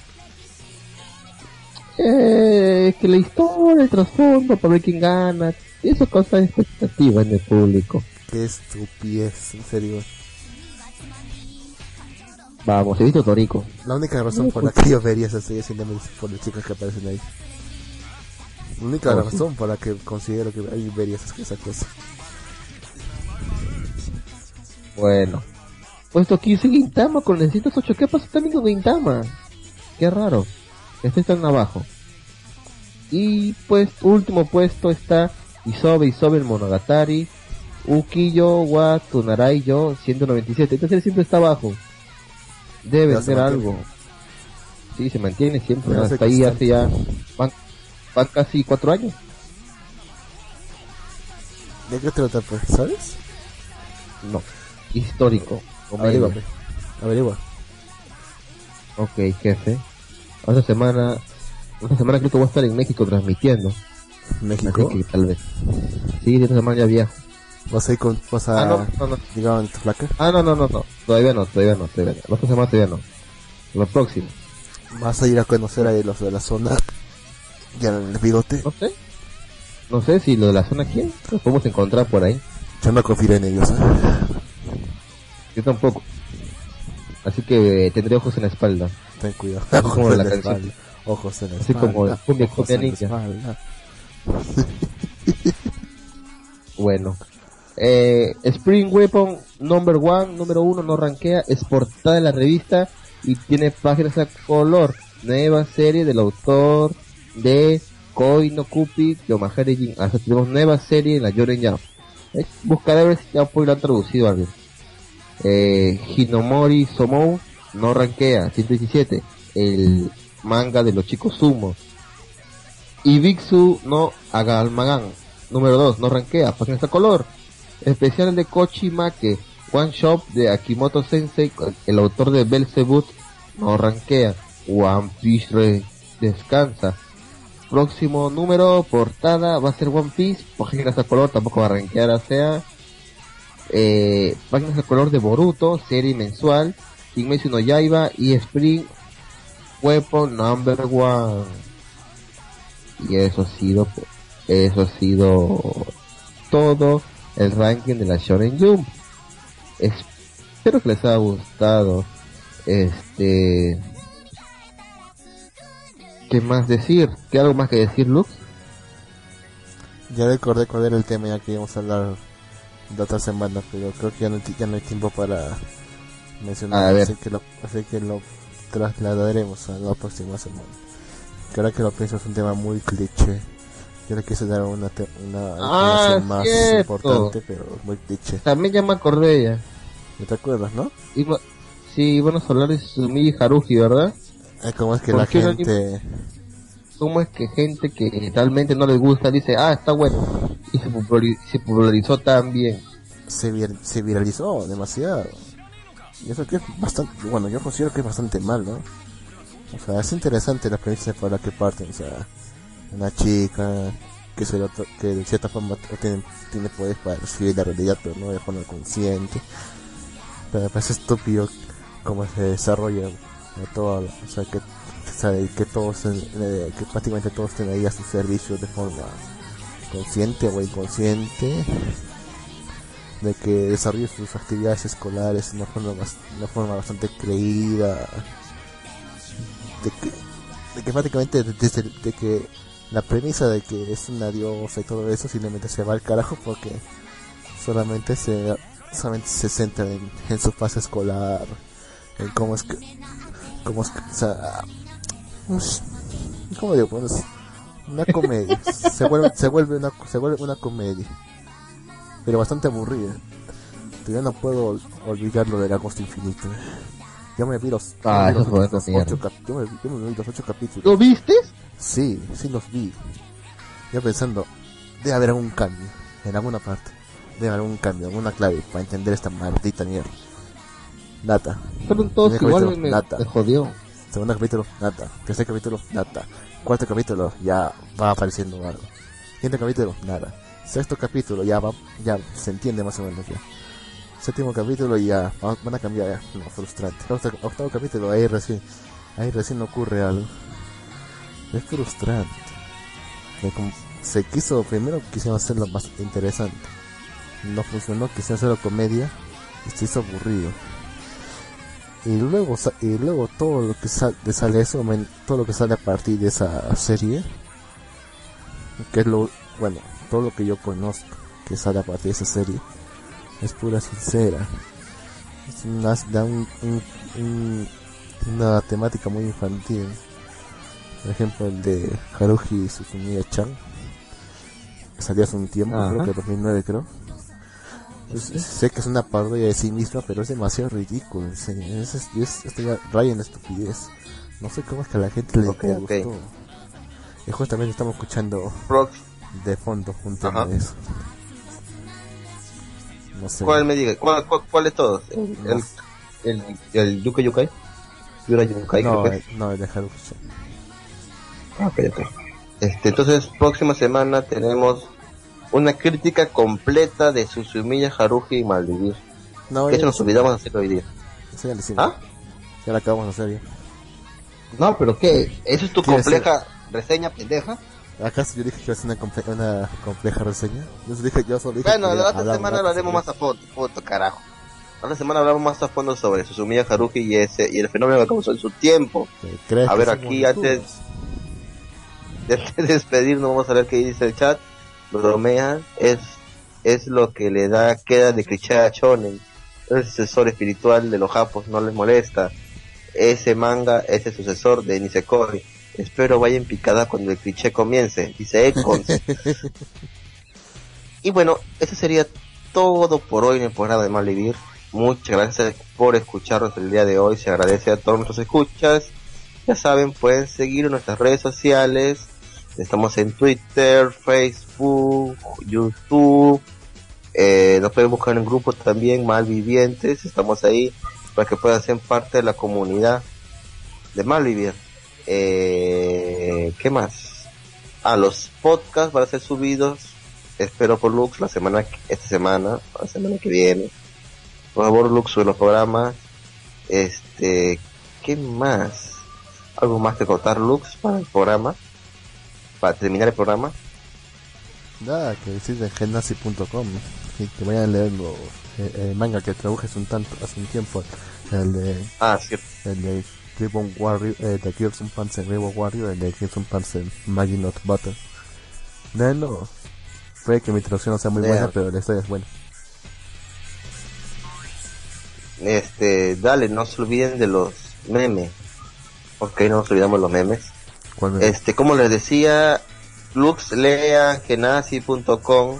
Que la historia, el trasfondo, para ver quién gana. Eso causa expectativa en el público. Qué estupidez, en serio. Vamos, he visto Torico. La única razón por la que yo vería esa serie simplemente es por las chicas que aparecen ahí. La única Oh, razón por la que considero que ahí vería esa cosa. Bueno. Puesto 15 Gintama con 908. ¿Qué pasa también con Gintama? Qué raro. Este está en abajo. Y pues último puesto está Isobe el Monogatari. Ukiyo wa Tunarai yo 197. Entonces siempre está abajo. Debe Ya se ser mantiene. algo. Sí, se mantiene siempre. Ya se Hasta ahí constante. hace ya. Van casi 4 años. ¿De qué trata, pues? ¿Sabes? No. Histórico. Averigua, Comedia. pues. Averigua. Ok, jefe. Esta semana creo que voy a estar en México transmitiendo. ¿México? Así que tal vez. Sí, esta semana ya viajo. ¿Vas a ir con... vas a... no. llegar en tu placa? No. Todavía no. La otra semana todavía no. Lo próximo. ¿Vas a ir a conocer a los de la zona? Ya en el bigote. No sé si lo de la zona aquí lo podemos encontrar por ahí. Yo no confío en ellos, ¿eh? Yo tampoco. Así que tendré ojos en la espalda. Ten cuidado. Así como Ojos en la la canción. espalda. Ojos en la Así espalda. como el cumbia Ojos en la ninja. espalda. Bueno. Spring Weapon número 1 no rankea, es portada de la revista y tiene páginas a color. Nueva serie del autor de Koi no Kupi Yomahari Jin. Hasta tenemos nueva serie en la Yoren Jump. Buscaré a ver si ya por lo han traducido algo. Hinomori Somou no rankea, 117. El manga de los chicos sumo. Ibixu no Agalmagan número 2 no rankea, páginas a color. Especial de Kochi Make One Shop de Akimoto Sensei, el autor de Belzebut, no rankea. One Piece descansa. Próximo número, portada, va a ser One Piece, páginas a color, tampoco va a rankear, o sea, páginas a color de Boruto, serie mensual, Kimetsu no Yaiba y Spring Weapon number 1. Y eso ha sido todo el ranking de la Shonen Jump. Espero que les haya gustado. ¿Qué más decir? ¿Qué algo más que decir, Lux? Ya recordé cuál era el tema ya que íbamos a hablar de otra semana, pero creo que ya no hay tiempo para mencionar, A ver. así que lo trasladaremos a la próxima semana. Que ahora que lo pienso es un tema muy cliché. Yo le quise dar una información más cierto. importante, pero muy cliché. También ya me acordé ya. ¿No te acuerdas, no? Sí, vamos a hablar de Sumi Haruhi, ¿verdad? ¿Cómo es que ¿Por la qué no gente... ¿Cómo es que gente que realmente no les gusta dice, está bueno? Y se popularizó tan bien. se viralizó demasiado? Y eso que es bastante... Bueno, yo considero que es bastante mal, ¿no? O sea, es interesante la premisa por la que parten. O sea, una chica que que de cierta forma tiene poderes para recibir la realidad, pero no de forma consciente. Pero me parece estúpido cómo se desarrolla todo, o sea, que todos que prácticamente todos estén ahí a su servicio de forma consciente o inconsciente, de que desarrolle sus actividades escolares de una forma bastante creída, de que temáticamente desde de que la premisa de que es una diosa y todo eso simplemente se va al carajo porque solamente se centra en su fase escolar, en cómo es que, o sea, ¿cómo digo? Pues, una comedia, se vuelve una comedia, pero bastante aburrida. Yo no puedo olvidar lo del Agosto Infinito. Yo me vi los, Eso fue otra mierda. yo me vi los 8 capítulos. ¿Lo viste? Sí los vi. Yo pensando, debe haber algún cambio en alguna parte. Debe haber algún cambio, alguna clave para entender esta maldita mierda. Nata. Fueron todos Primer igual, capítulo, nata. me jodió. Segundo capítulo, nata. Tercer capítulo, nata. Cuarto capítulo, ya va apareciendo algo. Quinto capítulo, nada. Sexto capítulo, ya se entiende más o menos ya. Séptimo capítulo, ya van a cambiar, ya. No, frustrante. Octavo capítulo, ahí recién ocurre algo. Es frustrante. Primero quisieron hacerlo más interesante. No funcionó, quisieron hacerlo comedia y se hizo aburrido. Y luego todo lo que sale eso, todo lo que sale a partir de esa serie, que es todo lo que yo conozco que sale a partir de esa serie, es pura sincera. Da una temática muy infantil. Por ejemplo, el de Haruhi Suzumiya-chan, que salió hace un tiempo, creo que 2009 creo. Sé que es una parodia de sí misma, pero es demasiado ridículo, en serio. Esto ya raya en estupidez. No sé cómo es que a la gente le gustó. Y justamente estamos escuchando de fondo un tema de eso. No sé. ¿Cuál me diga? ¿Cuál de todos? ¿El Yuka Yukai? ¿Yura Yukai? No, el de Haruhi-chan. Ok. Entonces, próxima semana tenemos una crítica completa de Suzumiya Haruhi y Malvivir. Que eso nos olvidamos de hacerlo hoy día. Eso ya lo hicimos. Ya lo acabamos de hacer ya. No, pero ¿qué? ¿Eso es tu compleja reseña, pendeja? ¿Acaso yo dije que iba a ser una compleja reseña? Yo solo dije bueno, la otra semana hablaremos más a fondo, carajo. La otra semana hablamos más a fondo sobre Suzumiya Haruhi y el fenómeno que causó en su tiempo. A ver, aquí antes de despedirnos vamos a ver qué dice el chat. Bromean es lo que queda de cliché a Shonen. El sucesor espiritual de los japos, no les molesta. Ese manga es el sucesor de Nisekoi. Espero vaya en picada cuando el cliché comience, dice Econs. Y bueno, eso sería todo por hoy en el programa de Malvivir. Muchas gracias por escucharnos el día de hoy. Se agradece a todos nuestros escuchas. Ya saben, pueden seguir en nuestras redes sociales. Estamos en Twitter, Facebook, YouTube. Nos pueden buscar en grupos también, Malvivientes. Estamos ahí para que puedan ser parte de la comunidad de Malvivir. ¿Qué más? Los podcasts van a ser subidos, espero por Lux la semana que viene. Por favor, Lux, sube los programas. ¿Qué más? ¿Algo más que contar, Lux, para el programa? Para terminar el programa. Nada, que decir de genasi.com y que vayan a leer el manga que traduje hace un tiempo, el de Ribbon Warrior, de Kirsten Panzer Ribbon Warrior, el de Kirsten Panzer Maginot Butter. No, puede que mi traducción no sea muy buena, pero la historia es buena. Dale, no se olviden de los memes. Ok, no nos olvidamos los memes. ¿Cuál meme? Como les decía, Lux, lean genasi.com.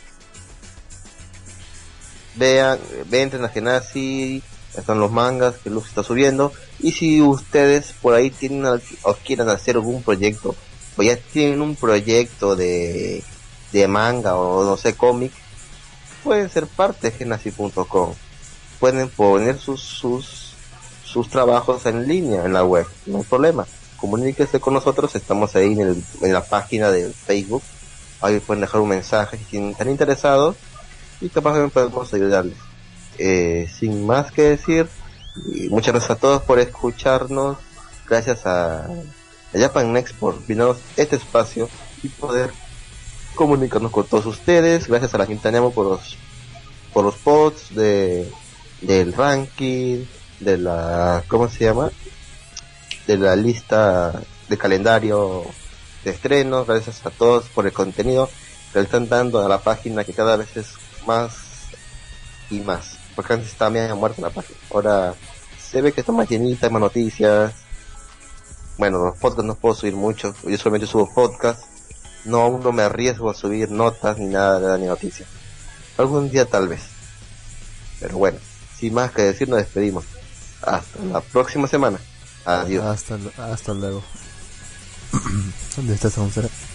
Entren a Genasi, están los mangas que Lux está subiendo. Y si ustedes por ahí tienen o quieren hacer algún proyecto, o ya tienen un proyecto de manga o no sé, cómic, pueden ser parte de genasi.com. Pueden poner sus trabajos en línea en la web, no hay problema. Comuníquese con nosotros, estamos ahí en la página de Facebook. Ahí pueden dejar un mensaje si están interesados y capaz que podemos ayudarles. Sin más que decir, muchas gracias a todos por escucharnos. Gracias a Japan Next por brindarnos este espacio y poder comunicarnos con todos ustedes. Gracias a la Quintaneamo por los posts del ranking, de la, ¿cómo se llama? De la lista de calendario de estrenos, gracias a todos por el contenido que le están dando a la página, que cada vez es más y más, porque antes estaba medio muerta la página, ahora se ve que está más llenita, hay más noticias. Bueno, los podcasts no puedo subir mucho, yo solamente subo podcasts, no, aún no me arriesgo a subir notas ni nada ni noticias. Algún día tal vez. Pero bueno, sin más que decir, nos despedimos. Hasta la próxima semana. Adiós. Hasta luego. ¿Dónde estás, Gonzalo?